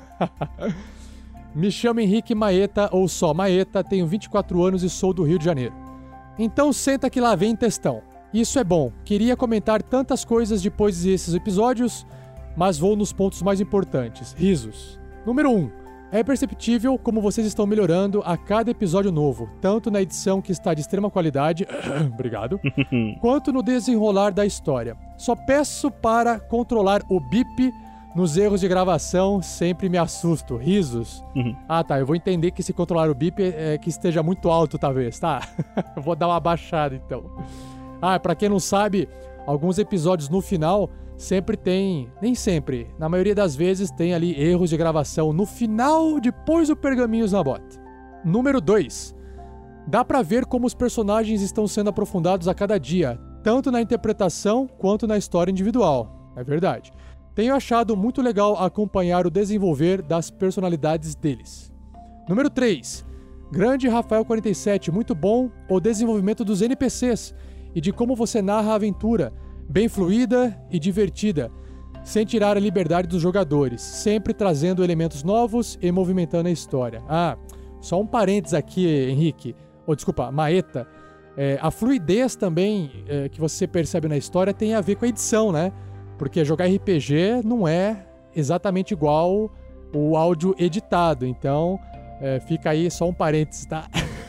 Me chamo Henrique Maeta, ou só Maeta, tenho vinte e quatro anos e sou do Rio de Janeiro. Então senta que lá vem textão. Isso é bom, queria comentar tantas coisas depois desses episódios, mas vou nos pontos mais importantes. Risos. Número um. É perceptível como vocês estão melhorando a cada episódio novo, tanto na edição que está de extrema qualidade, obrigado, quanto no desenrolar da história. Só peço para controlar o bip nos erros de gravação, sempre me assusto. Risos. Uhum. Ah, tá. Eu vou entender que se controlar o bip é que esteja muito alto, talvez, tá? Eu vou dar uma baixada, então. Ah, pra quem não sabe, alguns episódios no final sempre tem... Nem sempre. Na maioria das vezes tem ali erros de gravação no final, depois do Pergaminhos na Bota. Número dois. Dá pra ver como os personagens estão sendo aprofundados a cada dia, tanto na interpretação quanto na história individual. É verdade. Tenho achado muito legal acompanhar o desenvolver das personalidades deles. Número três. Grande Rafael quarenta e sete, muito bom o desenvolvimento dos N P Cs e de como você narra a aventura, bem fluida e divertida, sem tirar a liberdade dos jogadores, sempre trazendo elementos novos e movimentando a história. Ah, só um parênteses aqui, Henrique, ou desculpa, Maeta. É, a fluidez também é, que você percebe na história tem a ver com a edição, né? Porque jogar R P G não é exatamente igual o áudio editado. Então, é, fica aí só um parênteses, tá?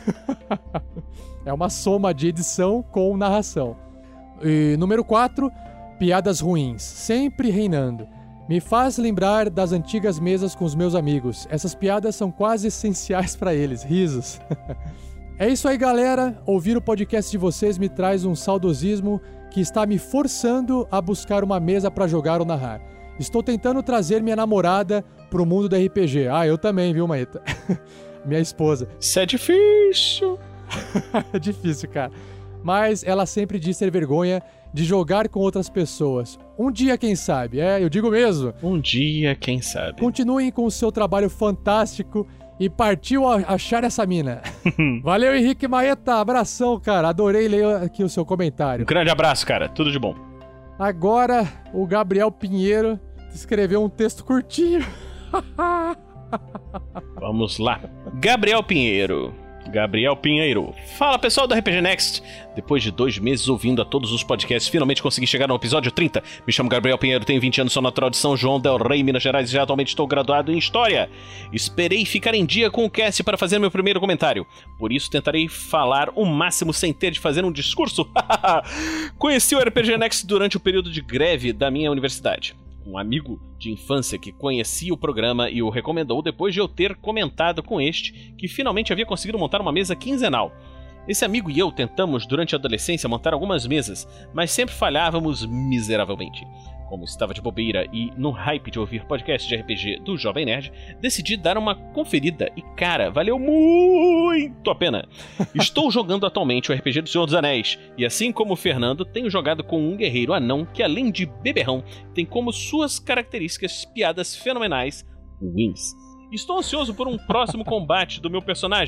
É uma soma de edição com narração. E, número quatro, piadas ruins, sempre reinando. Me faz lembrar das antigas mesas com os meus amigos. Essas piadas são quase essenciais para eles. Risos. É isso aí, galera. Ouvir o podcast de vocês me traz um saudosismo que está me forçando a buscar uma mesa para jogar ou narrar. Estou tentando trazer minha namorada pro mundo do R P G. Ah, eu também, viu, Maeta? Minha esposa. Isso é difícil. É difícil, cara. Mas ela sempre diz ter vergonha de jogar com outras pessoas. Um dia, quem sabe? É, eu digo mesmo. Um dia, quem sabe? Continuem com o seu trabalho fantástico e partiu achar essa mina. Valeu, Henrique Maeta. Abração, cara. Adorei ler aqui o seu comentário. Um grande abraço, cara. Tudo de bom. Agora, o Gabriel Pinheiro escreveu um texto curtinho. Vamos lá. Gabriel Pinheiro. Gabriel Pinheiro. Fala, pessoal do R P G Next. Depois de dois meses ouvindo a todos os podcasts, finalmente consegui chegar no episódio trinta. Me chamo Gabriel Pinheiro, tenho vinte anos, sou natural de São João del Rei, Minas Gerais, e já atualmente estou graduado em História. Esperei ficar em dia com o cast para fazer meu primeiro comentário. Por isso tentarei falar o máximo sem ter de fazer um discurso. Conheci o R P G Next durante o período de greve da minha universidade. Um amigo de infância que conhecia o programa e o recomendou depois de eu ter comentado com este que finalmente havia conseguido montar uma mesa quinzenal. Esse amigo e eu tentamos durante a adolescência montar algumas mesas, mas sempre falhávamos miseravelmente. Como estava de bobeira e no hype de ouvir podcast de R P G do Jovem Nerd, decidi dar uma conferida e, cara, valeu muito a pena. Estou jogando atualmente o R P G do Senhor dos Anéis e, assim como o Fernando, tenho jogado com um guerreiro anão que, além de beberrão, tem como suas características piadas fenomenais ruins. Estou ansioso por um próximo combate do meu personagem,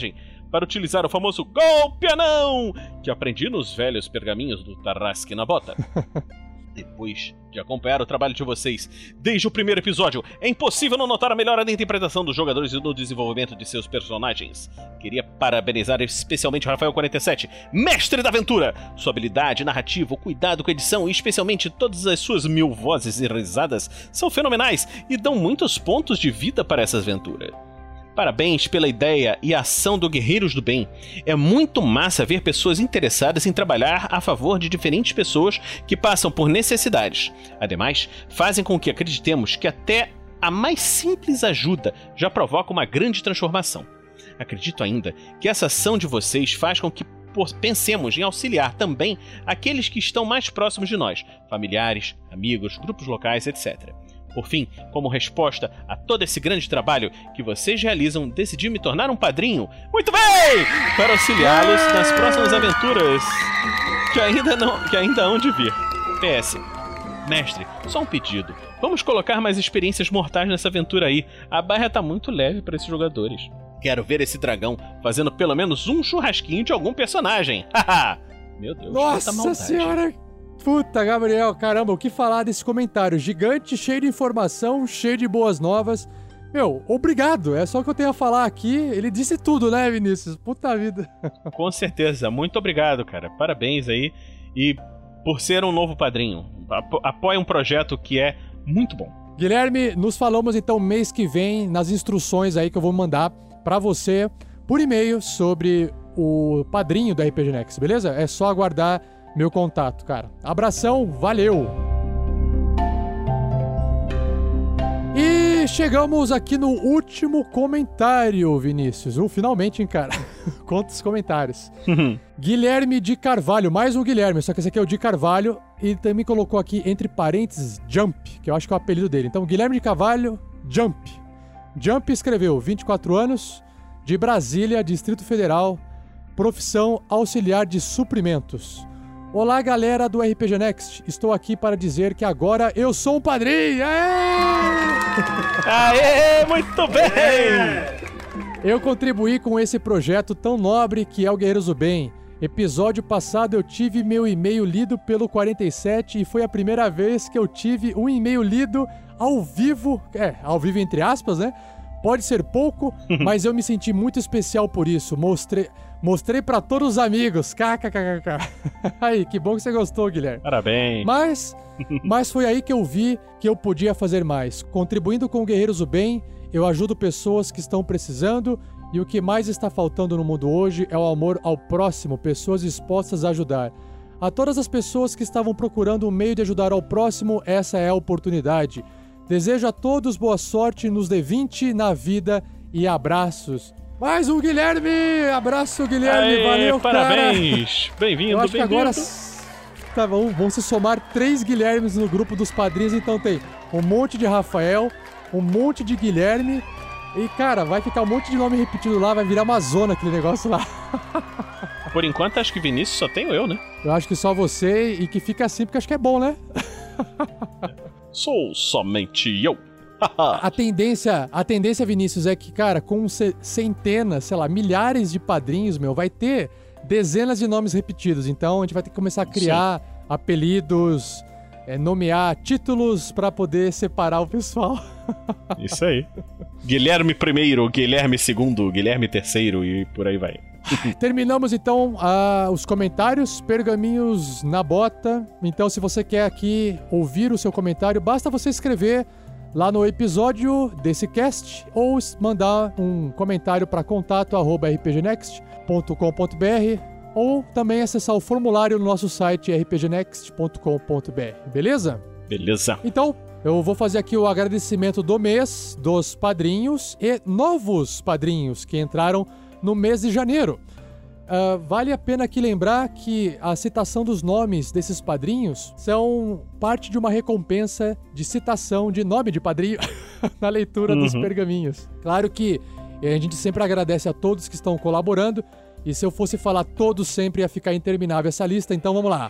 para utilizar o famoso golpe anão que aprendi nos velhos pergaminhos do Tarrasque na Bota. Depois de acompanhar o trabalho de vocês desde o primeiro episódio, é impossível não notar a melhora na interpretação dos jogadores e no desenvolvimento de seus personagens. Queria parabenizar especialmente o Rafael quarenta e sete, mestre da aventura! Sua habilidade narrativa, o cuidado com a edição e especialmente todas as suas mil vozes e risadas são fenomenais e dão muitos pontos de vida para essa aventura. Parabéns pela ideia e a ação do Guerreiros do Bem. É muito massa ver pessoas interessadas em trabalhar a favor de diferentes pessoas que passam por necessidades. Ademais, fazem com que acreditemos que até a mais simples ajuda já provoca uma grande transformação. Acredito ainda que essa ação de vocês faz com que pensemos em auxiliar também aqueles que estão mais próximos de nós, familiares, amigos, grupos locais, etcétera. Por fim, como resposta a todo esse grande trabalho que vocês realizam, decidi me tornar um padrinho, muito bem, para auxiliá-los nas próximas aventuras que ainda não, que ainda hão de vir. P S. Mestre, só um pedido. Vamos colocar mais experiências mortais nessa aventura aí. A barra tá muito leve para esses jogadores. Quero ver esse dragão fazendo pelo menos um churrasquinho de algum personagem. Haha! Meu Deus, nossa senhora! Puta, Gabriel, caramba, o que falar desse comentário? Gigante, cheio de informação, cheio de boas novas. Meu, obrigado, é só o que eu tenho a falar aqui. Ele disse tudo, né, Vinícius? Puta vida. Com certeza, muito obrigado, cara. Parabéns aí. E por ser um novo padrinho. Apo- apoia um projeto que é muito bom. Guilherme, nos falamos então mês que vem nas instruções aí que eu vou mandar pra você por e-mail sobre o padrinho da R P G Next, beleza? É só aguardar meu contato, cara. Abração, valeu! E chegamos aqui no último comentário, Vinícius. Uh, finalmente, hein, cara? Quantos comentários. Guilherme de Carvalho, mais um Guilherme, só que esse aqui é o de Carvalho e também colocou aqui entre parênteses Jump, que eu acho que é o apelido dele. Então, Guilherme de Carvalho, Jump. Jump escreveu, vinte e quatro anos, de Brasília, Distrito Federal, profissão auxiliar de suprimentos. Olá, galera do R P G Next. Estou aqui para dizer que agora eu sou um padrinho. Aê! Aê, muito bem! Eu contribuí com esse projeto tão nobre que é o Guerreiros do Bem. Episódio passado eu tive meu e-mail lido pelo quarenta e sete e foi a primeira vez que eu tive um e-mail lido ao vivo. É, ao vivo entre aspas, né? Pode ser pouco, mas eu me senti muito especial por isso. Mostrei... Mostrei pra todos os amigos. Kkkk. Aí, que bom que você gostou, Guilherme. Parabéns. Mas, mas foi aí que eu vi que eu podia fazer mais. Contribuindo com o Guerreiros do Bem, eu ajudo pessoas que estão precisando e o que mais está faltando no mundo hoje é o amor ao próximo, pessoas dispostas a ajudar. A todas as pessoas que estavam procurando um meio de ajudar ao próximo, essa é a oportunidade. Desejo a todos boa sorte nos D vinte, na vida e abraços. Mais um Guilherme! Abraço, Guilherme! Aê, valeu, parabéns. cara! Bem-vindo, Eu acho que bem-vindo. agora tá bom, vão se somar três Guilhermes no grupo dos padrinhos, então tem um monte de Rafael, um monte de Guilherme e, cara, vai ficar um monte de nome repetido lá, vai virar uma zona aquele negócio lá. Por enquanto, acho que Vinícius só tenho eu, né? Eu acho que só você e que fica assim, porque acho que é bom, né? Sou somente eu. A tendência, a tendência, Vinícius, é que, cara, com centenas, sei lá, milhares de padrinhos, meu, vai ter dezenas de nomes repetidos. Então, a gente vai ter que começar a criar Sim. apelidos, é, nomear títulos pra poder separar o pessoal. Isso aí. Guilherme primeiro, Guilherme segundo, Guilherme terceiro e por aí vai. Terminamos, então, uh, os comentários, pergaminhos na bota. Então, se você quer aqui ouvir o seu comentário, basta você escrever lá no episódio desse cast ou mandar um comentário para contato arroba r p g next ponto com ponto b r ou também acessar o formulário no nosso site r p g next ponto com ponto b r, beleza? Beleza. Então, eu vou fazer aqui o agradecimento do mês dos padrinhos e novos padrinhos que entraram no mês de janeiro. Uh, vale a pena aqui lembrar que a citação dos nomes desses padrinhos são parte de uma recompensa de citação de nome de padrinho na leitura uhum. dos pergaminhos. Claro que a gente sempre agradece a todos que estão colaborando e se eu fosse falar todos sempre ia ficar interminável essa lista, então vamos lá.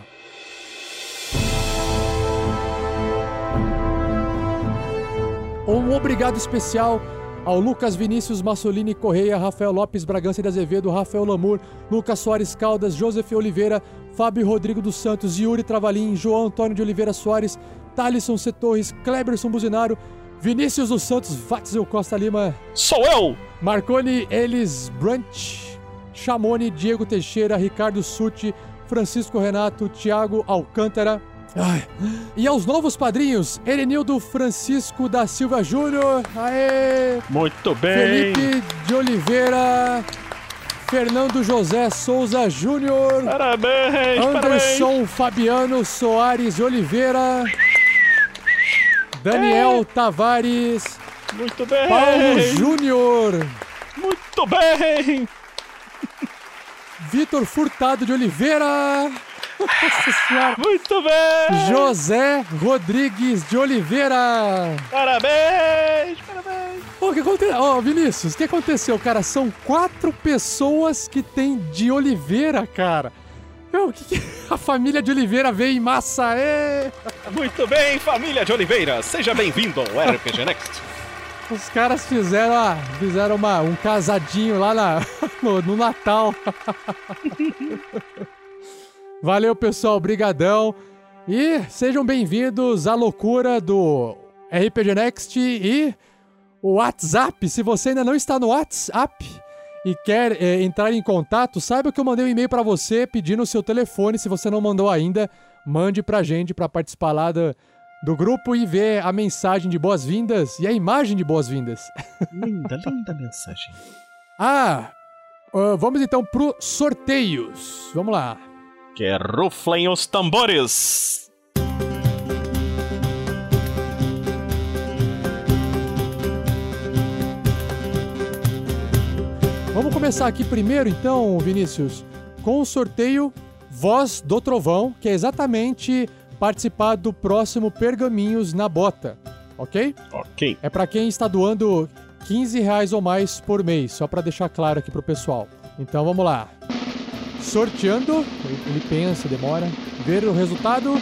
Um obrigado especial ao Lucas Vinícius Massolini Correia, Rafael Lopes Bragança de Azevedo, Rafael Lamour, Lucas Soares Caldas, Joseph Oliveira, Fábio Rodrigo dos Santos, Yuri Travalim, João Antônio de Oliveira Soares, Thalisson C. Torres, Kleberson Buzinaro, Vinícius dos Santos, Watzel Costa Lima. Sou eu! Marconi Elis Brant, Chamone, Diego Teixeira, Ricardo Sutti, Francisco Renato, Thiago Alcântara. Ai. E aos novos padrinhos, Erenildo Francisco da Silva Júnior. Aê! Muito bem! Felipe de Oliveira, Fernando José Souza Júnior. Parabéns! Anderson parabéns. Fabiano Soares de Oliveira. Daniel é. Tavares. Muito bem! Paulo Júnior. Muito bem! Vitor Furtado de Oliveira. Nossa senhora. Muito bem! José Rodrigues de Oliveira. Parabéns! Parabéns! Ô, oh, que aconteceu? Ó, oh, Vinícius, o que aconteceu, cara? São quatro pessoas que tem de Oliveira, cara. Meu, que, que a família de Oliveira veio em massa, é? Muito bem, família de Oliveira. Seja bem-vindo ao R P G Next. Os caras fizeram, ah, fizeram uma, um casadinho lá na, no, no Natal. Valeu, pessoal, brigadão. E sejam bem-vindos à loucura do R P G Next e o WhatsApp. Se você ainda não está no WhatsApp e quer é, entrar em contato, saiba que eu mandei um e-mail para você pedindo o seu telefone. Se você não mandou ainda, mande pra gente para participar lá do, do grupo e ver a mensagem de boas-vindas e a imagem de boas-vindas. Linda, linda mensagem. Ah, uh, vamos então pro sorteios. Vamos lá. Que ruflem os tambores. Vamos começar aqui primeiro, então, Vinícius, com o sorteio Voz do Trovão, que é exatamente participar do próximo Pergaminhos na Bota, ok? Ok. É pra quem está doando quinze reais ou mais por mês, só pra deixar claro aqui pro pessoal. Então, vamos lá. Sorteando, ele pensa, demora. Ver o resultado.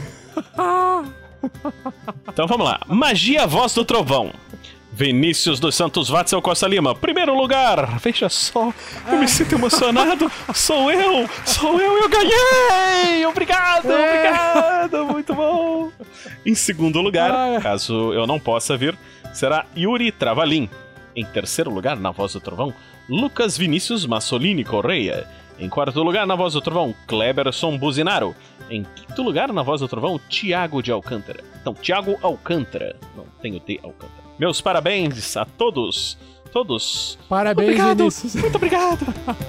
Então vamos lá. Magia Voz do Trovão. Vinícius dos Santos Watzel Costa Lima. Primeiro lugar. Veja só. Eu me sinto emocionado. Sou eu. Sou eu. Eu ganhei. Obrigado. Obrigado. Muito bom. Em segundo lugar, caso eu não possa vir, será Yuri Travalim. Em terceiro lugar, na Voz do Trovão, Lucas Vinícius Massolini Correia. Em quarto lugar, na Voz do Trovão, Kleberson Buzinaro. Em quinto lugar, na Voz do Trovão, Thiago de Alcântara. Então, Thiago Alcântara. Não tenho de Alcântara. Meus parabéns a todos. Todos. Parabéns, obrigado. Vinícius. Muito obrigado.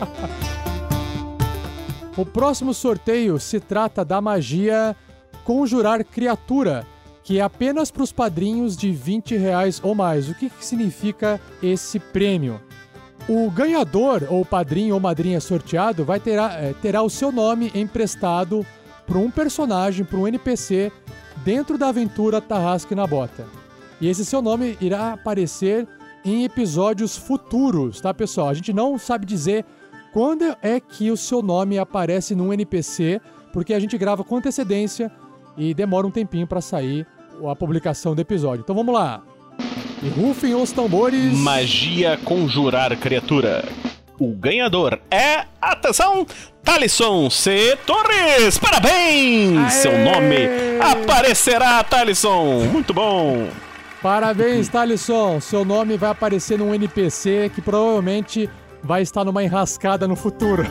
O próximo sorteio se trata da magia Conjurar Criatura, que é apenas para os padrinhos de vinte reais ou mais. O que, que significa esse prêmio? O ganhador, ou padrinho ou madrinha sorteado, vai ter, é, terá o seu nome emprestado para um personagem, para um N P C, dentro da aventura Tarrasque na Bota. E esse seu nome irá aparecer em episódios futuros, tá, pessoal? A gente não sabe dizer quando é que o seu nome aparece num N P C, porque a gente grava com antecedência e demora um tempinho para sair a publicação do episódio. Então vamos lá. E rufem os tambores. Magia Conjurar Criatura. O ganhador é, atenção, Thalisson C. Torres. Parabéns! Aê! Seu nome aparecerá, Thalisson. Muito bom. Parabéns, Thalisson. Seu nome vai aparecer num N P C que provavelmente vai estar numa enrascada no futuro.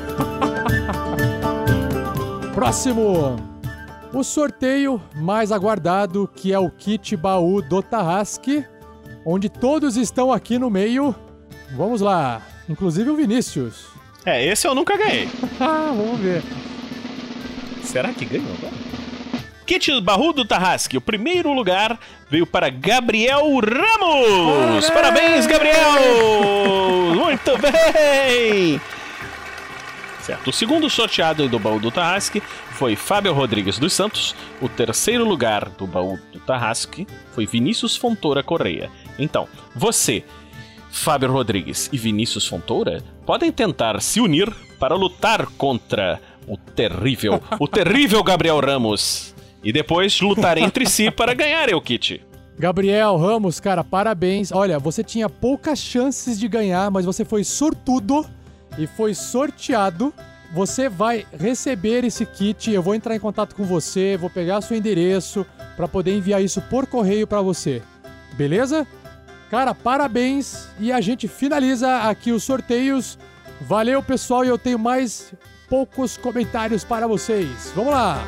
Próximo. O sorteio mais aguardado, que é o kit baú do Tarrasque, onde todos estão aqui no meio. Vamos lá. Inclusive o Vinícius. É, esse eu nunca ganhei. Vamos ver. Será que ganhou agora? Kit baú do Tarrasque. O primeiro lugar veio para Gabriel Ramos. Parabéns, Parabéns Gabriel! Muito bem! Certo. O segundo sorteado do baú do Tarrasque foi Fábio Rodrigues dos Santos. O terceiro lugar do baú do Tarrasque foi Vinícius Fontoura Correia. Então, você, Fábio Rodrigues e Vinícius Fontoura, podem tentar se unir para lutar contra o terrível, o terrível Gabriel Ramos. E depois lutar entre si para ganhar o kit. Gabriel Ramos, cara, parabéns. Olha, você tinha poucas chances de ganhar, mas você foi sortudo e foi sorteado. Você vai receber esse kit, eu vou entrar em contato com você, vou pegar seu endereço para poder enviar isso por correio para você. Beleza? Cara, parabéns e a gente finaliza aqui os sorteios. Valeu, pessoal, e eu tenho mais poucos comentários para vocês. Vamos lá!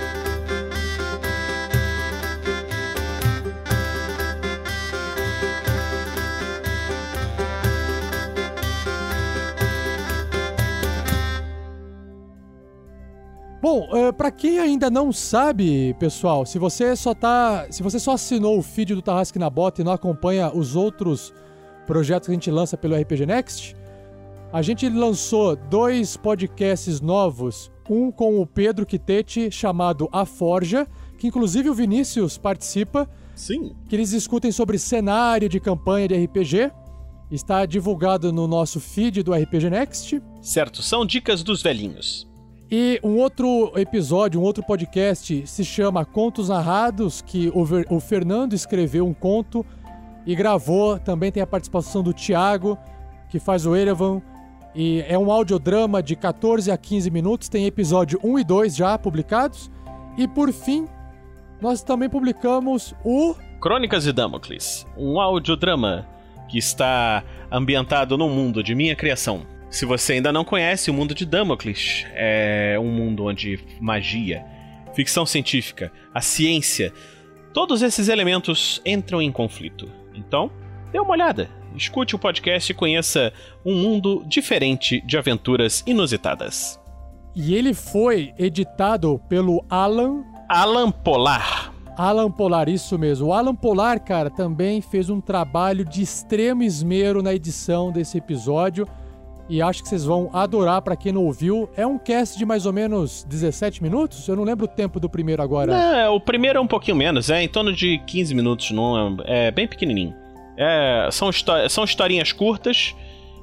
Bom, uh, para quem ainda não sabe, pessoal, se você só tá, se você só assinou o feed do Tarrasque na Bota e não acompanha os outros projetos que a gente lança pelo R P G Next, a gente lançou dois podcasts novos, um com o Pedro Quitete, chamado A Forja, que inclusive o Vinícius participa. Sim. Que eles discutem sobre cenário de campanha de R P G. Está divulgado no nosso feed do R P G Next. Certo, são dicas dos velhinhos. E um outro episódio, um outro podcast se chama Contos Narrados, que o, Ver, o Fernando escreveu um conto e gravou. Também tem a participação do Thiago, que faz o Erevan. E é um audiodrama de catorze a quinze minutos, tem episódio um e dois já publicados. E por fim, nós também publicamos o... Crônicas de Damocles, um audiodrama que está ambientado num mundo de minha criação. Se você ainda não conhece, o mundo de Damocles é um mundo onde magia, ficção científica, a ciência, todos esses elementos entram em conflito. Então, dê uma olhada, escute o podcast e conheça um mundo diferente de aventuras inusitadas. E ele foi editado pelo Alan... Alan Polar. Alan Polar, isso mesmo. O Alan Polar, cara, também fez um trabalho de extremo esmero na edição desse episódio. E acho que vocês vão adorar, pra quem não ouviu. É um cast de mais ou menos dezessete minutos? Eu não lembro o tempo do primeiro agora. Não, o primeiro é um pouquinho menos, é em torno de quinze minutos, não é, é bem pequenininho. É, são, são historinhas curtas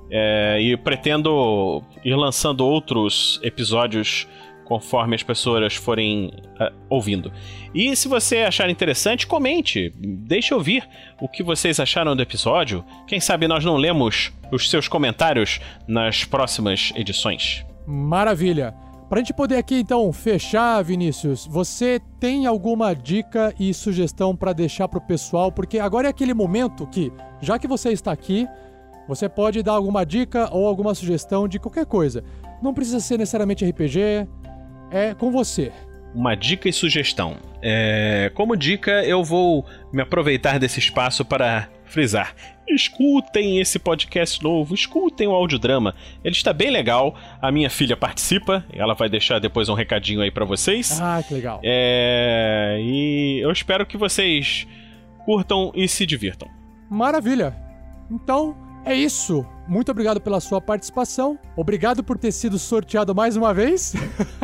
é, e pretendo ir lançando outros episódios conforme as pessoas forem uh, ouvindo. E se você achar interessante, comente, deixe eu ouvir o que vocês acharam do episódio. Quem sabe nós não lemos os seus comentários nas próximas edições. Maravilha! Pra gente poder aqui então fechar, Vinícius, você tem alguma dica e sugestão pra deixar pro pessoal? Porque agora é aquele momento que, já que você está aqui, você pode dar alguma dica ou alguma sugestão de qualquer coisa. Não precisa ser necessariamente R P G, é com você. Uma dica e sugestão. É, como dica, eu vou me aproveitar desse espaço para frisar. Escutem esse podcast novo, escutem o audiodrama. Ele está bem legal. A minha filha participa, ela vai deixar depois um recadinho aí para vocês. Ah, que legal. É, e eu espero que vocês curtam e se divirtam. Maravilha. Então, é isso. Muito obrigado pela sua participação. Obrigado por ter sido sorteado mais uma vez.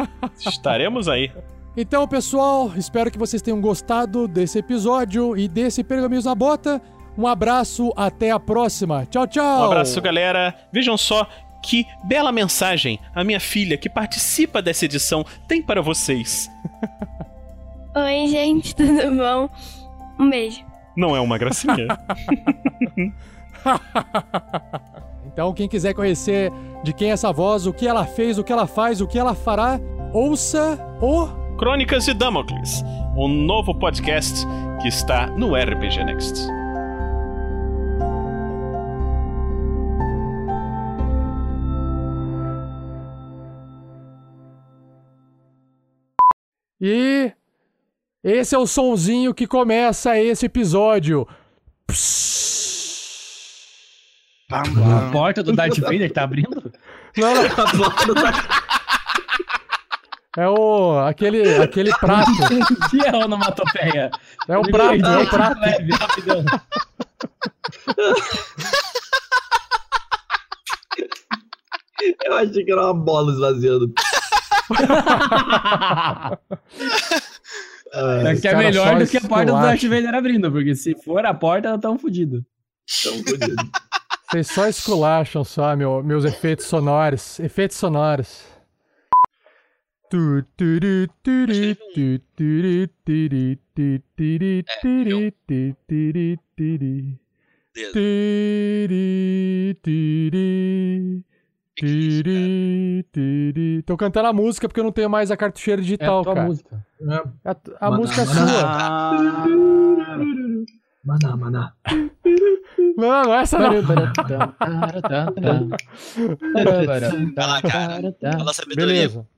Estaremos aí. Então, pessoal, espero que vocês tenham gostado desse episódio e desse Pergaminhos na Bota. Um abraço, até a próxima. Tchau, tchau. Um abraço, galera. Vejam só que bela mensagem a minha filha, que participa dessa edição, tem para vocês. Oi, gente, tudo bom? Um beijo. Não é uma gracinha? Então, quem quiser conhecer de quem é essa voz, o que ela fez, o que ela faz, o que ela fará, ouça o Crônicas de Damocles, um novo podcast que está no R P G Next. E esse é o sonzinho que começa esse episódio. A porta do Darth Vader tá abrindo? Não, não. A porta do Darth... É o... aquele, aquele prato. Que é a onomatopeia? É o prato, é o prato. Leve, rapidão. Eu achei que era uma bola esvaziando. É que é melhor do que a porta do Darth Vader abrindo, porque se for a porta, ela tá um fudido. Tão fudido. Vocês só esculacham só, meu, meus efeitos sonoros. Efeitos sonoros. Tu, turi, turi, tu, turi, turi, tu, turi, turi, tu, turi, turi. Tiri, tiri, tiri, tiri. Tô cantando a música porque eu não tenho mais a cartucheira digital, é a tua cara. música. A, a música é sua. Maná, maná. Não, não é essa não. Vai lá, cara. Fala sabedoria. Beleza.